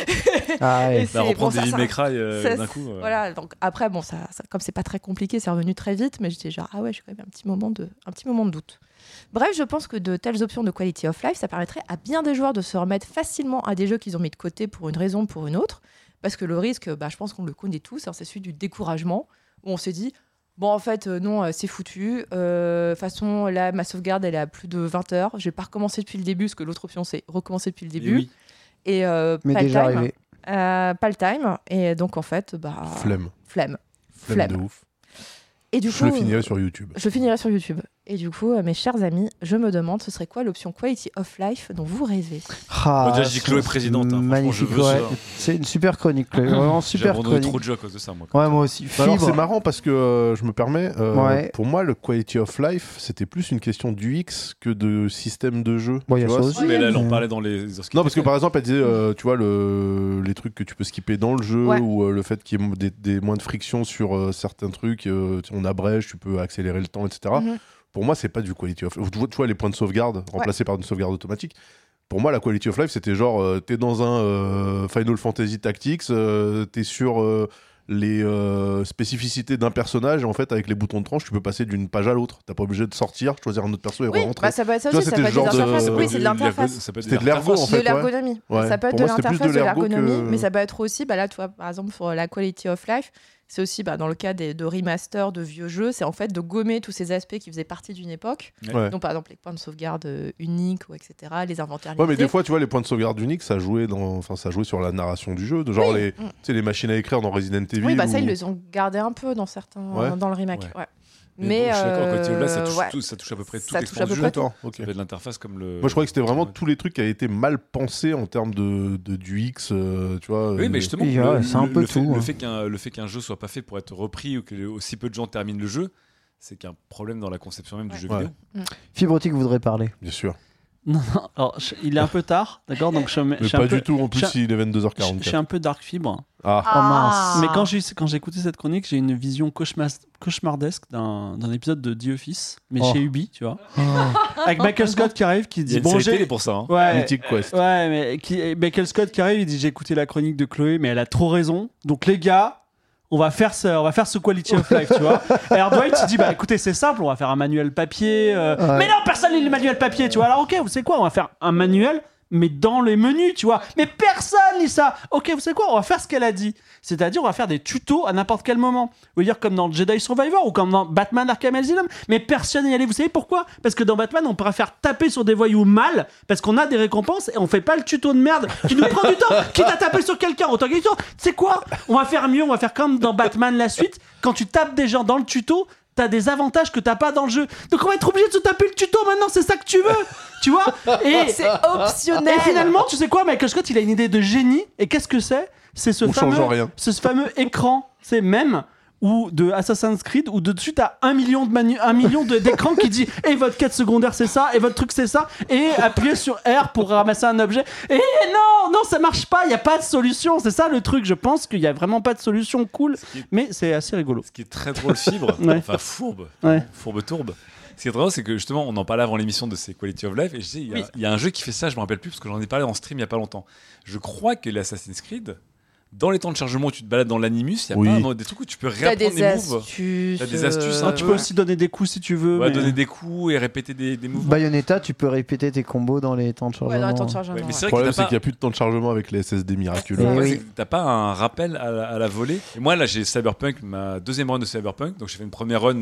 Ah ouais. Et c'est- Reprendre ça- des ça- May Cry ça- d'un coup. Voilà, donc après, bon, comme c'est pas très compliqué, c'est revenu très vite, mais j'étais genre, ah ouais, j'ai quand même un petit moment de doute. Bref, je pense que de telles options de quality of life, ça permettrait à bien des joueurs de se remettre facilement à des jeux qu'ils ont mis de côté pour une raison ou pour une autre. Parce que le risque, je pense qu'on le connaît tous, hein, c'est celui du découragement, où on se dit, bon, en fait, non, c'est foutu. De toute façon, là, ma sauvegarde, elle est à plus de 20 heures. Je vais pas recommencer depuis le début, parce que l'autre option, c'est recommencer depuis le Et début. oui. Et Mais pas le déjà time. arrivé. Pas le time. Et donc, en fait, Flemme flemme. de ouf. Et du Je coup, le finirai sur YouTube. je finirai sur YouTube. Et du coup, mes chers amis, je me demande, ce serait quoi l'option Quality of Life dont vous rêvez? Ah, Bon, déjà, je dis Chloé présidente, hein. Franchement, Magnifique, je veux ouais. ça. C'est une super chronique, Chloé. Vraiment J'ai super abandonné chronique. trop de jeux à cause de ça, moi. Ouais, moi aussi. Bah alors Fibre. c'est marrant parce que je me permets, Ouais. pour moi le quality of life c'était plus une question d'UX que de système de jeu. Bon, il y a tu ça vois, aussi. Mais là, elle en mais- parlait dans les. Non parce que par exemple elle disait tu vois les trucs que tu peux skipper dans le jeu Ouais. ou le fait qu'il y ait des moins de friction sur certains trucs, on abrège, tu peux accélérer le temps, etc. Mhm. Pour moi c'est pas du quality of life. Tu vois les points de sauvegarde remplacés par une sauvegarde automatique. Pour moi, la quality of life, c'était genre, t'es dans un Final Fantasy Tactics, t'es sur les spécificités d'un personnage, et en fait, avec les boutons de tranche, tu peux passer d'une page à l'autre. T'as pas obligé de sortir, choisir un autre perso et Oui, rentrer. ça peut être ça Tu vois, aussi, ça c'était peut être le des genre de- interfaces. ça peut Oui, être c'est de l'interface. C'était de l'ergo, en fait. De l'ergonomie. Ouais. Ça peut être Pour de moi, c'était plus l'interface, de l'ergo l'ergonomie, que- mais ça peut être aussi, là, tu vois, par exemple, sur la quality of life, c'est aussi dans le cas de remaster de vieux jeux, c'est en fait de gommer tous ces aspects qui faisaient partie d'une époque. Ouais. Donc, par exemple, les points de sauvegarde uniques, ou etc., les inventaires Ouais, mais limités. des fois, tu vois, les points de sauvegarde uniques, ça jouait sur la narration du jeu, de genre Oui. tu sais, les machines à écrire dans Resident Evil. Oui, ça, ou- ils les ont gardé un peu dans certains, Ouais. dans le remake. Ouais. Ouais. Mais bon, je suis d'accord, quand tu es là, ça touche, ouais. ça touche à peu près tout Ça touche à peu l'expérience du près jeu. tout. D'accord, ok. Ça peut être l'interface comme le. Moi, je croyais que c'était vraiment tous les trucs qui avaient été mal pensés en termes du X, tu vois. Oui, mais justement, Oui, ouais, c'est un peu tout, le hein. fait qu'un jeu soit pas fait pour être repris ou que aussi peu de gens terminent le jeu, c'est qu'il y a un problème dans la conception même du jeu Ouais. vidéo. Fibrotique voudrait parler. Bien sûr. Non, non, alors il est un peu tard, d'accord, donc je Mais suis pas un peu, du tout, en plus, je suis- il est je 22h44. suis un peu dark fibre. Ah, Oh mince. Mais quand j'ai écouté cette chronique, j'ai une vision cauchemardesque d'un épisode de The Office, mais Oh. chez Ubi, tu vois, avec Michael Scott qui arrive, qui Il y a dit une bon série télé j'ai pour ça. Hein. ouais. Mythic Quest. Ouais, mais Michael Scott qui arrive, il dit j'ai écouté la chronique de Chloé, mais elle a trop raison. Donc les gars, on va faire ce quality of life, tu vois. Et alors Dwight il dit bah écoutez c'est simple, on va faire un manuel papier. Ouais. Mais non personne lit le manuel papier, tu vois. Alors ok, vous savez quoi, on va faire un manuel. Mais dans les menus, tu vois. Mais personne lit ça. Ok, vous savez quoi, on va faire ce qu'elle a dit. C'est-à-dire, on va faire des tutos à n'importe quel moment. Vous voulez dire comme dans Jedi Survivor ou comme dans Batman Arkham Asylum. Mais personne n'y allait. Vous savez pourquoi? Parce que dans Batman, on pourra faire taper sur des voyous mal parce qu'on a des récompenses et on fait pas le tuto de merde qui nous prend du temps. Quitte à taper sur quelqu'un, autant qu'il y ait du temps. Tu sais quoi? On va faire mieux. On va faire comme dans Batman la suite. Quand tu tapes des gens dans le tuto, t'as des avantages que t'as pas dans le jeu. Donc on va être obligé de se taper le tuto maintenant. C'est ça que tu veux, tu vois? Et C'est optionnel. et finalement, tu sais quoi, Michael Scott, il a une idée de génie. Et qu'est-ce que c'est? C'est ce On change fameux, rien. ce fameux écran, c'est même ou de Assassin's Creed où de dessus t'as 1 million d'écrans qui dit et votre quête secondaire c'est ça et votre truc c'est ça et appuyez sur R pour ramasser un objet et non ça marche pas, il y a pas de solution, c'est ça le truc. Je pense qu'il y a vraiment pas de solution cool, Ce qui est- mais c'est assez rigolo. Ce qui est très drôle, fibre, Ouais. enfin fourbe, Ouais. fourbe tourbe. Ce qui est drôle, c'est que justement, on en parlait avant l'émission de ces Quality of Life, et je sais, il y a un jeu qui fait ça, je me rappelle plus, parce que j'en ai parlé en stream il y a pas longtemps. Je crois que l'Assassin's Creed, dans les temps de chargement où tu te balades dans l'animus, il y a Oui. pas des trucs où tu peux T'as réapprendre des des moves. astuces. T'as des astuces, hein, Ah, tu peux aussi donner des coups si tu veux. Ouais, mais- donner des coups et répéter des mouvements. Bayonetta, tu peux répéter tes combos dans les temps de chargement. Ouais, dans les temps de chargement. Ouais, mais ouais. c'est Le vrai problème, que c'est t'as qu'il n'y a plus de temps de chargement avec les SSD miraculeux. Eh Ouais, oui. c'est que t'as pas un rappel à la volée. Et moi, là, j'ai Cyberpunk, ma deuxième run de Cyberpunk. Donc, j'ai fait une première run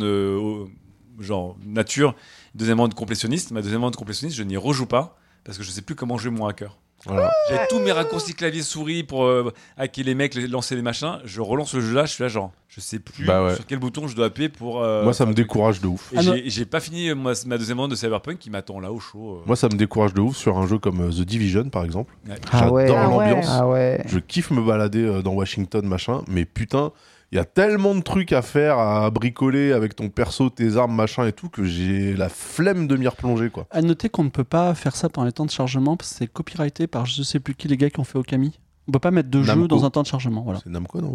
genre nature, deuxième run de complétionniste. Ma deuxième run de complétionniste, je n'y rejoue pas parce que je sais plus comment jouer mon hacker. Voilà. J'avais tous mes raccourcis clavier souris pour hacker les mecs, lancer les machins. Je relance le jeu là, je suis là genre, je sais plus Bah ouais. sur quel bouton je dois appuyer pour. Moi, ça me faire un truc. décourage de ouf. Et Ah non. j'ai pas fini ma deuxième run de Cyberpunk qui m'attend là au chaud. Moi, ça me décourage de ouf sur un jeu comme The Division, par exemple. Ouais. Ah ouais. J'adore Ah ouais. l'ambiance. Ah ouais. Je kiffe me balader dans Washington, machin. Mais putain, il y a tellement de trucs à faire, à bricoler avec ton perso, tes armes, machin et tout, que j'ai la flemme de m'y replonger, quoi. À noter qu'on ne peut pas faire ça pendant les temps de chargement parce que c'est copyrighté par je sais plus qui les gars qui ont fait Okami. On peut pas mettre de jeu Namco. dans un temps de chargement. Voilà. C'est Namco, non, ok.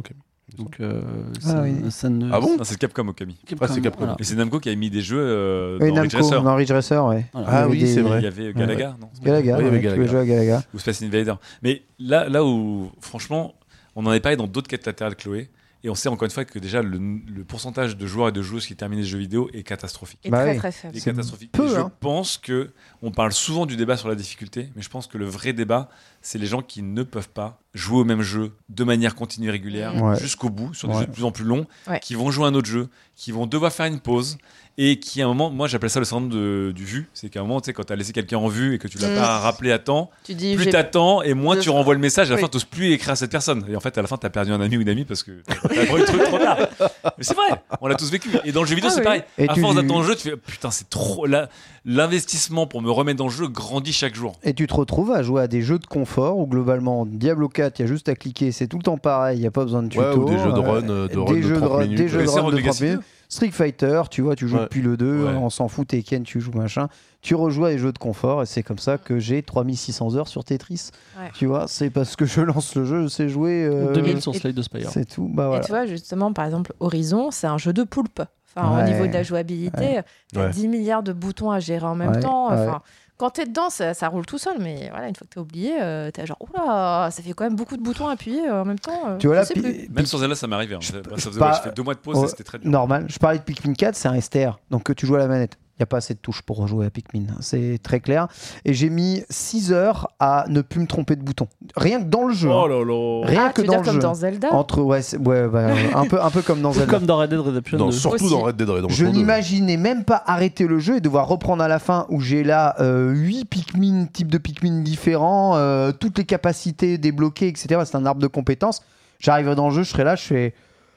Donc, oui. ça ne. Ah bon Non, c'est Capcom Okami. c'est Capcom. Voilà. Et c'est Namco qui a mis des jeux Et dans Ridge Namco, Racer. dans Ridge Racer, ouais. Voilà. Ah oui, c'est Il vrai. y avait Galaga, non Galaga, Oui, il y avait ouais, tu Galaga. veux jouer à Galaga. Ou Space Invader. Mais là où, franchement, on en avait parlé dans d'autres quêtes latérales, Chloé, et on sait encore une fois que déjà le pourcentage de joueurs et de joueuses qui terminent les jeux vidéo est catastrophique. Et Bah très oui. très faible. Il est catastrophique. peu, Et je hein. pense que on parle souvent du débat sur la difficulté, mais je pense que le vrai débat, c'est les gens qui ne peuvent pas jouer au même jeu de manière continue et régulière Ouais. jusqu'au bout, sur des Ouais. jeux de plus en plus longs, Ouais. qui vont jouer à un autre jeu, qui vont devoir faire une pause et qui à un moment, moi j'appelle ça le syndrome du vu, c'est qu'à un moment, tu sais, quand tu as laissé quelqu'un en vue et que tu l'as pas rappelé à temps, Tu dis, plus j'ai- t'attends et moins Je- tu renvoies le message, à la Oui. fin t'oses plus écrire à cette personne. Et en fait, à la fin, t'as perdu un ami ou une amie parce que t'as pris le truc trop tard. Mais c'est vrai, on l'a tous vécu. Et dans le jeu vidéo, Ah c'est oui. pareil. Et À tu- force d'attendre le jeu, tu fais putain, c'est trop. L'investissement pour me remettre dans le jeu grandit chaque jour. Et tu te retrouves à jouer à des jeux de confort où globalement Diablo 4, il y a juste à cliquer, c'est tout le temps pareil, il n'y a pas besoin de tuto. Ouais, ou des jeux de run, des jeux de 30 run, minutes. des jeux de Laissez run de Rogue 30 Legacy minutes. 2. Street Fighter, tu vois, tu joues Ouais. depuis le 2, Ouais. on s'en fout, Tekken, tu joues machin. Tu rejoues à des jeux de confort et c'est comme ça que j'ai 3600 heures sur Tetris. Ouais. Tu vois, c'est parce que je lance le jeu, je sais jouer. 2000 sur Slade de Spire. C'est tout, bah Et voilà. tu vois, justement, par exemple, Horizon, c'est un jeu de poulpe. Enfin, Ouais. au niveau de la jouabilité, t'as Ouais. 10 milliards de boutons à gérer en même Ouais, temps. ouais. Enfin, quand t'es dedans, ça roule tout seul. Mais voilà, une fois que t'es oublié, t'es genre, oula, ça fait quand même beaucoup de boutons à appuyer en même temps. Tu vois je là, sais Pi- plus. Même sur Zelda, ça m'arrivait. Hein. Ça faisait, pas- j'ai fait 2 mois de pause Ouais. et c'était très dur. Normal. Je parlais de Pikmin 4, c'est un STR. Donc que tu joues à la manette. Il n'y a pas assez de touches pour rejouer à Pikmin. C'est très clair. Et j'ai mis 6 heures à ne plus me tromper de bouton. Rien que dans le jeu. hein. Oh là là. Rien Ah, que tu veux dans dire le comme jeu. dans Zelda Entre, ouais, bah, un peu comme dans Zelda. Comme dans Red Dead Redemption 2. Surtout Aussi. dans Red Dead Redemption Je 2. n'imaginais même pas arrêter le jeu et devoir reprendre à la fin où j'ai là 8 Pikmin, types de Pikmin différents, toutes les capacités débloquées, etc. C'est un arbre de compétences. J'arriverai dans le jeu, je serai là, je fais.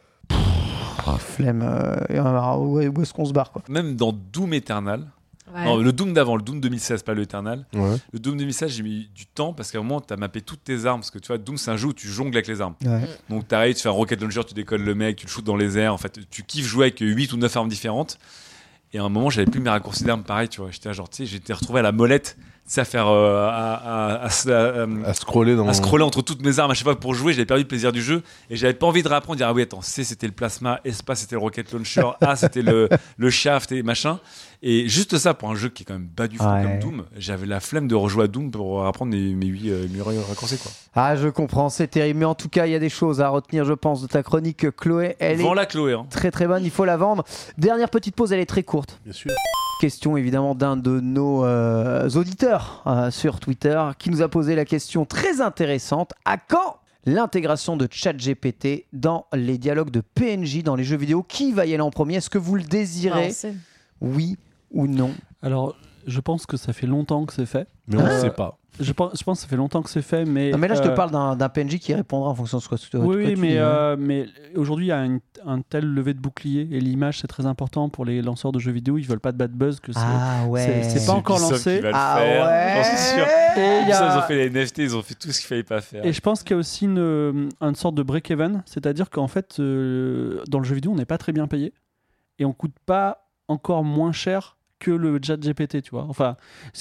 Flemme. Où est-ce qu'on se barre quoi. Même dans Doom Eternal, Ouais. non, le Doom d'avant, le Doom 2016, pas le Eternal. Ouais. Le Doom 2016, j'ai mis du temps parce qu'à un moment, t'as mappé toutes tes armes. Parce que tu vois, Doom, c'est un jeu où tu jongles avec les armes. Ouais. Donc t'arrives, tu fais un rocket launcher, tu décolles le mec, tu le shootes dans les airs. En fait, tu kiffes jouer avec 8 ou 9 armes différentes. Et à un moment, j'avais plus mes raccourcis d'armes pareil, tu vois. J'étais là, genre, tu sais, j'étais retrouvé à la molette, tu sais, à faire. À scroller dans. scroller entre toutes mes armes à chaque fois pour jouer. J'avais perdu le plaisir du jeu. Et j'avais pas envie de réapprendre, dire, ah oui, attends, C, c'était le plasma, S, c'était le rocket launcher, A, c'était le shaft et machin. Et juste ça, pour un jeu qui est quand même bas du fond Ouais. comme Doom, j'avais la flemme de rejouer à Doom pour apprendre mes 8 raccourcis, quoi. Ah, je comprends, c'est terrible. Mais en tout cas, il y a des choses à retenir, je pense, de ta chronique, Chloé. Elle est Vends-la, Chloé. Hein. très très bonne, il faut la vendre. Dernière petite pause, elle est très courte. Bien sûr. Question évidemment d'un de nos auditeurs sur Twitter qui nous a posé la question très intéressante. À quand l'intégration de ChatGPT dans les dialogues de PNJ dans les jeux vidéo? Qui va y aller en premier? Est-ce que vous le désirez? Non, c'est- Oui ou non? Alors, je pense que ça fait longtemps que c'est fait. Mais on ne Euh, sait pas. Je pense que ça fait longtemps que c'est fait, mais. Non mais là je te parle d'un PNJ qui répondra en fonction de ce que tu Oui, tu dis, mais, hein. mais aujourd'hui, il y a un tel levé de bouclier et l'image, c'est très important pour les lanceurs de jeux vidéo. Ils veulent pas de bad buzz. Que Ah ouais. c'est pas encore Ubisoft lancé. qui va le Ah faire, ouais. j'en suis sûr. Et il y Ubisoft, a- ils ont fait les NFT, ils ont fait tout ce qu'il fallait pas faire. Et je pense qu'il y a aussi une sorte de break-even, c'est-à-dire qu'en fait, dans le jeu vidéo, on n'est pas très bien payé et on coûte pas encore moins cher que le chat GPT, tu vois. Enfin,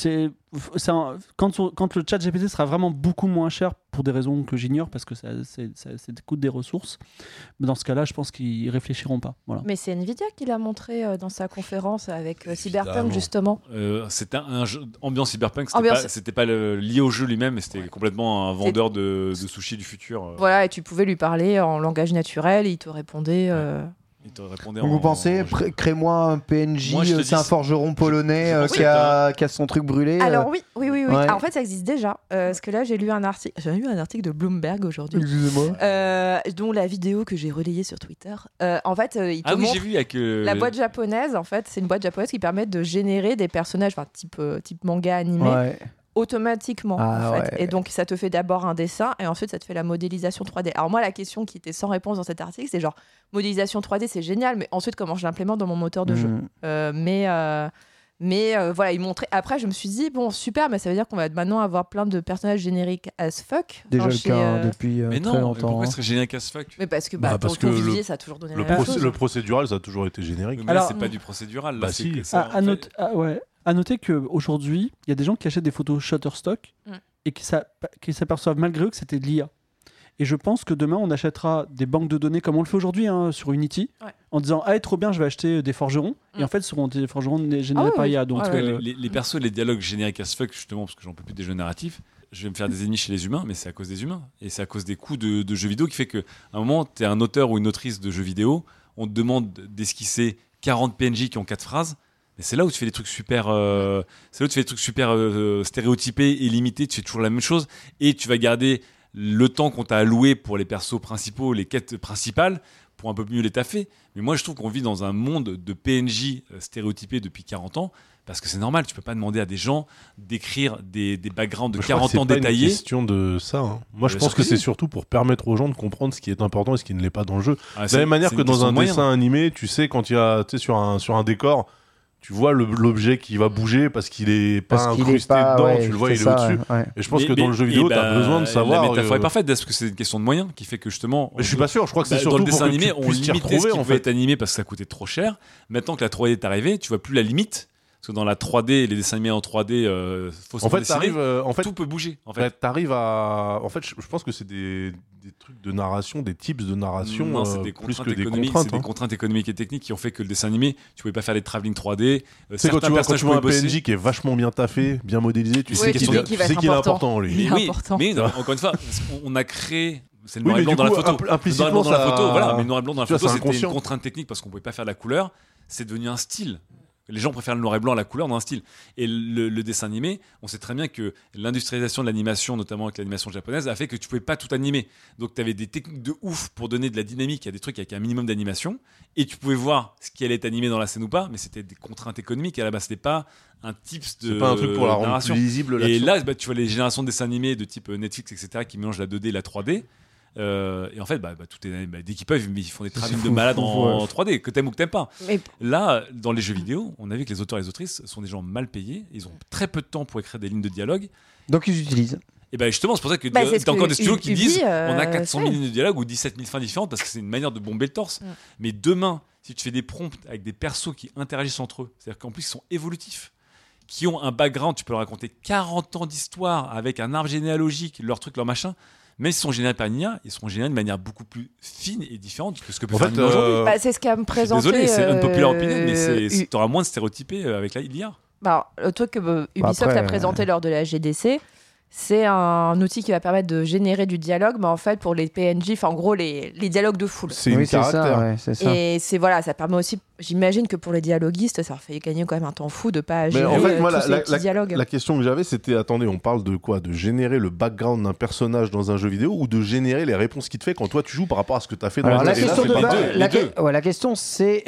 quand le chat GPT sera vraiment beaucoup moins cher pour des raisons que j'ignore, parce que ça coûte des ressources, mais dans ce cas-là, je pense qu'ils réfléchiront pas. Voilà. Mais c'est Nvidia qui l'a montré dans sa conférence avec Cyberpunk, Évidemment. justement. C'était un jeu ambiance cyberpunk, Ambiance- c'était pas lié au jeu lui-même, mais c'était complètement un vendeur de sushi du futur. Voilà, et tu pouvais lui parler en langage naturel et il te répondait. Il te répondait Donc en- vous pensez, en jeu. crée-moi un PNJ, Moi, je te c'est un dis, forgeron polonais je pense qui a son truc brûlé. Alors oui. Ouais. Ah, en fait, ça existe déjà. Parce que là, j'ai lu un article de Bloomberg aujourd'hui. Excusez-moi. Dont la vidéo que j'ai relayée sur Twitter. En fait, il te Ah oui, montre j'ai vu avec la boîte japonaise. En fait, c'est une boîte japonaise qui permet de générer des personnages, enfin type manga animé, Ouais. automatiquement. Ah en fait. ouais. Et donc, ça te fait d'abord un dessin et ensuite, ça te fait la modélisation 3D. Alors moi, la question qui était sans réponse dans cet article, c'est genre modélisation 3D, c'est génial, mais ensuite, comment je l'implémente dans mon moteur de jeu? Mais voilà, il montrait. Après, je me suis dit, bon, super, mais ça veut dire qu'on va maintenant avoir plein de personnages génériques as fuck. Déjà Enfin, le chez, cas depuis Mais très non, mais longtemps. pourquoi hein. ce serait génial as fuck? Mais parce que Bah, parce pour que Vivier, le- ça a toujours donné Le, la même chose. le procédural, ça a toujours été générique. Mais Alors- là, c'est pas du procédural. Là, Bah c'est si. que ça, À noter qu'aujourd'hui, il y a des gens qui achètent des photos Shutterstock Mm. et qui s'aperçoivent malgré eux que c'était de l'IA. Et je pense que demain, on achètera des banques de données comme on le fait aujourd'hui sur Unity, Ouais. en disant trop bien, je vais acheter des forgerons. Et en fait, ce seront des forgerons générés Ah ouais, par ouais. IA. Donc, En tout cas, les persos, les dialogues génériques as fuck, justement, parce que j'en peux plus des jeux narratifs. Je vais me faire des ennemis chez les humains, mais c'est à cause des humains. Et c'est à cause des coûts de jeux vidéo qui fait qu'à un moment, tu es un auteur ou une autrice de jeux vidéo, on te demande d'esquisser 40 PNJ qui ont 4 phrases. Mais c'est là où tu fais des trucs super, stéréotypés et limités. Tu fais toujours la même chose et tu vas garder le temps qu'on t'a alloué pour les persos principaux, les quêtes principales, pour un peu mieux les taffer. Mais moi, je trouve qu'on vit dans un monde de PNJ stéréotypés depuis 40 ans. Parce que c'est normal, tu peux pas demander à des gens d'écrire des backgrounds de Je crois que 40 ans c'est pas détaillés. une question de ça. Hein. Moi, je Bien pense sûr que que c'est si. surtout pour permettre aux gens de comprendre ce qui est important et ce qui ne l'est pas dans le jeu. Ah, De la même manière c'est que une dans question un de moyens. dessin animé, tu sais, quand il y a, tu sais, sur un décor, tu vois l'objet qui va bouger parce qu'il est pas Parce qu'il est incrusté pas, dedans, ouais, tu le vois, c'est il est ça, au-dessus. ouais. Et je pense que dans le jeu vidéo, tu as besoin de savoir. La métaphore est parfaite, parce que c'est une question de moyens qui fait que justement. Mais je suis pas sûr, je crois que c'est Dans surtout le pour dessin que animé, tu on puisses t'y limitait ce retrouver qui en pouvait fait. être animé parce que ça coûtait trop cher. Maintenant que la 3D est arrivée, tu vois plus la limite. Parce que dans la 3D, les dessins animés en 3D, faussement En fait, dessinés, t'arrives, tout peut bouger. En fait. t'arrives à. En fait, je pense que c'est des trucs de narration, des tips de narration, Non, c'est des plus contraintes que des économiques, contraintes. c'est des contraintes économiques et techniques qui ont fait que le dessin animé, tu pouvais pas faire les travelling 3D. Tu sais, quand tu vois un PNJ qui est vachement bien taffé, bien modélisé, tu Ouais, sais tu qu'il sais qu'il va être est important. important, lui. Il est oui, important. mais non, encore une fois, on a créé. C'est le Oui, noir et mais blanc du dans la coup, photo. Le noir et implicitement, blanc dans la ça- photo, voilà. Mais le noir et blanc dans la tu vois, photo, c'est c'était inconscient. une contrainte technique parce qu'on pouvait pas faire la couleur. C'est devenu un style. Les gens préfèrent le noir et blanc à la couleur dans un style. Et le dessin animé, on sait très bien que l'industrialisation de l'animation, notamment avec l'animation japonaise, a fait que tu pouvais pas tout animer. Donc tu avais des techniques de ouf pour donner de la dynamique à des trucs avec un minimum d'animation. Et tu pouvais voir ce qui allait être animé dans la scène ou pas, mais c'était des contraintes économiques. À la base, c'était pas un tips de C'est pas un truc pour la rendre narration. plus lisible. Et l'action. là, tu vois les générations de dessins animés de type Netflix, etc., qui mélangent la 2D et la 3D. Et en fait, tout est, dès qu'ils peuvent, ils font des travelling de fou, malades fou, en ouais. 3D, que t'aimes ou que t'aimes pas. Mais Là, dans les jeux vidéo, on a vu que les auteurs et les autrices sont des gens mal payés. Ils ont très peu de temps pour écrire des lignes de dialogue. Donc ils utilisent. Et ben justement, c'est pour ça que Bah, c'est ce t'as encore que des studios qui Ubi, disent on a 400 000 fait. lignes de dialogue ou 17 000 fins différentes parce que c'est une manière de bomber le torse. Mais demain, si tu fais des prompts avec des persos qui interagissent entre eux, c'est-à-dire qu'en plus ils sont évolutifs, qui ont un background, tu peux leur raconter 40 ans d'histoire avec un arbre généalogique, leur truc, leur machin. Même s'ils sont générés par une IA, ils seront générés de manière beaucoup plus fine et différente que ce que peut En faire fait, une IA aujourd'hui. bah, c'est ce qu'a me Je suis présenté. désolé, c'est unpopular opinion, mais U- t'auras moins de stéréotypés avec l'IA. Bah, le truc que Ubisoft après, a présenté lors de la GDC, c'est un outil qui va permettre de générer du dialogue, mais en fait pour les PNJ, enfin en gros les dialogues de foule. C'est Oui, une c'est ça, caractère. ouais, c'est ça. Et c'est voilà, ça permet aussi, j'imagine que pour les dialoguistes, ça leur fait gagner quand même un temps fou de pas Mais gérer en fait, moi, tous ces petits dialogues. la question que j'avais, c'était attendez, on parle de quoi? De générer le background d'un personnage dans un jeu vidéo ou de générer les réponses qu'il te fait quand toi tu joues par rapport à ce que tu as fait dans Alors, le la jeu? Et là, question, c'est de pas base- deux, la, les deux. que- ouais, la question, c'est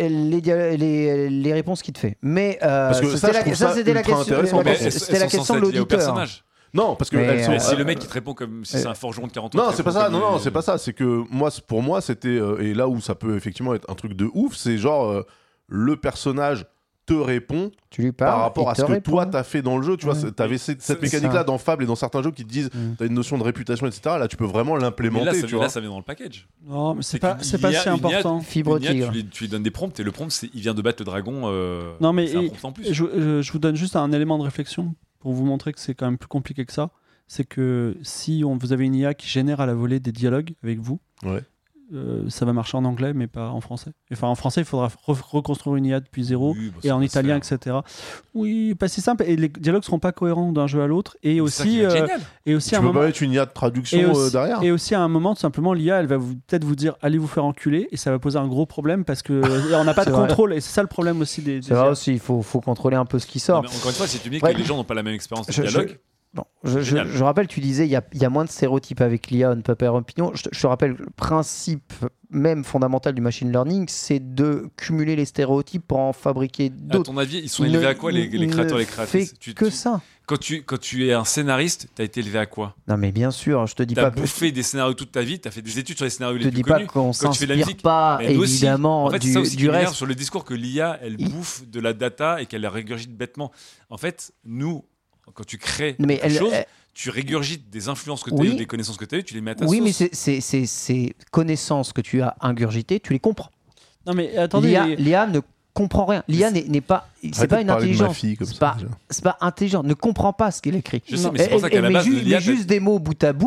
les réponses qu'il te fait. Mais Parce que ça, je trouve ça c'était la ultra question, intéressant, la mais question- c'était la question de l'auditeur. personnage. Non, parce que Mais, elles sont. Mais si le mec qui te répond comme si c'est un forgeron de 40 ans. Non, qui te c'est pas répond ça. comme Non, c'est pas ça. C'est que moi, pour moi, c'était et là où ça peut effectivement être un truc de ouf, c'est genre le personnage te répond Tu lui parles. par rapport il à te ce que répond. toi t'as fait dans le jeu. Tu vois, Ouais. t'avais cette C'est mécanique-là ça. dans Fable et dans certains jeux qui te disent Mm. t'as une notion de réputation, etc. Là, tu peux vraiment Mais là, l'implémenter. ça, Tu vois. là, ça vient dans le package. Non, mais c'est C'est pas, qu'il c'est y pas a si une important. Fibre Une IA, tigre. tu lui donnes des prompts et le prompt, c'est il vient de battre le dragon. Non, mais c'est un et- prompt en plus. Je vous donne juste un élément de réflexion pour vous montrer que c'est quand même plus compliqué que ça. C'est que si vous avez une IA qui génère à la volée des dialogues avec vous, Ouais. ça va marcher en anglais, mais pas en français. Enfin, en français, il faudra reconstruire une IA depuis zéro, Oui, bah, et ça en va se italien, faire. etc. Oui, pas si simple. Et les dialogues seront pas cohérents d'un jeu à l'autre. Et C'est ça qui aussi, va être génial. et aussi Tu à un peux moment. pas mettre une IA de traduction Et aussi, derrière. et aussi à un moment, tout simplement, l'IA, elle va peut-être vous dire allez vous faire enculer, et ça va poser un gros problème parce que on n'a pas de C'est vrai. contrôle. Et c'est ça le problème aussi des C'est vrai IA. aussi, il faut contrôler un peu ce qui Non, sort. mais encore une fois, si tu me dis Ouais. que les gens n'ont pas la même expérience de Je- dialogue, Bon, Génial. je rappelle, tu disais, il y a moins de stéréotypes avec l'IA, Unpopular Opinion. Je te rappelle, le principe même fondamental du machine learning, c'est de cumuler les stéréotypes pour en fabriquer à d'autres. ton avis, ils sont Il élevés ne- à quoi les il créateurs et ne les créatrices fait que ça. Quand tu es un scénariste, t'as été élevé à quoi? Non, mais bien sûr, je te dis T'as pas. bouffé des scénarios toute ta vie, t'as fait des études sur les scénarios Je les te plus dis pas connus. qu'on Quand tu fais de la s'inspire musique, pas mais nous aussi. évidemment En fait, c'est ça aussi qui du m'énerve reste. sur le discours que l'IA, elle Il- bouffe de la data et qu'elle la régurgite bêtement. En fait, nous, quand tu crées Mais quelque chose, elle- tu régurgites des influences que tu as Oui. eues, des connaissances que tu as eues, tu les mets à ta Oui, sauce. mais ces connaissances que tu as ingurgitées, tu les comprends. Non, mais attendez. L'IA ne comprend rien. L'IA n'est pas, c'est Arrêtez pas de une parler de ma intelligence. fille comme C'est ça, pas, déjà. c'est pas intelligent. Ne comprend pas ce qu'elle écrit. Je sais, mais c'est pour ça qu'à la met base, juste, l'IA, met juste des mots bout à bout.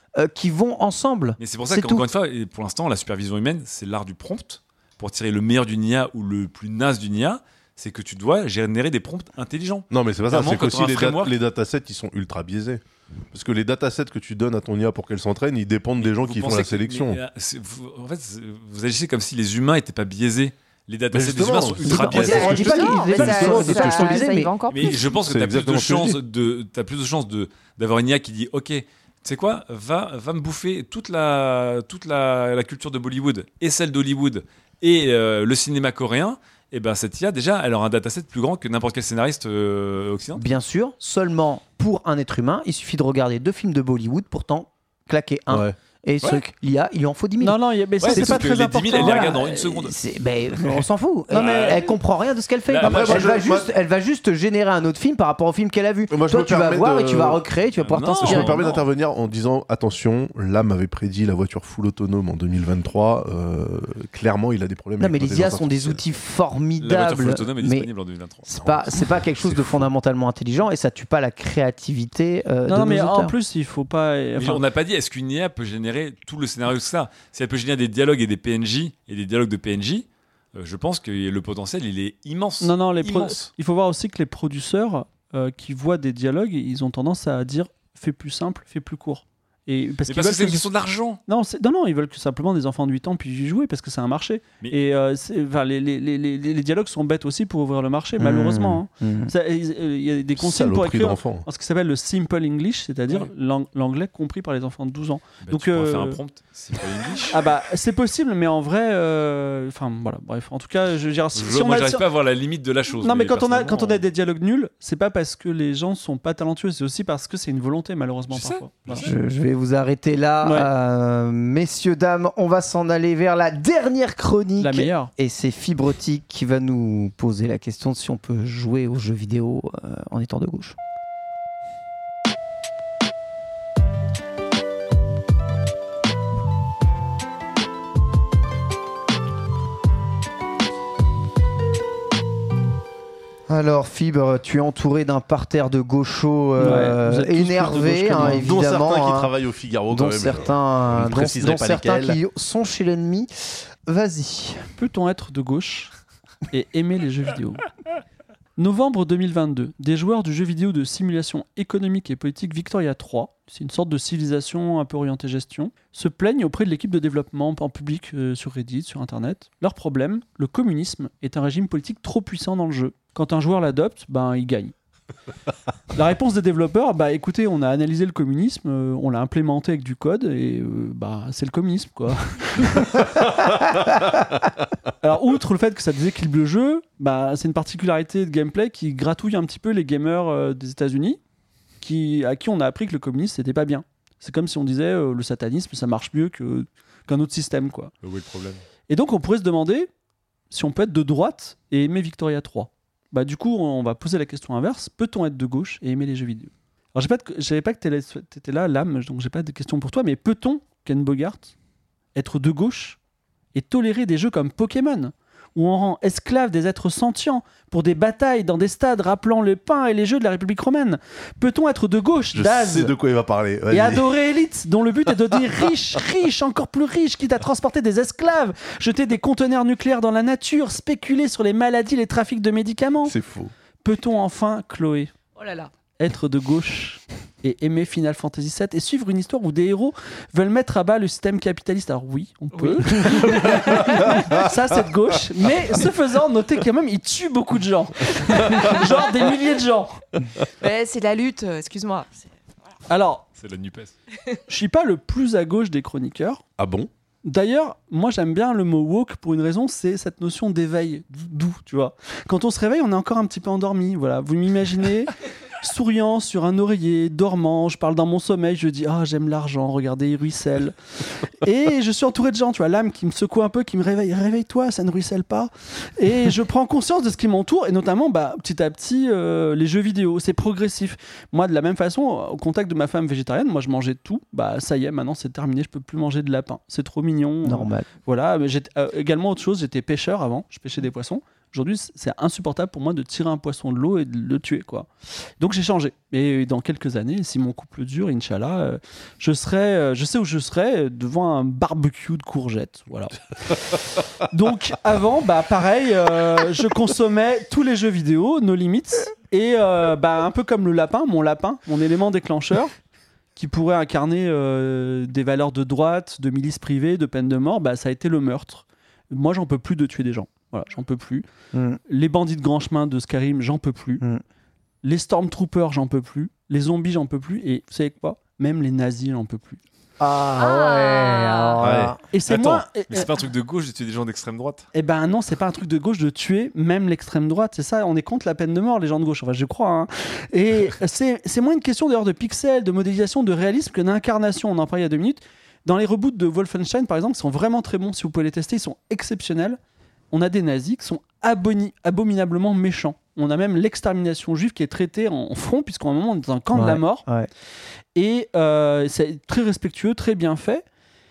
qui vont ensemble. Mais c'est pour ça C'est qu'encore tout. une fois, et pour l'instant, la supervision humaine, c'est l'art du prompt. Pour tirer le meilleur d'une IA ou le plus naze d'une IA, c'est que tu dois générer des prompts intelligents. Non, mais c'est pas ça. Clairement, C'est quand qu'aussi on a un framework- les datasets, ils sont ultra biaisés. Parce que les datasets que tu donnes à ton IA pour qu'elle s'entraîne, ils dépendent des gens Vous qui font pensez la que- sélection. en fait, vous agissez comme si les humains n'étaient pas biaisés. Les datasets des humains sont justement, ultra on dit- biaisés. on dit pas qu'ils- Non, mais pas ça- qu'ils sont- ça- pas qu'ils sont biaisés, ça y mais- va encore Mais plus. je pense que C'est tu as plus de exactement ce que je chances t'as plus de chances d'avoir une IA qui dit OK, tu sais quoi, va me bouffer toute la culture de Bollywood et celle d'Hollywood et le cinéma coréen. Et ben cette IA déjà, elle aura un dataset plus grand que n'importe quel scénariste occidental. Bien sûr, seulement pour un être humain, il suffit de regarder 2 films de Bollywood, pourtant claquer un. Ouais. Et l'IA, il en faut 10 000. Non, mais ça, Ouais, c'est sauf pas que très les important. 10 000, elle les Voilà. regarde en une seconde. On s'en fout. Non, mais- Elle comprend rien de ce qu'elle fait. Là, Après, elle va juste générer un autre film par rapport au film qu'elle a vu. Moi, je Toi, me tu vas permets voir de- et tu vas recréer, tu vas pouvoir Non, Je t'inspirer. me permets non. d'intervenir en disant attention, l'âme avait prédit la voiture full autonome en 2023. Clairement, il a des problèmes. Non, mais avec les IA l'intelligence sont des artificielle. outils La voiture formidables. full autonome est Mais disponible en 2023. c'est pas quelque chose de fondamentalement intelligent et ça tue pas la créativité de Non, nos mais en auteurs. plus, il faut pas. Mais Enfin, on n'a pas dit est-ce qu'une IA peut générer tout le scénario que ça. Si elle peut générer des dialogues et des PNJ et des dialogues de PNJ, je pense que le potentiel il est immense. non, Immense. il faut voir aussi que les producteurs qui voient des dialogues, ils ont tendance à dire fais plus simple, fais plus court. Et Mais parce qu'ils parce que veulent c'est une question d'argent. non, ils veulent que simplement des enfants de 8 ans puissent y jouer parce que c'est un marché. Mais- Et les dialogues sont bêtes aussi pour ouvrir le marché, malheureusement. hein. Mmh. Il y a des consignes pour Saloperie écrire d'enfants. ce qui s'appelle le simple English, c'est-à-dire l'anglais compris par les enfants de 12 ans. Bah, Donc, tu pourras faire un prompt, c'est pas English. Ah bah c'est possible, mais en vrai, enfin voilà, bref. En tout cas, je veux dire, si on Moi, a- j'arrive pas à voir la limite de la chose. non mais quand on a personnellement, des dialogues nuls, c'est pas parce que les gens sont pas talentueux, c'est aussi parce que c'est une volonté malheureusement Je sais. parfois. Voilà. Je vais vous arrêter là. Ouais. Messieurs, dames, on va s'en aller vers la dernière chronique. La meilleure. Et c'est Fibrotique qui va nous poser la question de si on peut jouer aux jeux vidéo en étant de gauche. Alors Fibre, tu es entouré d'un parterre de gauchos Ouais, vous êtes tous plus de énervés, gauche que moi. Dont évidemment. certains qui hein. travaillent au Figaro, quand dont même. certains, Je ne préciserai pas lesquels. qui sont chez l'ennemi. Vas-y. Peut-on être de gauche et aimer les jeux vidéo? Novembre 2022, des joueurs du jeu vidéo de simulation économique et politique Victoria 3, c'est une sorte de civilisation un peu orientée gestion, se plaignent auprès de l'équipe de développement en public sur Reddit, sur Internet. Leur problème, le communisme est un régime politique trop puissant dans le jeu. Quand un joueur l'adopte, ben, il gagne. La réponse des développeurs, bah écoutez, on a analysé le communisme, on l'a implémenté avec du code et bah c'est le communisme quoi. Alors outre le fait que ça déséquilibre le jeu, bah c'est une particularité de gameplay qui gratouille un petit peu les gamers des États-Unis, à qui on a appris que le communisme c'était pas bien. C'est comme si on disait le satanisme ça marche mieux qu'un autre système quoi. Où est le problème? Et donc on pourrait se demander si on peut être de droite et aimer Victoria 3. Bah du coup, on va poser la question inverse. Peut-on être de gauche et aimer les jeux vidéo? Alors, je savais pas que tu étais là, l'âme, donc j'ai pas de questions pour toi, mais peut-on, Ken Bogart, être de gauche et tolérer des jeux comme Pokémon, où on rend esclaves des êtres sentients pour des batailles dans des stades rappelant le pain et les jeux de la République romaine? Peut-on être de gauche, Je Daz, sais de quoi il va parler. Vas-y. et adorer Elite, dont le but est de devenir riche, encore plus riche, quitte à transporter des esclaves, jeter des conteneurs nucléaires dans la nature, spéculer sur les maladies, les trafics de médicaments? C'est faux. Peut-on enfin, Chloé, Oh là là. être de gauche et aimer Final Fantasy VII et suivre une histoire où des héros veulent mettre à bas le système capitaliste? Alors oui, on peut. Ça, c'est de gauche. Mais ce faisant, notez quand même, il tue beaucoup de gens. Genre des milliers de gens. Ouais, c'est la lutte, excuse-moi. Alors, C'est la NUPES. je suis pas le plus à gauche des chroniqueurs. Ah bon? D'ailleurs, moi j'aime bien le mot woke pour une raison, c'est cette notion d'éveil doux, tu vois. Quand on se réveille, on est encore un petit peu endormi, voilà. Vous m'imaginez souriant sur un oreiller, dormant, je parle dans mon sommeil, je dis « Ah, j'aime l'argent, regardez, il ruisselle. » Et je suis entouré de gens, tu vois, l'âme qui me secoue un peu, qui me réveille. « Réveille-toi, ça ne ruisselle pas. » Et je prends conscience de ce qui m'entoure, et notamment, bah, petit à petit, les jeux vidéo, c'est progressif. Moi, de la même façon, au contact de ma femme végétarienne, moi je mangeais de tout, bah ça y est, maintenant c'est terminé, je peux plus manger de lapin. C'est trop mignon. Normal. Voilà, mais également autre chose, j'étais pêcheur avant, je pêchais des poissons. Aujourd'hui, c'est insupportable pour moi de tirer un poisson de l'eau et de le tuer, quoi. Donc j'ai changé. Et dans quelques années, si mon couple dure, Inch'Allah, je sais où je serai, devant un barbecue de courgettes. Voilà. Donc avant, pareil, je consommais tous les jeux vidéo, No Limits, et un peu comme le lapin, mon élément déclencheur, qui pourrait incarner des valeurs de droite, de milice privée, de peine de mort, ça a été le meurtre. Moi, j'en peux plus de tuer des gens. Voilà, j'en peux plus. Les bandits de grand chemin de Skyrim, j'en peux plus. Les Stormtroopers, j'en peux plus. Les zombies, j'en peux plus. Et vous savez quoi ? Même les nazis, j'en peux plus. Ah ouais. Et c'est Attends, moi. mais c'est pas un truc de gauche de tuer des gens d'extrême droite? Eh ben non, c'est pas un truc de gauche de tuer même l'extrême droite. C'est ça, on est contre la peine de mort, les gens de gauche. Enfin, je crois. Hein. Et c'est moins une question d'ailleurs de pixels, de modélisation, de réalisme que d'incarnation. On en parlait il y a 2 minutes. Dans les reboots de Wolfenstein, par exemple, ils sont vraiment très bons. Si vous pouvez les tester, ils sont exceptionnels. On a des nazis qui sont abominablement méchants. On a même l'extermination juive qui est traitée en front, puisqu'à un moment, on est dans un camp de la mort. Ouais. Et c'est très respectueux, très bien fait.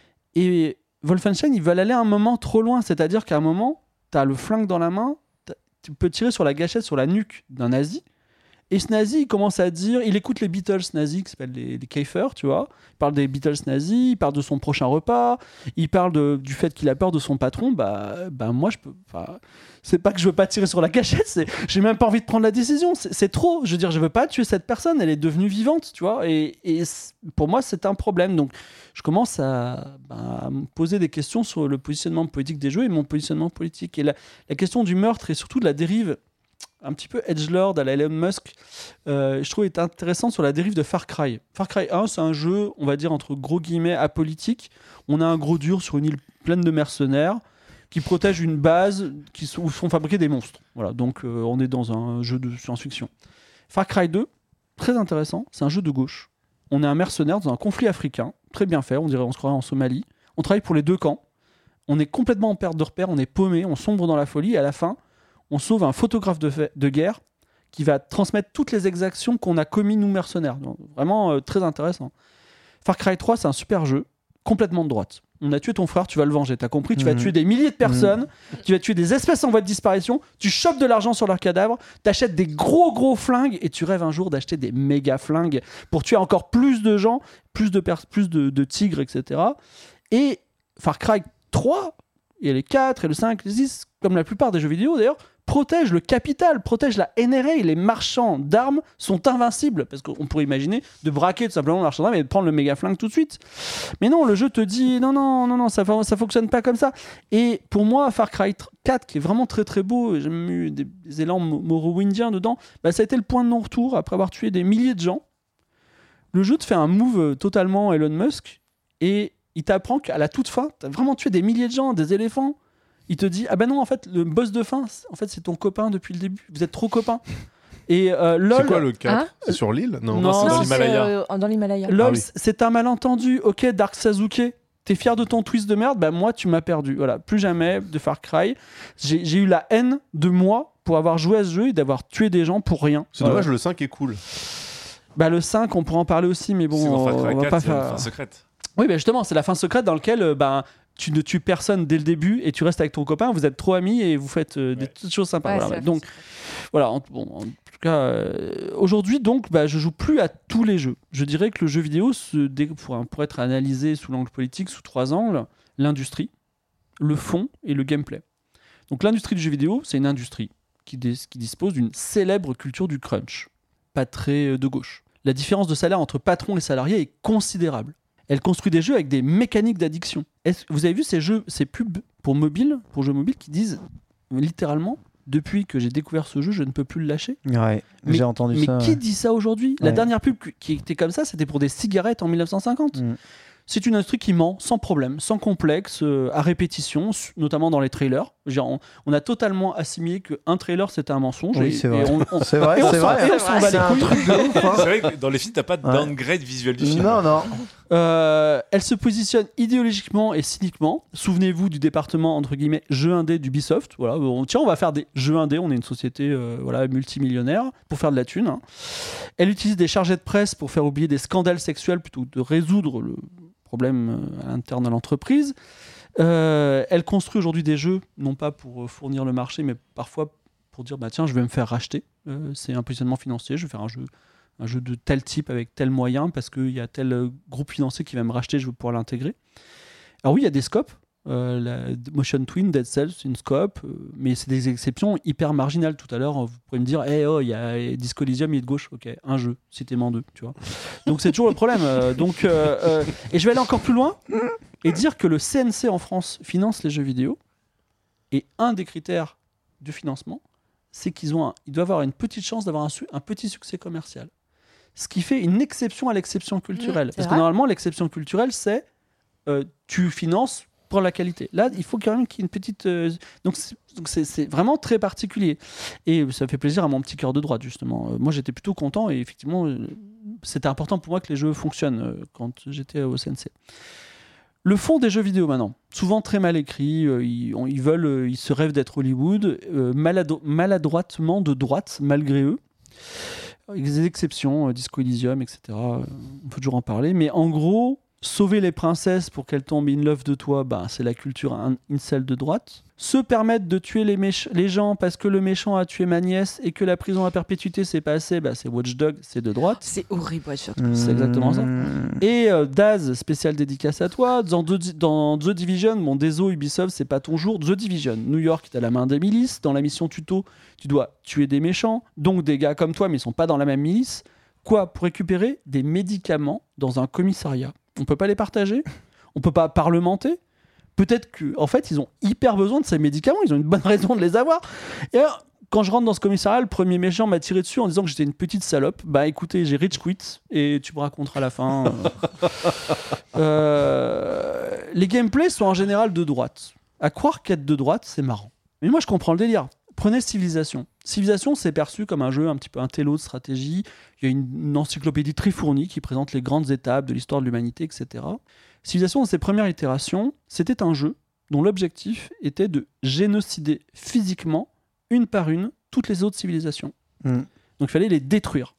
Et Wolfenstein, ils veulent aller un moment trop loin. C'est-à-dire qu'à un moment, tu as le flingue dans la main, tu peux tirer sur la gâchette, sur la nuque d'un nazi. Et ce nazi, il commence à dire, il écoute les Beatles nazis qui s'appellent les Kaifers, tu vois. Il parle des Beatles nazis, il parle de son prochain repas, il parle du fait qu'il a peur de son patron. Moi, je peux. C'est pas que je veux pas tirer sur la gâchette, j'ai même pas envie de prendre la décision. C'est trop. Je veux dire, je veux pas tuer cette personne, elle est devenue vivante, tu vois. Et pour moi, c'est un problème. Donc, je commence à me poser des questions sur le positionnement politique des jeux et mon positionnement politique. Et la question du meurtre et surtout de la dérive. Un petit peu edgelord à la Elon Musk, je trouve est intéressant sur la dérive de Far Cry. Far Cry 1, c'est un jeu, on va dire entre gros guillemets, apolitique. On a un gros dur sur une île pleine de mercenaires qui protège une base où sont fabriqués des monstres. Voilà, donc on est dans un jeu de science-fiction. Far Cry 2, très intéressant, c'est un jeu de gauche. On est un mercenaire dans un conflit africain, très bien fait, on se croirait en Somalie. On travaille pour les 2 camps. On est complètement en perte de repère, on est paumé, on sombre dans la folie et à la fin, on sauve un photographe de guerre qui va transmettre toutes les exactions qu'on a commis nous mercenaires. Donc, vraiment très intéressant. Far Cry 3, c'est un super jeu, complètement de droite. On a tué ton frère, tu vas le venger, t'as compris, tu vas tuer des milliers de personnes, tu vas tuer des espèces en voie de disparition, tu chopes de l'argent sur leurs cadavres, t'achètes des gros flingues et tu rêves un jour d'acheter des méga flingues pour tuer encore plus de gens, plus de tigres, etc. Et Far Cry 3, et les 4 et le 5, les 6, comme la plupart des jeux vidéo d'ailleurs, protège le capital, protège la NRA. Les marchands d'armes sont invincibles. Parce qu'on pourrait imaginer de braquer tout simplement le marchand d'armes et de prendre le méga flingue tout de suite. Mais non, le jeu te dit non, ça fonctionne pas comme ça. Et pour moi, Far Cry 4, qui est vraiment très très beau, j'ai même eu des élans morrowindiens dedans, ça a été le point de non-retour après avoir tué des milliers de gens. Le jeu te fait un move totalement Elon Musk et il t'apprend qu'à la toute fin, t'as vraiment tué des milliers de gens, des éléphants. Il te dit, non, en fait, le boss de fin, en fait, c'est ton copain depuis le début. Vous êtes trop copains. Et LOL... C'est quoi le 4 C'est sur l'île? Non, c'est dans l'Himalaya. Dans l'Himalaya. LOL, c'est un malentendu. Ok, Dark Sasuke, t'es fier de ton twist de merde? Moi, tu m'as perdu. Voilà, plus jamais de Far Cry. J'ai eu la haine de moi pour avoir joué à ce jeu et d'avoir tué des gens pour rien. C'est dommage, le 5 est cool. Le 5, on pourra en parler aussi, mais bon, dans Far Cry on va 4, pas c'est une faire... fin secrète. Oui, justement, c'est la fin secrète dans laquelle tu ne tues personne dès le début et tu restes avec ton copain, vous êtes trop amis et vous faites des petites choses sympas. Voilà. Donc, voilà, en tout cas, aujourd'hui, je joue plus à tous les jeux. Je dirais que le jeu vidéo pourrait être analysé sous l'angle politique, sous 3 angles: l'industrie, le fond et le gameplay. Donc, l'industrie du jeu vidéo, c'est une industrie qui dispose d'une célèbre culture du crunch, pas très de gauche. La différence de salaire entre patron et salarié est considérable. Elle construit des jeux avec des mécaniques d'addiction. Vous avez vu ces pubs pour jeux mobiles qui disent littéralement, depuis que j'ai découvert ce jeu, je ne peux plus le lâcher. Ouais, j'ai entendu ça. Mais qui dit ça aujourd'hui? La dernière pub qui était comme ça, c'était pour des cigarettes en 1950. C'est une industrie qui ment sans problème, sans complexe, à répétition, notamment dans les trailers. On a totalement assimilé qu'un trailer c'était un mensonge. Oui, c'est vrai. C'est vrai. On s'en bat les couilles. C'est vrai que dans les films, t'as pas de downgrade visuel du film. Non. Elle se positionne idéologiquement et cyniquement. Souvenez-vous du département entre guillemets jeux indé d'Ubisoft. Voilà, on va faire des jeux indés. On est une société multimillionnaire pour faire de la thune. Elle utilise des chargés de presse pour faire oublier des scandales sexuels plutôt que de résoudre le problème à l'interne de l'entreprise. Elle construit aujourd'hui des jeux, non pas pour fournir le marché, mais parfois pour dire tiens, je vais me faire racheter. C'est un positionnement financier, je vais faire un jeu de tel type avec tel moyen parce qu'il y a tel groupe financier qui va me racheter, je vais pouvoir l'intégrer. Alors oui, il y a des scopes. La Motion Twin, Dead Cells, c'est une scope, mais c'est des exceptions hyper marginales. Tout à l'heure, vous pourrez me dire il y a Disco Elysium, il est de gauche, ok, un jeu, citez-moi 2, tu vois. Donc c'est toujours le problème. Et je vais aller encore plus loin et dire que le CNC en France finance les jeux vidéo, et un des critères de financement, c'est qu'ils doivent avoir une petite chance d'avoir un petit succès commercial. Ce qui fait une exception à l'exception culturelle. Parce que normalement, l'exception culturelle, c'est tu finances pour la qualité. Là, il faut quand même qu'il y ait une petite... Donc c'est vraiment très particulier. Et ça fait plaisir à mon petit cœur de droite, justement. Moi, j'étais plutôt content et effectivement, c'était important pour moi que les jeux fonctionnent quand j'étais au CNC. Le fond des jeux vidéo maintenant, souvent très mal écrit, ils se rêvent d'être Hollywood, maladroitement de droite, malgré eux. Avec des exceptions, Disco Elysium, etc. On peut toujours en parler, mais en gros... Sauver les princesses pour qu'elles tombent in love de toi, c'est la culture incel de droite. Se permettre de tuer les gens parce que le méchant a tué ma nièce et que la prison à perpétuité s'est passée, c'est Watch Dogs, c'est de droite. C'est horrible, Watch Dogs. C'est exactement ça. Et Daz, spécial dédicace à toi. Dans The Division, désolé Ubisoft, c'est pas ton jour. The Division, New York, t'as la main des milices. Dans la mission tuto, tu dois tuer des méchants, donc des gars comme toi, mais ils sont pas dans la même milice. Quoi ? Pour récupérer des médicaments dans un commissariat. On peut pas les partager, on peut pas parlementer. Peut-être qu'en fait, ils ont hyper besoin de ces médicaments, ils ont une bonne raison de les avoir. Et alors, quand je rentre dans ce commissariat, le premier méchant m'a tiré dessus en disant que j'étais une petite salope. Écoutez, j'ai rage quit et tu me raconteras la fin. Les gameplays sont en général de droite. À croire qu'être de droite, c'est marrant. Mais moi, je comprends le délire. Prenez Civilization. Civilization, c'est perçu comme un jeu un petit peu un télo de stratégie. Il y a une encyclopédie très fournie qui présente les grandes étapes de l'histoire de l'humanité, etc. Civilization, dans ses premières itérations, c'était un jeu dont l'objectif était de génocider physiquement, une par une, toutes les autres civilisations. Donc il fallait les détruire.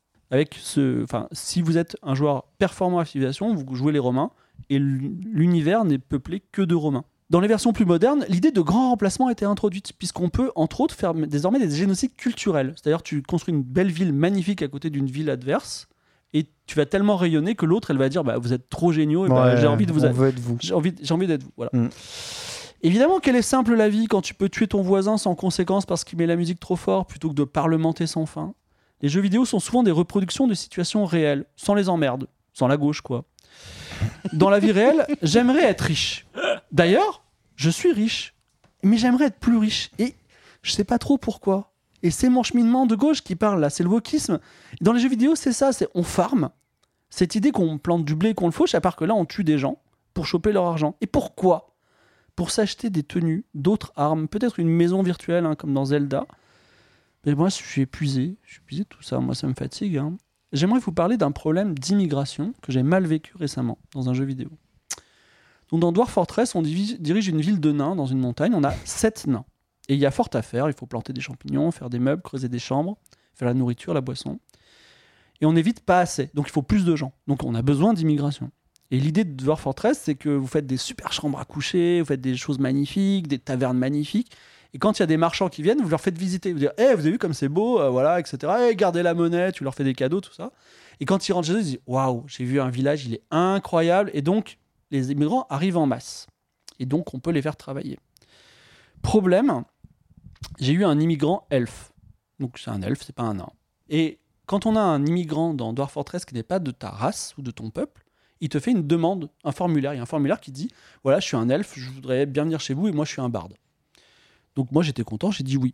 Si vous êtes un joueur performant à Civilization, vous jouez les Romains, et l'univers n'est peuplé que de Romains. Dans les versions plus modernes, l'idée de grand remplacement a été introduite, puisqu'on peut, entre autres, faire désormais des génocides culturels. C'est-à-dire tu construis une belle ville magnifique à côté d'une ville adverse, et tu vas tellement rayonner que l'autre, elle va dire vous êtes trop géniaux, et j'ai envie de vous être vous. J'ai envie d'être vous. Voilà. Évidemment qu'elle est simple la vie quand tu peux tuer ton voisin sans conséquence parce qu'il met la musique trop fort plutôt que de parlementer sans fin. Les jeux vidéo sont souvent des reproductions de situations réelles, sans les emmerdes, sans la gauche quoi. Dans la vie réelle, j'aimerais être riche. D'ailleurs, je suis riche, mais j'aimerais être plus riche. Et je sais pas trop pourquoi. Et c'est mon cheminement de gauche qui parle là, c'est le wokisme. Dans les jeux vidéo, c'est ça, c'est on farm. Cette idée qu'on plante du blé et qu'on le fauche, à part que là, on tue des gens pour choper leur argent. Et pourquoi ? Pour s'acheter des tenues, d'autres armes, peut-être une maison virtuelle, comme dans Zelda. Mais moi, je suis épuisé de tout ça. Moi, ça me fatigue. J'aimerais vous parler d'un problème d'immigration que j'ai mal vécu récemment dans un jeu vidéo. Donc dans Dwarf Fortress, on dirige une ville de nains dans une montagne. On a 7 nains. Et il y a fort à faire. Il faut planter des champignons, faire des meubles, creuser des chambres, faire la nourriture, la boisson. Et on n'évite pas assez. Donc il faut plus de gens. Donc on a besoin d'immigration. Et l'idée de Dwarf Fortress, c'est que vous faites des super chambres à coucher, vous faites des choses magnifiques, des tavernes magnifiques. Et quand il y a des marchands qui viennent, vous leur faites visiter. Vous dites, vous avez vu comme c'est beau, voilà, etc. Gardez la monnaie, tu leur fais des cadeaux, tout ça. Et quand ils rentrent chez eux, ils disent, waouh, j'ai vu un village, il est incroyable. Et donc, les immigrants arrivent en masse. Et donc, on peut les faire travailler. Problème, j'ai eu un immigrant elfe. Donc, c'est un elfe, c'est pas un nain. Et quand on a un immigrant dans Dwarf Fortress qui n'est pas de ta race ou de ton peuple, il te fait une demande, un formulaire. Il y a un formulaire qui dit, voilà, je suis un elfe, je voudrais bien venir chez vous et moi, je suis un barde. Donc moi j'étais content, j'ai dit oui.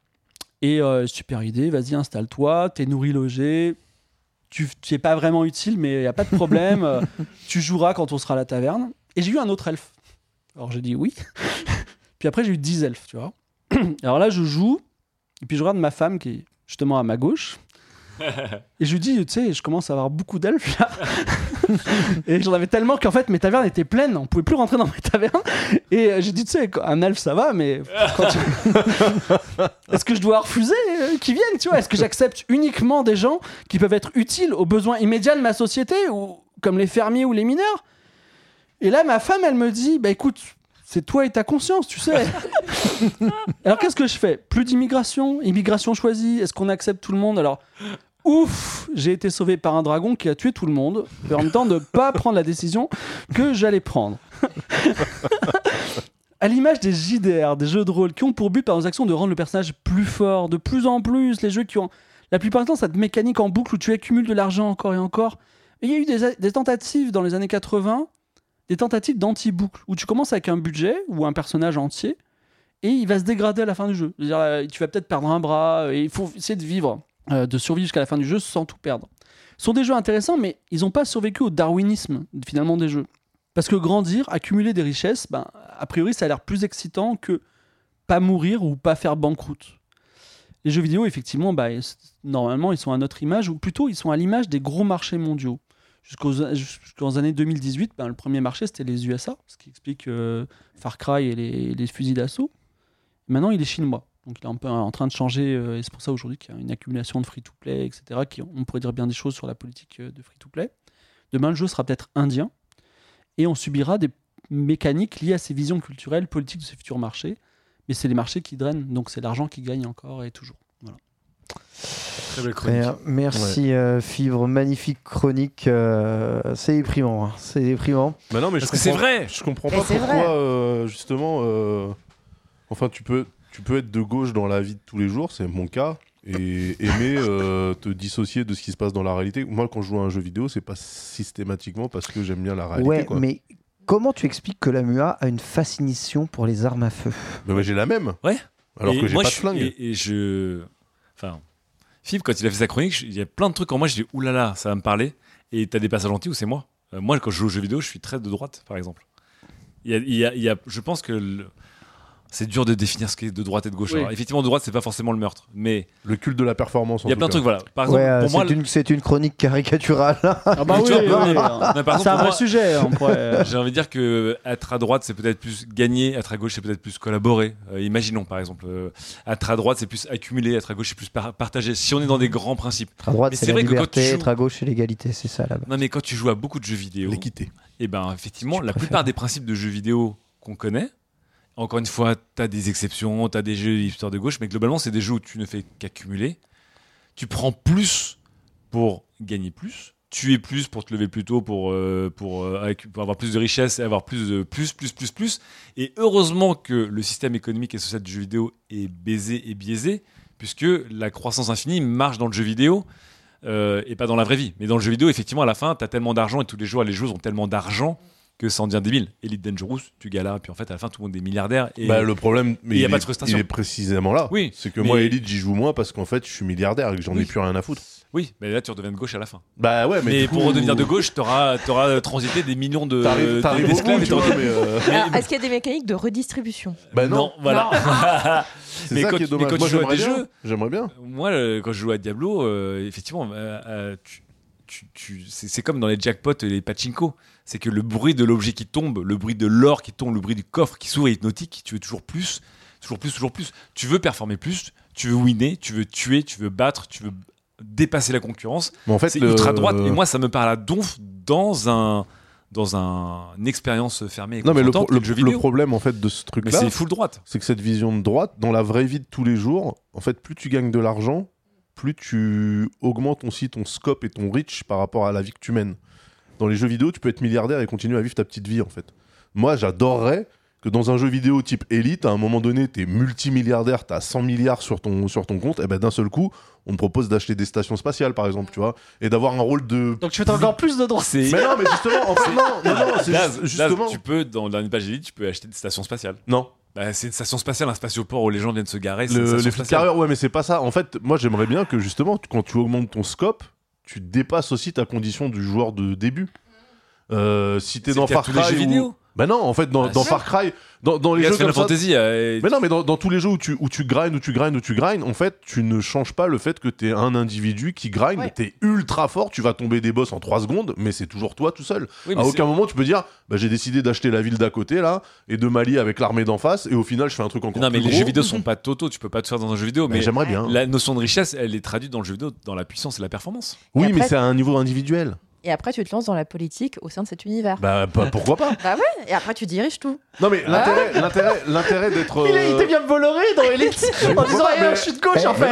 Et super idée, vas-y installe-toi, t'es nourri, logé, tu es pas vraiment utile mais il n'y a pas de problème, tu joueras quand on sera à la taverne. Et j'ai eu un autre elfe. Alors j'ai dit oui. Puis après j'ai eu 10 elfes, tu vois. Alors là je joue, et puis je regarde ma femme qui est justement à ma gauche. Et je lui dis, tu sais, je commence à avoir beaucoup d'elfes là. Et j'en avais tellement qu'en fait mes tavernes étaient pleines, on pouvait plus rentrer dans mes tavernes. Et j'ai dit, tu sais, un elfe ça va, mais est-ce que je dois refuser qu'ils viennent, tu vois ? Est-ce que j'accepte uniquement des gens qui peuvent être utiles aux besoins immédiats de ma société, ou comme les fermiers ou les mineurs ? Et là ma femme elle me dit, écoute, C'est toi et ta conscience, tu sais. Alors qu'est-ce que je fais? Plus d'immigration, immigration choisie. Est-ce qu'on accepte tout le monde? Alors, ouf, j'ai été sauvé par un dragon qui a tué tout le monde, mais en même temps de ne pas prendre la décision que j'allais prendre. À l'image des JDR, des jeux de rôle, qui ont pour but par nos actions de rendre le personnage plus fort, de plus en plus, les jeux qui ont la plupart du temps cette mécanique en boucle où tu accumules de l'argent encore et encore. Et il y a eu des tentatives dans les années 80, des tentatives d'anti-boucle, où tu commences avec un budget ou un personnage entier, et il va se dégrader à la fin du jeu. C'est-à-dire, tu vas peut-être perdre un bras, et il faut essayer de vivre, de survivre jusqu'à la fin du jeu sans tout perdre. Ce sont des jeux intéressants, mais ils n'ont pas survécu au darwinisme, finalement, des jeux. Parce que grandir, accumuler des richesses, a priori, ça a l'air plus excitant que pas mourir ou pas faire banqueroute. Les jeux vidéo, effectivement, normalement, ils sont à notre image, ou plutôt, ils sont à l'image des gros marchés mondiaux. Jusqu'aux années 2018, le premier marché, c'était les USA, ce qui explique Far Cry et les fusils d'assaut. Maintenant, il est chinois. Donc, il est un peu en train de changer, et c'est pour ça aujourd'hui qu'il y a une accumulation de free-to-play, etc., on pourrait dire bien des choses sur la politique de free-to-play. Demain, le jeu sera peut-être indien, et on subira des mécaniques liées à ces visions culturelles, politiques de ces futurs marchés. Mais c'est les marchés qui drainent, donc c'est l'argent qui gagne encore et toujours. Voilà. Très belle chronique. Merci Fibre, magnifique chronique. C'est déprimant, hein. C'est déprimant. Bah non, mais Parce que c'est vrai. Je comprends pas pourquoi justement. Enfin, tu peux être de gauche dans la vie de tous les jours, c'est mon cas, et aimer te dissocier de ce qui se passe dans la réalité. Moi, quand je joue à un jeu vidéo, c'est pas systématiquement parce que j'aime bien la réalité. Ouais, quoi. mais comment tu expliques que la MUA a une fascination pour les armes à feu? Bah, j'ai la même. Ouais. Alors que j'ai moi, pas de flingue. Enfin, Fibre, quand il a fait sa chronique, il y a plein de trucs en moi, je dis oulala, ça va me parler. Et t'as des passages gentils où c'est moi. Moi, quand je joue aux jeux vidéo, je suis très de droite, par exemple. Je pense que c'est dur de définir ce qu'est de droite et de gauche. Oui. Alors, effectivement, de droite, c'est pas forcément le meurtre, mais Le culte de la performance. il y a plein de trucs. Voilà. Par exemple, pour moi, c'est une chronique caricaturale. Ah bah Tu oui, vois, oui. mais par exemple, C'est un pour vrai moi, sujet. On pourrait... j'ai envie de dire que être à droite, c'est peut-être plus gagner, être à gauche, c'est peut-être plus collaborer. Imaginons, par exemple, être à droite, c'est plus accumuler, être à gauche, c'est plus partager. Si on est dans des grands principes. À droite, Mais c'est c'est la vrai que quand liberté, tu joues- être à gauche, c'est l'égalité, c'est ça là-bas. Non, mais quand tu joues à beaucoup de jeux vidéo, L'équité. et ben effectivement, Tu la préfères. plupart des principes de jeux vidéo qu'on connaît, encore une fois, t'as des exceptions, t'as des jeux hipster de gauche, mais globalement, c'est des jeux où tu ne fais qu'accumuler. Tu prends plus pour gagner plus, tuer plus pour te lever plus tôt, pour avoir plus de richesse et avoir plus de plus. Et heureusement que le système économique et social du jeu vidéo est baisé et biaisé, puisque la croissance infinie marche dans le jeu vidéo. Et pas dans la vraie vie. Mais dans le jeu vidéo, effectivement, à la fin, t'as tellement d'argent et tous les joueurs ont tellement d'argent que ça en devient débile. Elite Dangerous, tu galas, et puis en fait, à la fin, tout le monde est milliardaire. Et Le problème, mais y a pas de frustration. il est précisément là. Oui, C'est que mais- moi, Elite, j'y joue moins parce qu'en fait, je suis milliardaire et que j'en ai Oui. plus rien à foutre. oui, mais là, tu redeviens de gauche à la fin. Bah ouais, Mais du pour coup, redevenir de gauche, t'auras transité des millions t'arrives au d'esclaves. bout, et tu vois, t'auras- mais Alors, est-ce qu'il y a des mécaniques de redistribution? bah non, voilà. c'est mais ça quand qui est tu- mais dommage. quand Moi, tu joues à j'aimerais des bien. jeux- J'aimerais bien. Moi, quand je joue à Diablo, effectivement, c'est comme dans les jackpots et les pachinko. C'est que le bruit de l'objet qui tombe, le bruit de l'or qui tombe, le bruit du coffre qui s'ouvre est hypnotique. Tu veux toujours plus, toujours plus, toujours plus. Tu veux performer plus, tu veux winner, tu veux tuer, tu veux battre, tu veux dépasser la concurrence. Mais en fait, C'est ultra droite. Et moi, ça me parle à donf dans une expérience fermée et non, mais confrontante, le jeu le vidéo. problème en fait de ce Mais truc-là, c'est full droite. c'est que cette vision de droite, dans la vraie vie de tous les jours, en fait, plus tu gagnes de l'argent, plus tu augmentes aussi ton scope et ton reach par rapport à la vie que tu mènes. Dans les jeux vidéo, tu peux être milliardaire et continuer à vivre ta petite vie, en fait. Moi, j'adorerais que dans un jeu vidéo type Elite, à un moment donné, t'es multimilliardaire, t'as 100 milliards sur ton compte, et ben d'un seul coup, on te propose d'acheter des stations spatiales, par exemple, tu vois, et d'avoir un rôle de... Donc tu fais encore plus de droite. C'est Mais non, mais justement, en fait, non, c'est Daz, justement... tu peux, dans une page Elite, tu peux acheter des stations spatiales. Non. Bah, c'est une station spatiale, un spatioport où les gens viennent se garer. C'est une Les station flics spatiale. carrières, ouais, mais c'est pas ça. En fait, moi, j'aimerais bien que justement, quand tu augmentes ton scope, tu dépasses aussi ta condition du joueur de début. Si t'es C'est dans le cas Far de tous les Cry jeux vidéo. Bah non, en fait, dans Ah, si. Far Cry, dans les Regarde jeux Final comme ça... Fantasy. Mais non, mais dans tous les jeux où tu grindes, en fait, tu ne changes pas le fait que t'es un individu qui grind, Ouais. t'es ultra fort, tu vas tomber des boss en 3 secondes, mais c'est toujours toi tout seul. Oui, mais À c'est- aucun moment tu peux dire, bah, j'ai décidé d'acheter la ville d'à côté là, et de m'allier avec l'armée d'en face, et au final je fais un truc encore Non, mais plus les gros. jeux vidéo sont pas totaux. Tu peux pas tout faire dans un jeu vidéo. Mais Mais j'aimerais bien. la notion de richesse, elle est traduite dans le jeu vidéo dans la puissance et la performance. Oui, Et mais après- c'est à un niveau individuel. Et après, tu te lances dans la politique au sein de cet univers. Bah, pourquoi pas? Bah ouais, et après, tu diriges tout. Non, mais l'intérêt d'être. Il vient de Bolloré dans Elite en disant mais- je suis de gauche en fait.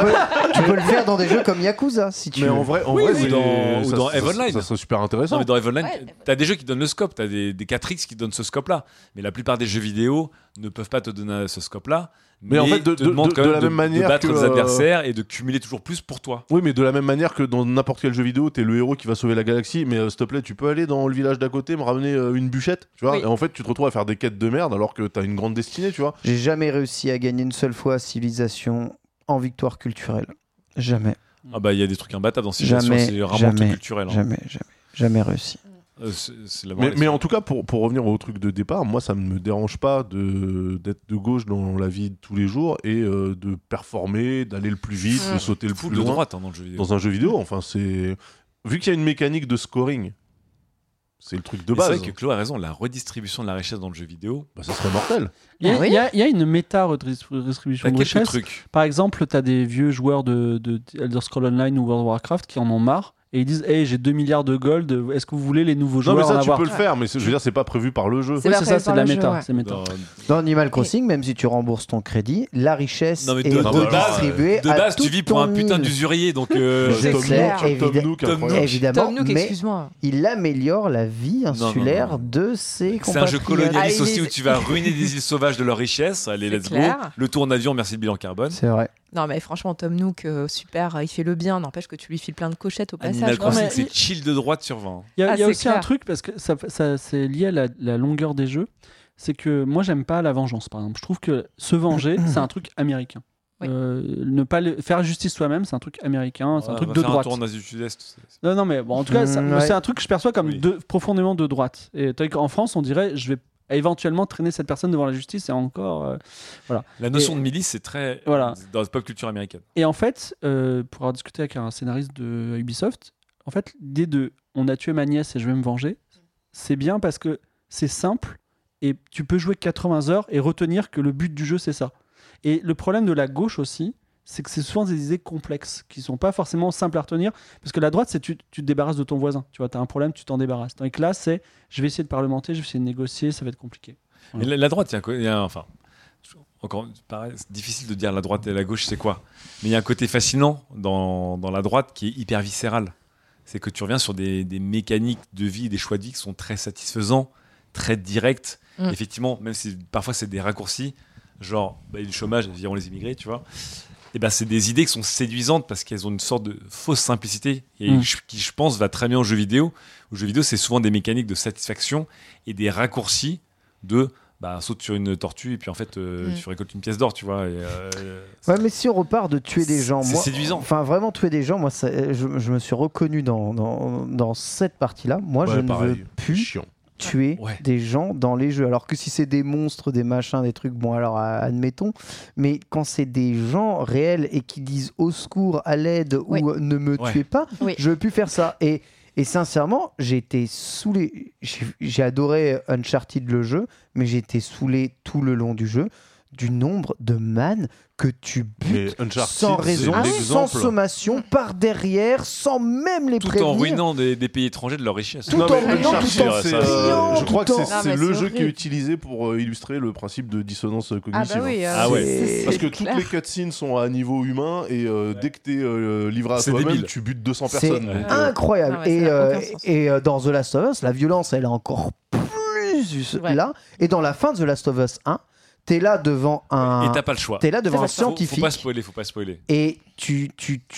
Tu peux le faire dans des jeux comme Yakuza si tu Mais veux. en vrai, ou c'est- dans ça- Eve Online. Ça serait super Non, intéressant. mais dans Eve Online, Ouais. t'as des jeux qui donnent le scope, t'as des 4X qui donnent ce scope-là. Mais la plupart des jeux vidéo ne peuvent pas te donner ce scope-là. Mais en fait, te demandent quand de même la même manière de battre que, des adversaires et de cumuler toujours plus pour toi. Oui, mais de la même manière que dans n'importe quel jeu vidéo, t'es le héros qui va sauver la galaxie, mais s'il te plaît, tu peux aller dans le village d'à côté, me ramener une bûchette, tu vois. Oui. Et en fait, tu te retrouves à faire des quêtes de merde alors que t'as une grande destinée, tu vois. J'ai jamais réussi à gagner une seule fois à Civilisation en victoire culturelle. Jamais. Ah bah il y a des trucs imbattables dans Civilization, Jamais, c'est rarement jamais, culturel. Jamais réussi. C'est la Mais en tout cas, pour revenir au truc de départ, moi, ça ne me dérange pas d'être de gauche dans la vie de tous les jours et de performer, d'aller le plus vite, de sauter le full plus de loin droite dans le jeu vidéo. dans un jeu vidéo. Enfin, c'est vu qu'il y a une mécanique de scoring, c'est le truc de Et c'est base. vrai que Chloé a raison, la redistribution de la richesse dans le jeu vidéo. Bah, ça serait mortel. Il y a, Ah oui. il y a une méta-redistribution T'as de quelques richesse. trucs. Par exemple, tu as des vieux joueurs de Elder Scrolls Online ou World of Warcraft qui en ont marre et ils disent hey, j'ai 2 milliards de gold, est-ce que vous voulez les nouveaux Non, joueurs mais ça, en tu avoir peux le faire, mais je veux dire, c'est pas prévu par le jeu. C'est Oui, pas c'est ça, prévu c'est par de la le jeu, méta. ouais. C'est méta. Dans- Dans Animal Crossing, même si tu rembourses ton crédit, la richesse Non, mais est de base, redistribuée de à base, tout tu vis pour un ton putain île. d'usurier, donc C'est Tom clair. Nook, Tom Nook, Tom incroyable. Nook. Évidemment, Tom Nook, mais excuse-moi. il améliore la vie insulaire non. de ses c'est un jeu compatriotes. colonialiste Ah, aussi il où est- tu vas ruiner des îles sauvages de leur richesse. Allez, C'est let's go. clair. Le tour en avion, merci le bilan carbone. C'est vrai. Non, mais franchement, Tom Nook, super, il fait le bien. N'empêche que tu lui files plein de cochettes au passage. Animal quoi. Crossing, mais- c'est chill de droite sur 20. Il y a, Ah, il y a c'est aussi un clair. truc, parce que ça, c'est lié à la longueur des jeux, c'est que moi j'aime pas la vengeance par exemple. Je trouve que se venger, c'est un truc américain. Oui. Ne pas faire justice soi-même, c'est un truc américain, c'est un Ouais, truc on va de faire un droite. tour en Asie du Sud-Est. Non, mais bon, en tout cas, Ouais. c'est un truc que je perçois comme profondément de droite. Et tandis qu'en France, on dirait, je vais éventuellement traîner cette personne devant la justice et encore. La notion Et- de milice, c'est très Voilà. dans la pop culture américaine. Et en fait, pour avoir discuté avec un scénariste de Ubisoft, en fait, l'idée de on a tué ma nièce et je vais me venger, c'est bien parce que c'est simple et tu peux jouer 80 heures et retenir que le but du jeu c'est ça. Et le problème de la gauche aussi, c'est que c'est souvent des idées complexes qui sont pas forcément simples à retenir parce que la droite c'est tu te débarrasses de ton voisin, tu vois, tu as un problème, tu t'en débarrasses. Tandis que là c'est je vais essayer de parlementer, je vais essayer de négocier, ça va être compliqué. Mais la droite, il y a enfin, encore pareil, c'est difficile de dire la droite et la gauche, c'est quoi. Mais il y a un côté fascinant dans la droite qui est hyper viscéral. C'est que tu reviens sur des mécaniques de vie, des choix de vie qui sont très satisfaisants, très directs. Mm. Effectivement, même si parfois c'est des raccourcis, genre le chômage, virons les immigrés, tu vois. Et ben c'est des idées qui sont séduisantes parce qu'elles ont une sorte de fausse simplicité et qui, je pense, va très bien aux jeux vidéo. Aux jeux vidéo, c'est souvent des mécaniques de satisfaction et des raccourcis de saute sur une tortue et puis en fait tu récoltes une pièce d'or, tu vois. Et, Ouais, mais si on repart de tuer des gens, c'est moi, séduisant. Enfin, vraiment tuer des gens, moi, je me suis reconnu dans cette partie-là. Moi, je ne veux plus Chiant. tuer Ouais. des gens dans les jeux. Alors que si c'est des monstres, des machins, des trucs, bon, alors admettons. Mais quand c'est des gens réels et qui disent au secours, à l'aide Oui. ou ne me Ouais. tuez pas, Oui. je veux plus faire ça. Et sincèrement, j'ai été saoulé. J'ai adoré Uncharted le jeu, mais j'ai été saoulé tout le long du jeu du nombre de man que tu Mais butes Uncharted, sans c'est raison, sans l'exemple. sommation, par derrière, sans même les Tout prévenir. en ruinant des pays étrangers de leur richesse. Tout Non, en mais ruinant, Uncharted, tout en c'est, fuyant, je crois que tout en- c'est Non, mais le c'est jeu qui est horrible. utilisé pour illustrer le principe de dissonance Ah cognitive. bah oui. Ah ouais. c'est Parce que clair. toutes les cutscenes sont à niveau humain et dès que t'es livré à C'est toi-même, débile. tu butes 200 C'est personnes. Ouais. Donc, incroyable. Non, mais ça n'a aucun sens. Et dans The Last of Us, la violence, elle est encore plus Ouais. là. Et dans la fin de The Last of Us 1, t'es là devant Et t'as pas le choix. t'es là devant un Ça, scientifique. Faut pas spoiler. Et tu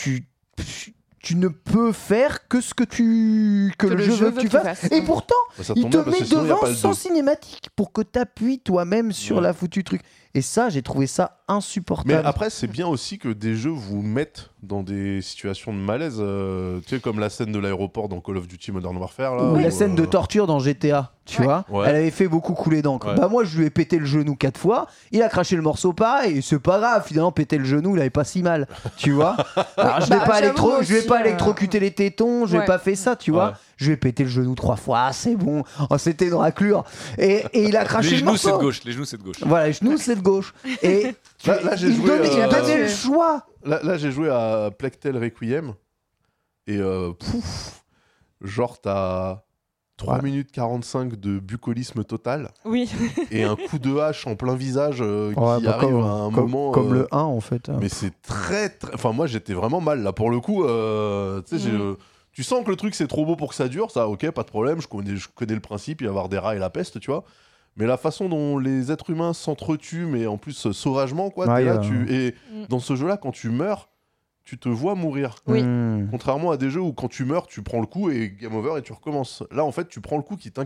ne peux faire que ce que le jeu veut que tu fasses. Et pourtant, ça il tombe te bien parce met que sinon, y a devant pas le sans deux. cinématique pour que t'appuies toi-même sur Ouais. la foutue truc. Et ça, j'ai trouvé ça Mais insupportable. après, c'est bien aussi que des jeux vous mettent dans des situations de malaise. Tu sais, comme la scène de l'aéroport dans Call of Duty Modern Warfare. Là, Ou où, la scène de torture dans GTA, tu Ouais. vois, Ouais. elle avait fait beaucoup couler d'encre. Ouais. Bah moi, je lui ai pété le genou 4 fois, il a craché le morceau pareil, et c'est pas grave, finalement, péter le genou, il avait pas si mal, tu vois. Alors, je Bah, vais pas, j'avoue je vais aussi, pas électrocuter les tétons, je vais Ouais. pas faire ça, tu vois. Ouais. Je lui ai pété le genou 3 fois, c'est bon. Oh, c'était une raclure. Et il a craché Les le genoux, morceau. c'est de gauche. Les genoux, c'est de gauche. Voilà, les genoux, c'est de gauche. Et Là, j'ai il joué, donnait, il euh, donnait le choix. Là, j'ai joué à Plectel Requiem. Et genre t'as 3 Ouais. minutes 45 de bucolisme total Oui. et un coup de hache en plein visage Ouais, qui bah, arrive à un moment. comme le 1 en fait. Mais c'est très. Enfin, moi j'étais vraiment mal là pour le coup. Tu sais, tu sens que le truc c'est trop beau pour que ça dure, ça, ok, pas de problème. Je connais le principe, il va y avoir des rats et la peste, tu vois. Mais la façon dont les êtres humains s'entretuent, mais en plus sauvagement, quoi. Ouais, T'es là, ouais. et dans ce jeu-là, quand tu meurs, tu te vois mourir. Oui. Contrairement à des jeux où quand tu meurs, tu prends le coup et game over et tu recommences. Là, en fait, tu prends le coup qui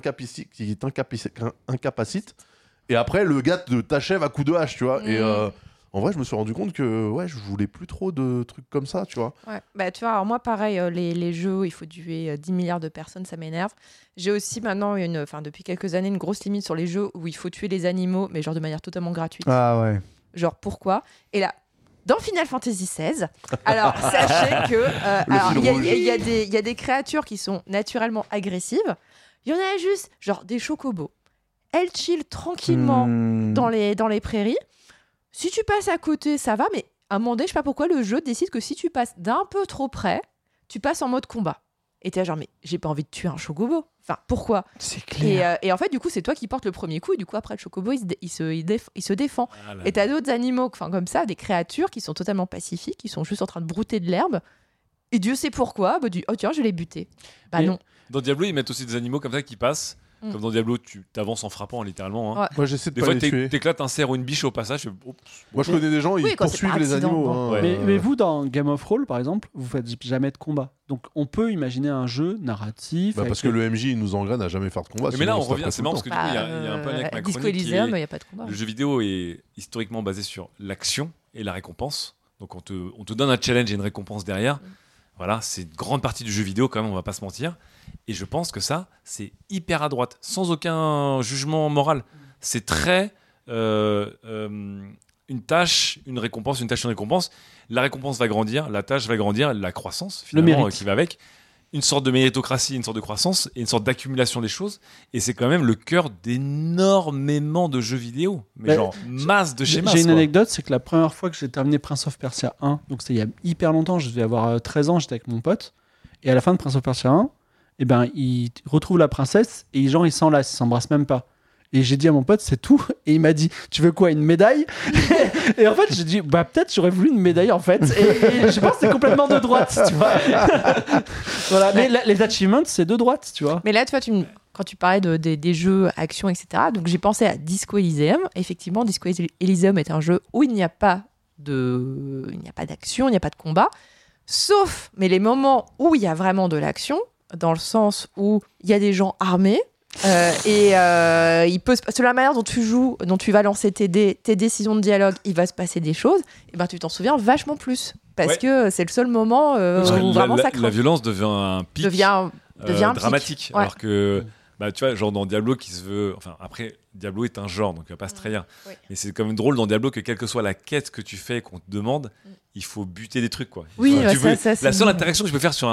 t'incapacite et après, le gars t'achève à coup de hache, tu vois. Et en vrai, je me suis rendu compte que ouais, je voulais plus trop de trucs comme ça, tu vois. Ouais. Bah, tu vois, alors moi, pareil, les jeux où il faut tuer 10 milliards de personnes, ça m'énerve. J'ai aussi maintenant, depuis quelques années, une grosse limite sur les jeux où il faut tuer les animaux, mais genre de manière totalement gratuite. Ah ouais. Genre, pourquoi ? Et là, dans Final Fantasy XVI, alors sachez que alors, fil rouge. il y a des créatures qui sont naturellement agressives. Il y en a juste, genre des chocobos. Elles chillent tranquillement dans les prairies. Si tu passes à côté, ça va, mais à un moment donné, je sais pas pourquoi, le jeu décide que si tu passes d'un peu trop près, tu passes en mode combat. Et t'es là genre, mais j'ai pas envie de tuer un chocobo. Enfin, pourquoi ? C'est clair. Et en fait, du coup, c'est toi qui portes le premier coup, et du coup, après, le chocobo, il se défend. Ah là Et t'as d'autres animaux, comme ça, des créatures qui sont totalement pacifiques, qui sont juste en train de brouter de l'herbe. Et Dieu sait pourquoi, oh tiens, je l'ai buté. Bah Et- non. Dans Diablo, ils mettent aussi des animaux comme ça qui passent. Mm. Comme dans Diablo, tu t'avances en frappant littéralement. Hein. Ouais. Moi, j'essaie de Des pas fois, les tuer. t'éclates un cerf ou une biche au passage. Moi, je connais des gens, ils Oui, quand c'est poursuivent par les accident, animaux. bon. hein, Ouais. Mais vous, dans Game of Thrones, par exemple, vous faites jamais de combat. Donc, on peut imaginer un jeu narratif. Bah, avec parce que le MJ il nous engraine à jamais faire de combat. Mais là, sinon on se taperait revient. tout C'est le marrant temps. parce que du coup, il y a un peu avec ma Disco chronique. qui Elysium, il est- n'y a pas de combat. Le jeu vidéo est historiquement basé sur l'action et la récompense. Donc, on te donne un challenge et une récompense derrière. Voilà, c'est une grande partie du jeu vidéo quand même, on va pas se mentir. Et je pense que ça, c'est hyper à droite, sans aucun jugement moral. C'est très une tâche, une récompense, une tâche, une récompense. La récompense va grandir, la tâche va grandir, la croissance finalement mérite. qui va avec. Une sorte de méritocratie, une sorte de croissance et une sorte d'accumulation des choses. Et c'est quand même le cœur d'énormément de jeux vidéo. Mais Bah, genre masse de schémas. J'ai une anecdote, c'est que la première fois que j'ai terminé Prince of Persia 1, donc c'était il y a hyper longtemps, je devais avoir 13 ans, j'étais avec mon pote, et à la fin de Prince of Persia 1, eh ben, il retrouve la princesse et genre il s'enlace, il s'embrasse même pas. Et j'ai dit à mon pote, c'est tout. Et il m'a dit, tu veux quoi, une médaille? Et en fait, j'ai dit, bah peut-être j'aurais voulu une médaille en fait. Et je pense que c'est complètement de droite, tu vois. Voilà. Mais les achievements, c'est de droite, tu vois. Mais là, tu vois, quand tu parlais des jeux action, etc., donc j'ai pensé à Disco Elysium. Effectivement, Disco Elysium est un jeu où il n'y a pas d'action, il n'y a pas de combat. Sauf, mais les moments où il y a vraiment de l'action, dans le sens où il y a des gens armés, il peut selon la manière dont tu joues, dont tu vas lancer tes décisions de dialogue, il va se passer des choses, et ben tu t'en souviens vachement plus. Parce Ouais. que c'est le seul moment où vraiment ça la craint. violence devient un pic. devient un pic. dramatique. Ouais. Alors que, bah, tu vois, genre dans Diablo qui se veut. Enfin, après, Diablo est un genre, donc il va pas se trahir. Oui. Mais c'est quand même drôle dans Diablo que, quelle que soit la quête que tu fais, qu'on te demande, il faut buter des trucs, quoi. Oui, Enfin, bah, tu veux- ça, c'est la seule bon. interaction que tu peux faire sur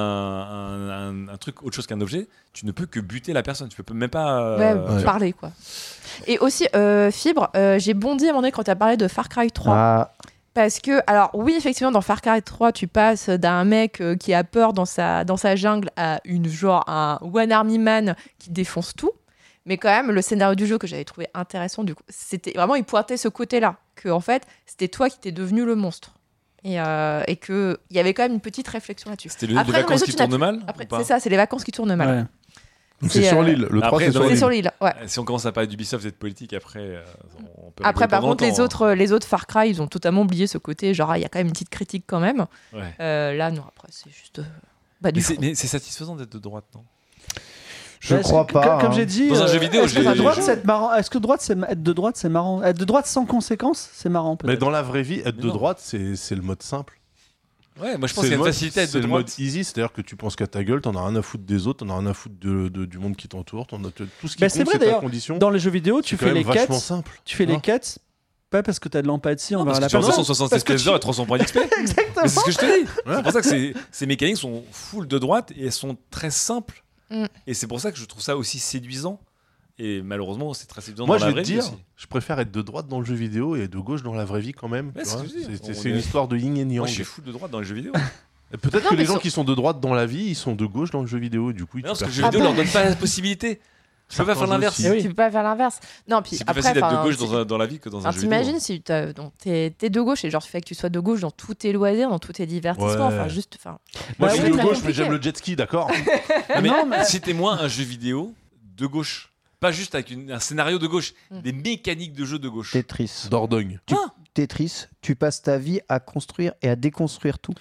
un truc autre chose qu'un objet, tu ne peux que buter la personne. Tu peux même pas. Ouais, parler quoi. Et aussi, Fibre, j'ai bondi à un moment donné quand tu as parlé de Far Cry 3. Ah, Parce que, alors oui, effectivement, dans Far Cry 3, tu passes d'un mec qui a peur dans sa jungle à un One Army Man qui défonce tout. Mais quand même, le scénario du jeu que j'avais trouvé intéressant, du coup, c'était vraiment, il pointait ce côté-là. Que, en fait, c'était toi qui t'es devenu le monstre. Et qu'il y avait quand même une petite réflexion là-dessus. C'était les Après, dans les vacances autres, qui tu n'as tournent mal Après, ou pas c'est ça, c'est les vacances qui tournent mal. Ouais. Donc c'est C'est, sur l'île. Le 3, après, c'est sur dans C'est l'île. sur l'île, ouais. Si on commence à parler d'Ubisoft et de politique, après, on peut Après, rigoler par pendant contre, les longtemps, hein. autres Far Cry, ils ont totalement oublié ce côté. Genre, il y a quand même une petite critique quand même. Ouais. Là, non, après, c'est juste. Bah, du front. Mais c'est satisfaisant d'être de droite, non? Je Bah, crois pas. Comme hein. j'ai dit, Dans un jeu vidéo, est-ce que j'ai- à droite, j'ai- c'est être marrant. Est-ce que être de droite, c'est marrant? Être de droite sans conséquence, c'est marrant Mais peut-être. dans la vraie vie, être Mais de non. droite, c'est le mode simple. Ouais, moi je pense C'est qu'il y a le une mode- facilité à être de C'est le mode droite. easy, c'est-à-dire que tu penses qu'à ta gueule, t'en as rien à foutre des autres, t'en as rien à foutre du monde qui t'entoure, tout ce qui Bah, compte, c'est vrai, c'est ta d'ailleurs, condition. Dans les jeux vidéo, tu C'est quand fais même les quêtes. vachement simple. Tu fais les Hein. quêtes, pas parce que t'as de l'empathie envers Parce la que tu as personne. 260 parce que FPS d'heure et 300 points d'XP. Exactement. Mais c'est ce que je te dis. C'est pour ça que ces mécaniques sont full de droite et elles sont très simples. Mm. Et c'est pour ça que je trouve ça aussi séduisant. Et malheureusement, c'est très séduisant Moi, dans je la vais te vraie vie dire, aussi. je préfère être de droite dans le jeu vidéo et de gauche dans la vraie vie quand même. Ouais, tu c'est vois. ce que je dis. C'est On une est- histoire de yin et yang. Moi, je suis full de droite dans les jeux vidéo. Peut-être Non, que mais les gens sur- qui sont de droite dans la vie, ils sont de gauche dans le jeu vidéo. Et du coup, ils Mais non, parce que le tuent jeu personne. vidéo leur donne pas la possibilité. Tu peux pas faire Certains l'inverse. jeux, si. Eh oui. Tu peux pas faire l'inverse. Non, puis C'est plus après, facile d'être de enfin, gauche dans la vie que dans un jeu vidéo. t'imagines si t'es de gauche et genre tu fais que tu sois de gauche dans tous tes loisirs, dans tous tes divertissements, Ouais. enfin juste, enfin. Moi, Bah je oui, suis de mais gauche, mais compliqué. j'aime le jet ski, d'accord. Ah, mais Non, mais- citez-moi un jeu vidéo de gauche. Pas juste avec un scénario de gauche, des mécaniques de jeu de gauche. Tetris. Dordogne. Tetris, tu passes ta vie à construire et à déconstruire tout.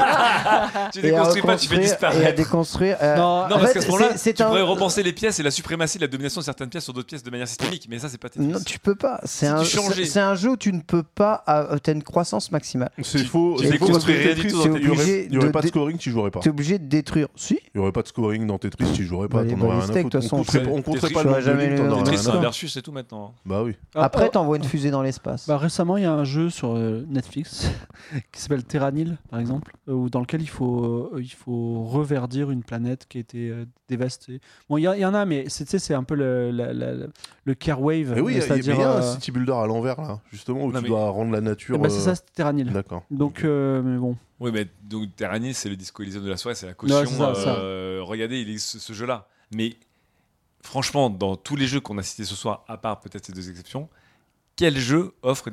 Tu Et à déconstruis pas, tu fais reconstruire et à disparaître. déconstruire. Non, Non, en parce fait, qu'à ce moment-là, c'est tu un- pourrais repenser les pièces et la suprématie, la domination de certaines pièces sur d'autres pièces de manière systémique. Mais ça, c'est pas Tetris. Non, tu peux pas. C'est Si un, tu changeais. c'est un jeu où tu ne peux pas. T'as une croissance maximale. C'est faux. tu C'est faux parce que déconstruis rien du Tetris, tout dans il y aurait- Tetris. il y aurait pas de De- scoring, tu jouerais pas. T'es obligé de détruire. Si. Il y aurait pas de scoring dans Tetris, tu jouerais pas. Bah, les T'en aurais rien à balistecs, foutre. de toute On façon, compterait Tetris, pas le j'aurais nombre de jamais lignes, le- t'en aurais Tetris, rien c'est à un foutre. versus, c'est tout maintenant. Bah oui. Après, t'envoies une fusée dans l'espace. Bah, récemment, il y a un jeu sur Netflix qui s'appelle Terranil, par exemple, dans lequel il faut reverdir une planète qui a été dévastée. Bon, il y en a, mais c'est un peu le care wave. Mais oui, il y a c'est-à-dire, un City Builder à l'envers, là, justement, où Non, tu mais- dois rendre la nature. c'est ça, c'est Terranil. D'accord. Donc, mais bon. Oui, mais donc Terrani, c'est le disco Elysium de la soirée, c'est la caution. Ouais, c'est ça. Regardez, il existe ce jeu-là. Mais franchement, dans tous les jeux qu'on a cités ce soir, à part peut-être ces deux exceptions, quel jeu offre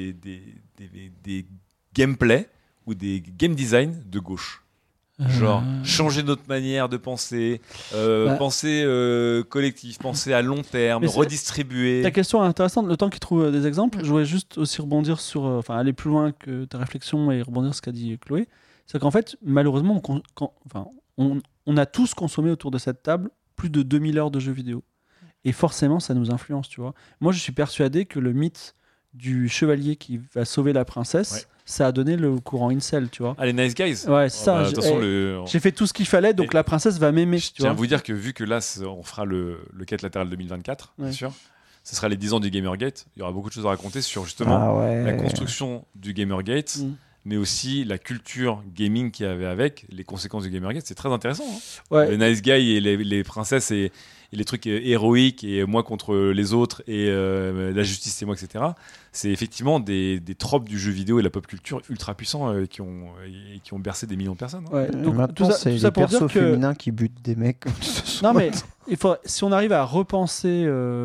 des gameplays ou des game design de gauche? Genre, changer notre manière de penser, penser collectif, penser à long terme, Mais c'est- redistribuer. Ta question est intéressante. Le temps qu'il trouve des exemples, je voulais juste aussi rebondir sur, aller plus loin que ta réflexion et rebondir sur ce qu'a dit Chloé. C'est qu'en fait, malheureusement, on a tous consommé autour de cette table plus de 2000 heures de jeux vidéo. Et forcément, ça nous influence, tu vois. Moi, je suis persuadé que le mythe du chevalier qui va sauver la princesse, Ouais. ça a donné le courant incel, tu vois. Ah, les Nice Guys. Ouais, c'est ça. De toute façon, le... J'ai fait tout ce qu'il fallait, donc Et- la princesse va m'aimer, Je tu tiens à vois. vous dire que vu que là, on fera le quête latérale 2024, bien Ouais. sûr, ce sera les 10 ans du Gamergate. Il y aura beaucoup de choses à raconter sur justement Ah ouais. la construction du Gamergate, Mm. mais aussi la culture gaming qu'il y avait avec, les conséquences du Gamergate. C'est très intéressant. Hein. Ouais. Les Nice Guys et les princesses et les trucs héroïques et moi contre les autres et la justice c'est moi, etc. C'est effectivement des tropes du jeu vidéo et de la pop culture ultra puissants qui ont bercé des millions de personnes. Hein. Ouais, donc, Maintenant, tout ça c'est les pour dire persos que... féminins qui butent des mecs. Non, mais si on arrive à repenser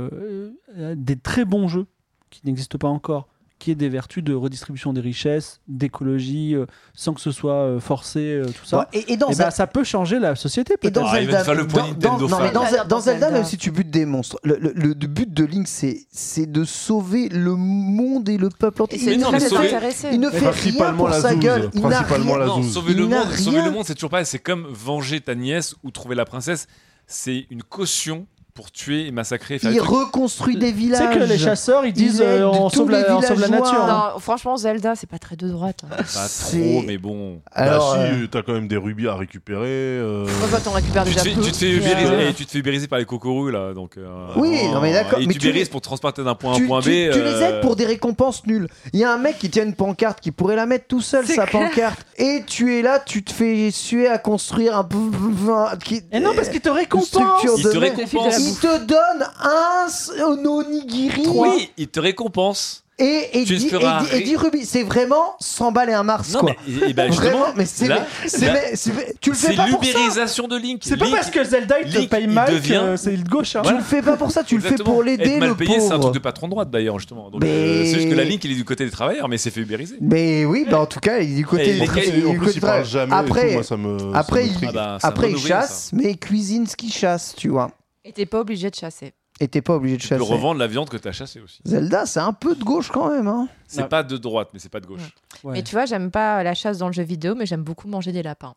des très bons jeux qui n'existent pas encore, qui aient des vertus de redistribution des richesses, d'écologie, sans que ce soit forcé, tout ça, Ouais, et dans et Zelda- ça peut changer la société, Et dans peut-être. Ah, il va Zelda, faire le point Nintendo non, mais fan. dans Dans Zelda, Zelda. même si tu butes des monstres, le but de Link, c'est de sauver le monde et le peuple entier. Et c'est Mais non, mais très sauver- intéressé. Il ne fait rien Principalement pour la sa zouze. gueule. Il n'a Principalement rien. la Non, zouze. sauver Il le n'a monde, sauver rien. le monde, c'est toujours pareil. C'est comme venger ta nièce ou trouver la princesse. C'est une caution pour tuer et massacrer. Faire des Il trucs. reconstruit des Tu sais villages. que les chasseurs, ils disent aide on tous sauve les la nature. villageois. hein. Non, franchement, Zelda, c'est pas très de droite. Hein. Pas C'est- trop, mais bon. Alors, Bah si, t'as quand même des rubis à récupérer. Enfin, t'en récupères Tu te, déjà fais, peu. tu te fais Et, ubériser, et tu te fais ubériser par les cocorus là, donc. Oui, non, mais d'accord, Et mais tu tu ubérises les- pour transporter d'un point à un tu, point B. tu les aides pour des récompenses nulles. Il y a un mec qui tient une pancarte qui pourrait la mettre tout seul, C'est sa clair. pancarte. Et tu es là, tu te fais suer à construire un. Et non, parce qu'il te récompense. structure Il de te merde. récompense. Il te donne un onigiri. Oui, il te récompense. Et Tu 10 feras et 10 rubis. C'est vraiment 100 balles et un Mars, Non, quoi. mais ben, justement, Vraiment, mais c'est. là, Tu le fais c'est pas pour ça. l'ubérisation de Link. C'est pas Link, parce que Zelda, il te Link, paye il mal devient- que c'est de gauche. hein. Tu le fais pas pour ça, tu le fais Exactement. pour l'aider, Être mal le payé, c'est un pauvre. truc de patron de droite d'ailleurs, justement. Donc, Mais- c'est juste que la Link, il est du côté des travailleurs, mais il s'est fait ubériser. Mais oui, bah en tout cas, il est du côté. Et les il est gars, du En côté plus, il parle de- jamais. et Après, tout, moi, ça me. après, ça me il- trigue. Ah bah, c'est un après bon il ouvrier, chasse, mais il cuisine ce qu'il chasse, tu vois. Et t'es pas obligé de chasser. Et t'es pas obligé de Tu peux chasser. revendre la viande que t'as chassée aussi. Zelda, c'est un peu de gauche quand même. Hein. C'est Ah. pas de droite, mais c'est pas de gauche. Ouais. Mais tu vois, j'aime pas la chasse dans le jeu vidéo, mais j'aime beaucoup manger des lapins.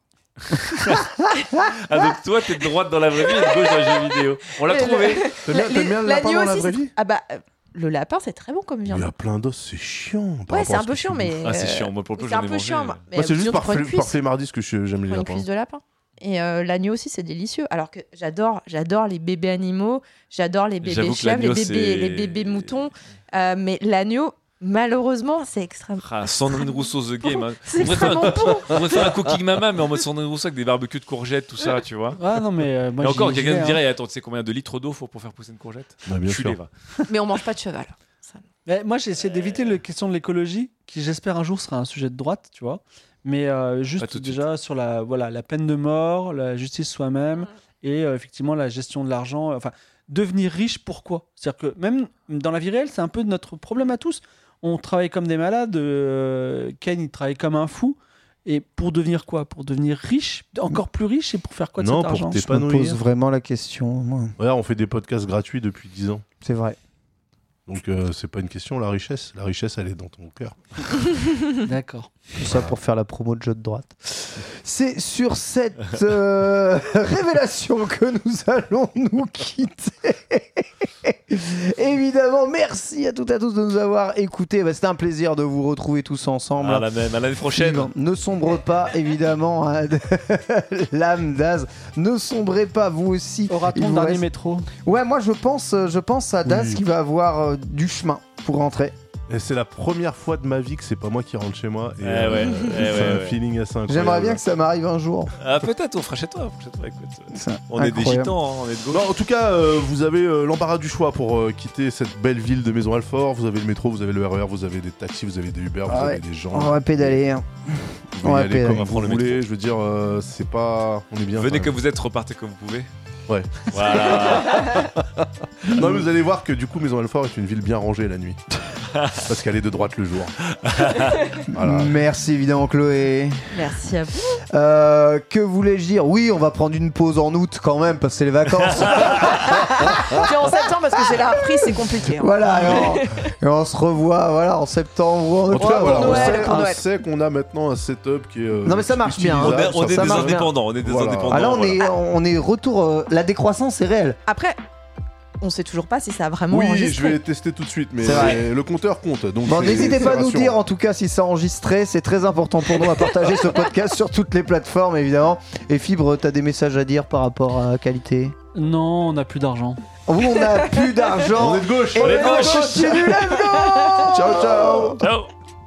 Ah, donc toi, t'es de droite dans la vraie vie et de gauche dans le jeu vidéo. On l'a Et trouvé. T'aimes bien le lapin l'agneau dans la aussi, vraie c'est- vie Ah bah, le lapin, c'est très bon comme Il viande. y a plein d'os, c'est chiant. par Ouais, rapport c'est à un ce peu que tu chiant, bouffes. mais. Ah, c'est chiant. Moi, pour le coup, c'est j'en un ai peu mangé. chiant. Moi, Mais c'est juste sinon, par tu prends une cuisse. flemmardise que j'aime les Prends une lapins. cuisse de lapin. Et l'agneau aussi, c'est délicieux. Alors que j'adore les bébés animaux, j'adore les bébés J'avoue que chèvres, l'agneau, les bébés moutons. Mais l'agneau, malheureusement, c'est extrêmement. Ah, Sandrine Rousseau The Game. hein. C'est On devrait faire extrêmement bon. On devrait faire un cooking mama, mais en mode Sandrine Rousseau avec des barbecues de courgettes, tout ça, tu vois. Ah non, mais moi, Et encore, j'y quelqu'un vais, me dirait attends, tu sais combien de litres d'eau faut pour faire pousser une courgette Bah, bien Culé, sûr. va. Mais on mange pas de cheval. Mais moi, j'ai essayé d'éviter la question de l'écologie qui j'espère un jour sera un sujet de droite, tu vois. Mais Pas juste tout de déjà sur la peine de mort, la justice soi-même et effectivement la gestion de l'argent. Enfin, devenir riche, pourquoi ? C'est-à-dire que même dans la vie réelle, c'est un peu notre problème à tous. On travaille comme des malades. Ken, il travaille comme un fou. Et pour devenir quoi ? Pour devenir riche, encore plus riche, et pour faire quoi de Non, cet pour argent ? t'es- Je me épanouir. pose vraiment la question. Moi. Regarde, on fait des podcasts gratuits depuis 10 ans. C'est vrai. Donc c'est pas une question, la richesse. La richesse, elle est dans ton cœur. D'accord. Tout ça pour faire la promo de jeu de droite. C'est sur cette révélation que nous allons nous quitter. Évidemment, merci à toutes et à tous de nous avoir écoutés. C'était un plaisir de vous retrouver tous ensemble. À la même, à l'année prochaine. Ne sombre pas, évidemment, hein, l'âme d'Az. Ne sombrez pas, vous aussi. Aura-t-on Il le vous dernier reste- métro ? Ouais, moi je pense à Daz Oui. qui va avoir du chemin pour rentrer. Et c'est la première fois de ma vie que c'est pas moi qui rentre chez moi. Et, ouais, c'est un ouais. feeling assez incroyable. J'aimerais bien que ça m'arrive un jour. Ah, peut-être, on fera chez toi. Écoute. C'est On est des incroyable. gitans, hein, on est de gauche. Non, en tout cas, vous avez l'embarras du choix pour quitter cette belle ville de Maison-Alfort. Vous avez le métro, vous avez le RER, vous avez des taxis, vous avez des Uber, vous Ah ouais. avez des gens. On va pédaler. Hein. Vous on va pouvez y aller pédaler. comme On va vous prendre le voulez. Je veux dire, c'est pas. On est bien. Venez quand comme vous êtes, repartez comme vous pouvez. Ouais. Voilà. même. Non, mais vous allez voir que du coup, Maison-Alfort est une ville bien rangée la nuit. Parce qu'elle est de droite le jour. Voilà. Merci évidemment Chloé. Merci à vous. Que voulais-je dire ? Oui, on va prendre une pause en août quand même parce que c'est les vacances. Puis en septembre, parce que c'est la reprise, c'est compliqué. hein. Voilà, et on se revoit voilà, en septembre ou en En tout octobre. cas, voilà, pour Noël, on sait- pour on Noël. sait qu'on a maintenant un setup qui est. Non, mais ça marche bien, hein. utilisable, On est ça des marche bien. indépendants. On est des Voilà. indépendants. Ah là, voilà. on est retour. La décroissance est réelle. Après, on sait toujours pas si ça a vraiment Oui, je enregistré. vais tester tout de suite, mais C'est vrai. le compteur compte. Donc Bon, c'est- n'hésitez c'est pas à nous rassurant. dire en tout cas si ça a enregistré. C'est très important pour nous à partager ce podcast sur toutes les plateformes évidemment. Et Fibre, t'as des messages à dire par rapport à la qualité ? Non, on n'a plus d'argent. On n'a plus d'argent. On est de gauche. Et On est de on gauche. continue, let's go. Ciao, ciao. Ciao.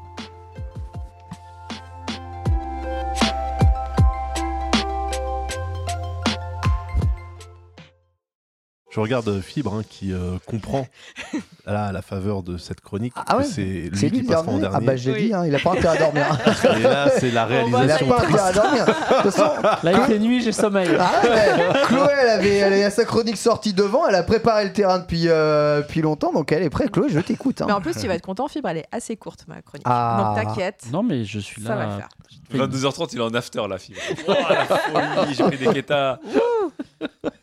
Je regarde Fibre qui comprend à la faveur de cette chronique Ah ouais, que c'est lui C'est lui qui le passera en dernier. dernier. Ah bah j'ai Oui. dit, hein, il a pas intérêt à dormir. Et là, c'est la Il a réalisation. pas intérêt à dormir. De toute façon, Là, il fait nuit, j'ai sommeil. ah ouais, Chloé, elle a sa chronique sortie devant, elle a préparé le terrain depuis longtemps, donc elle est prête. Chloé, je t'écoute. hein. Mais en plus, tu vas être content, Fibre, elle est assez courte, ma chronique. Ah. Donc t'inquiète, Non, mais je suis là. ça va le faire. 22h30, il est en after, la fille. Oh, la folie, j'ai pris des quêtas.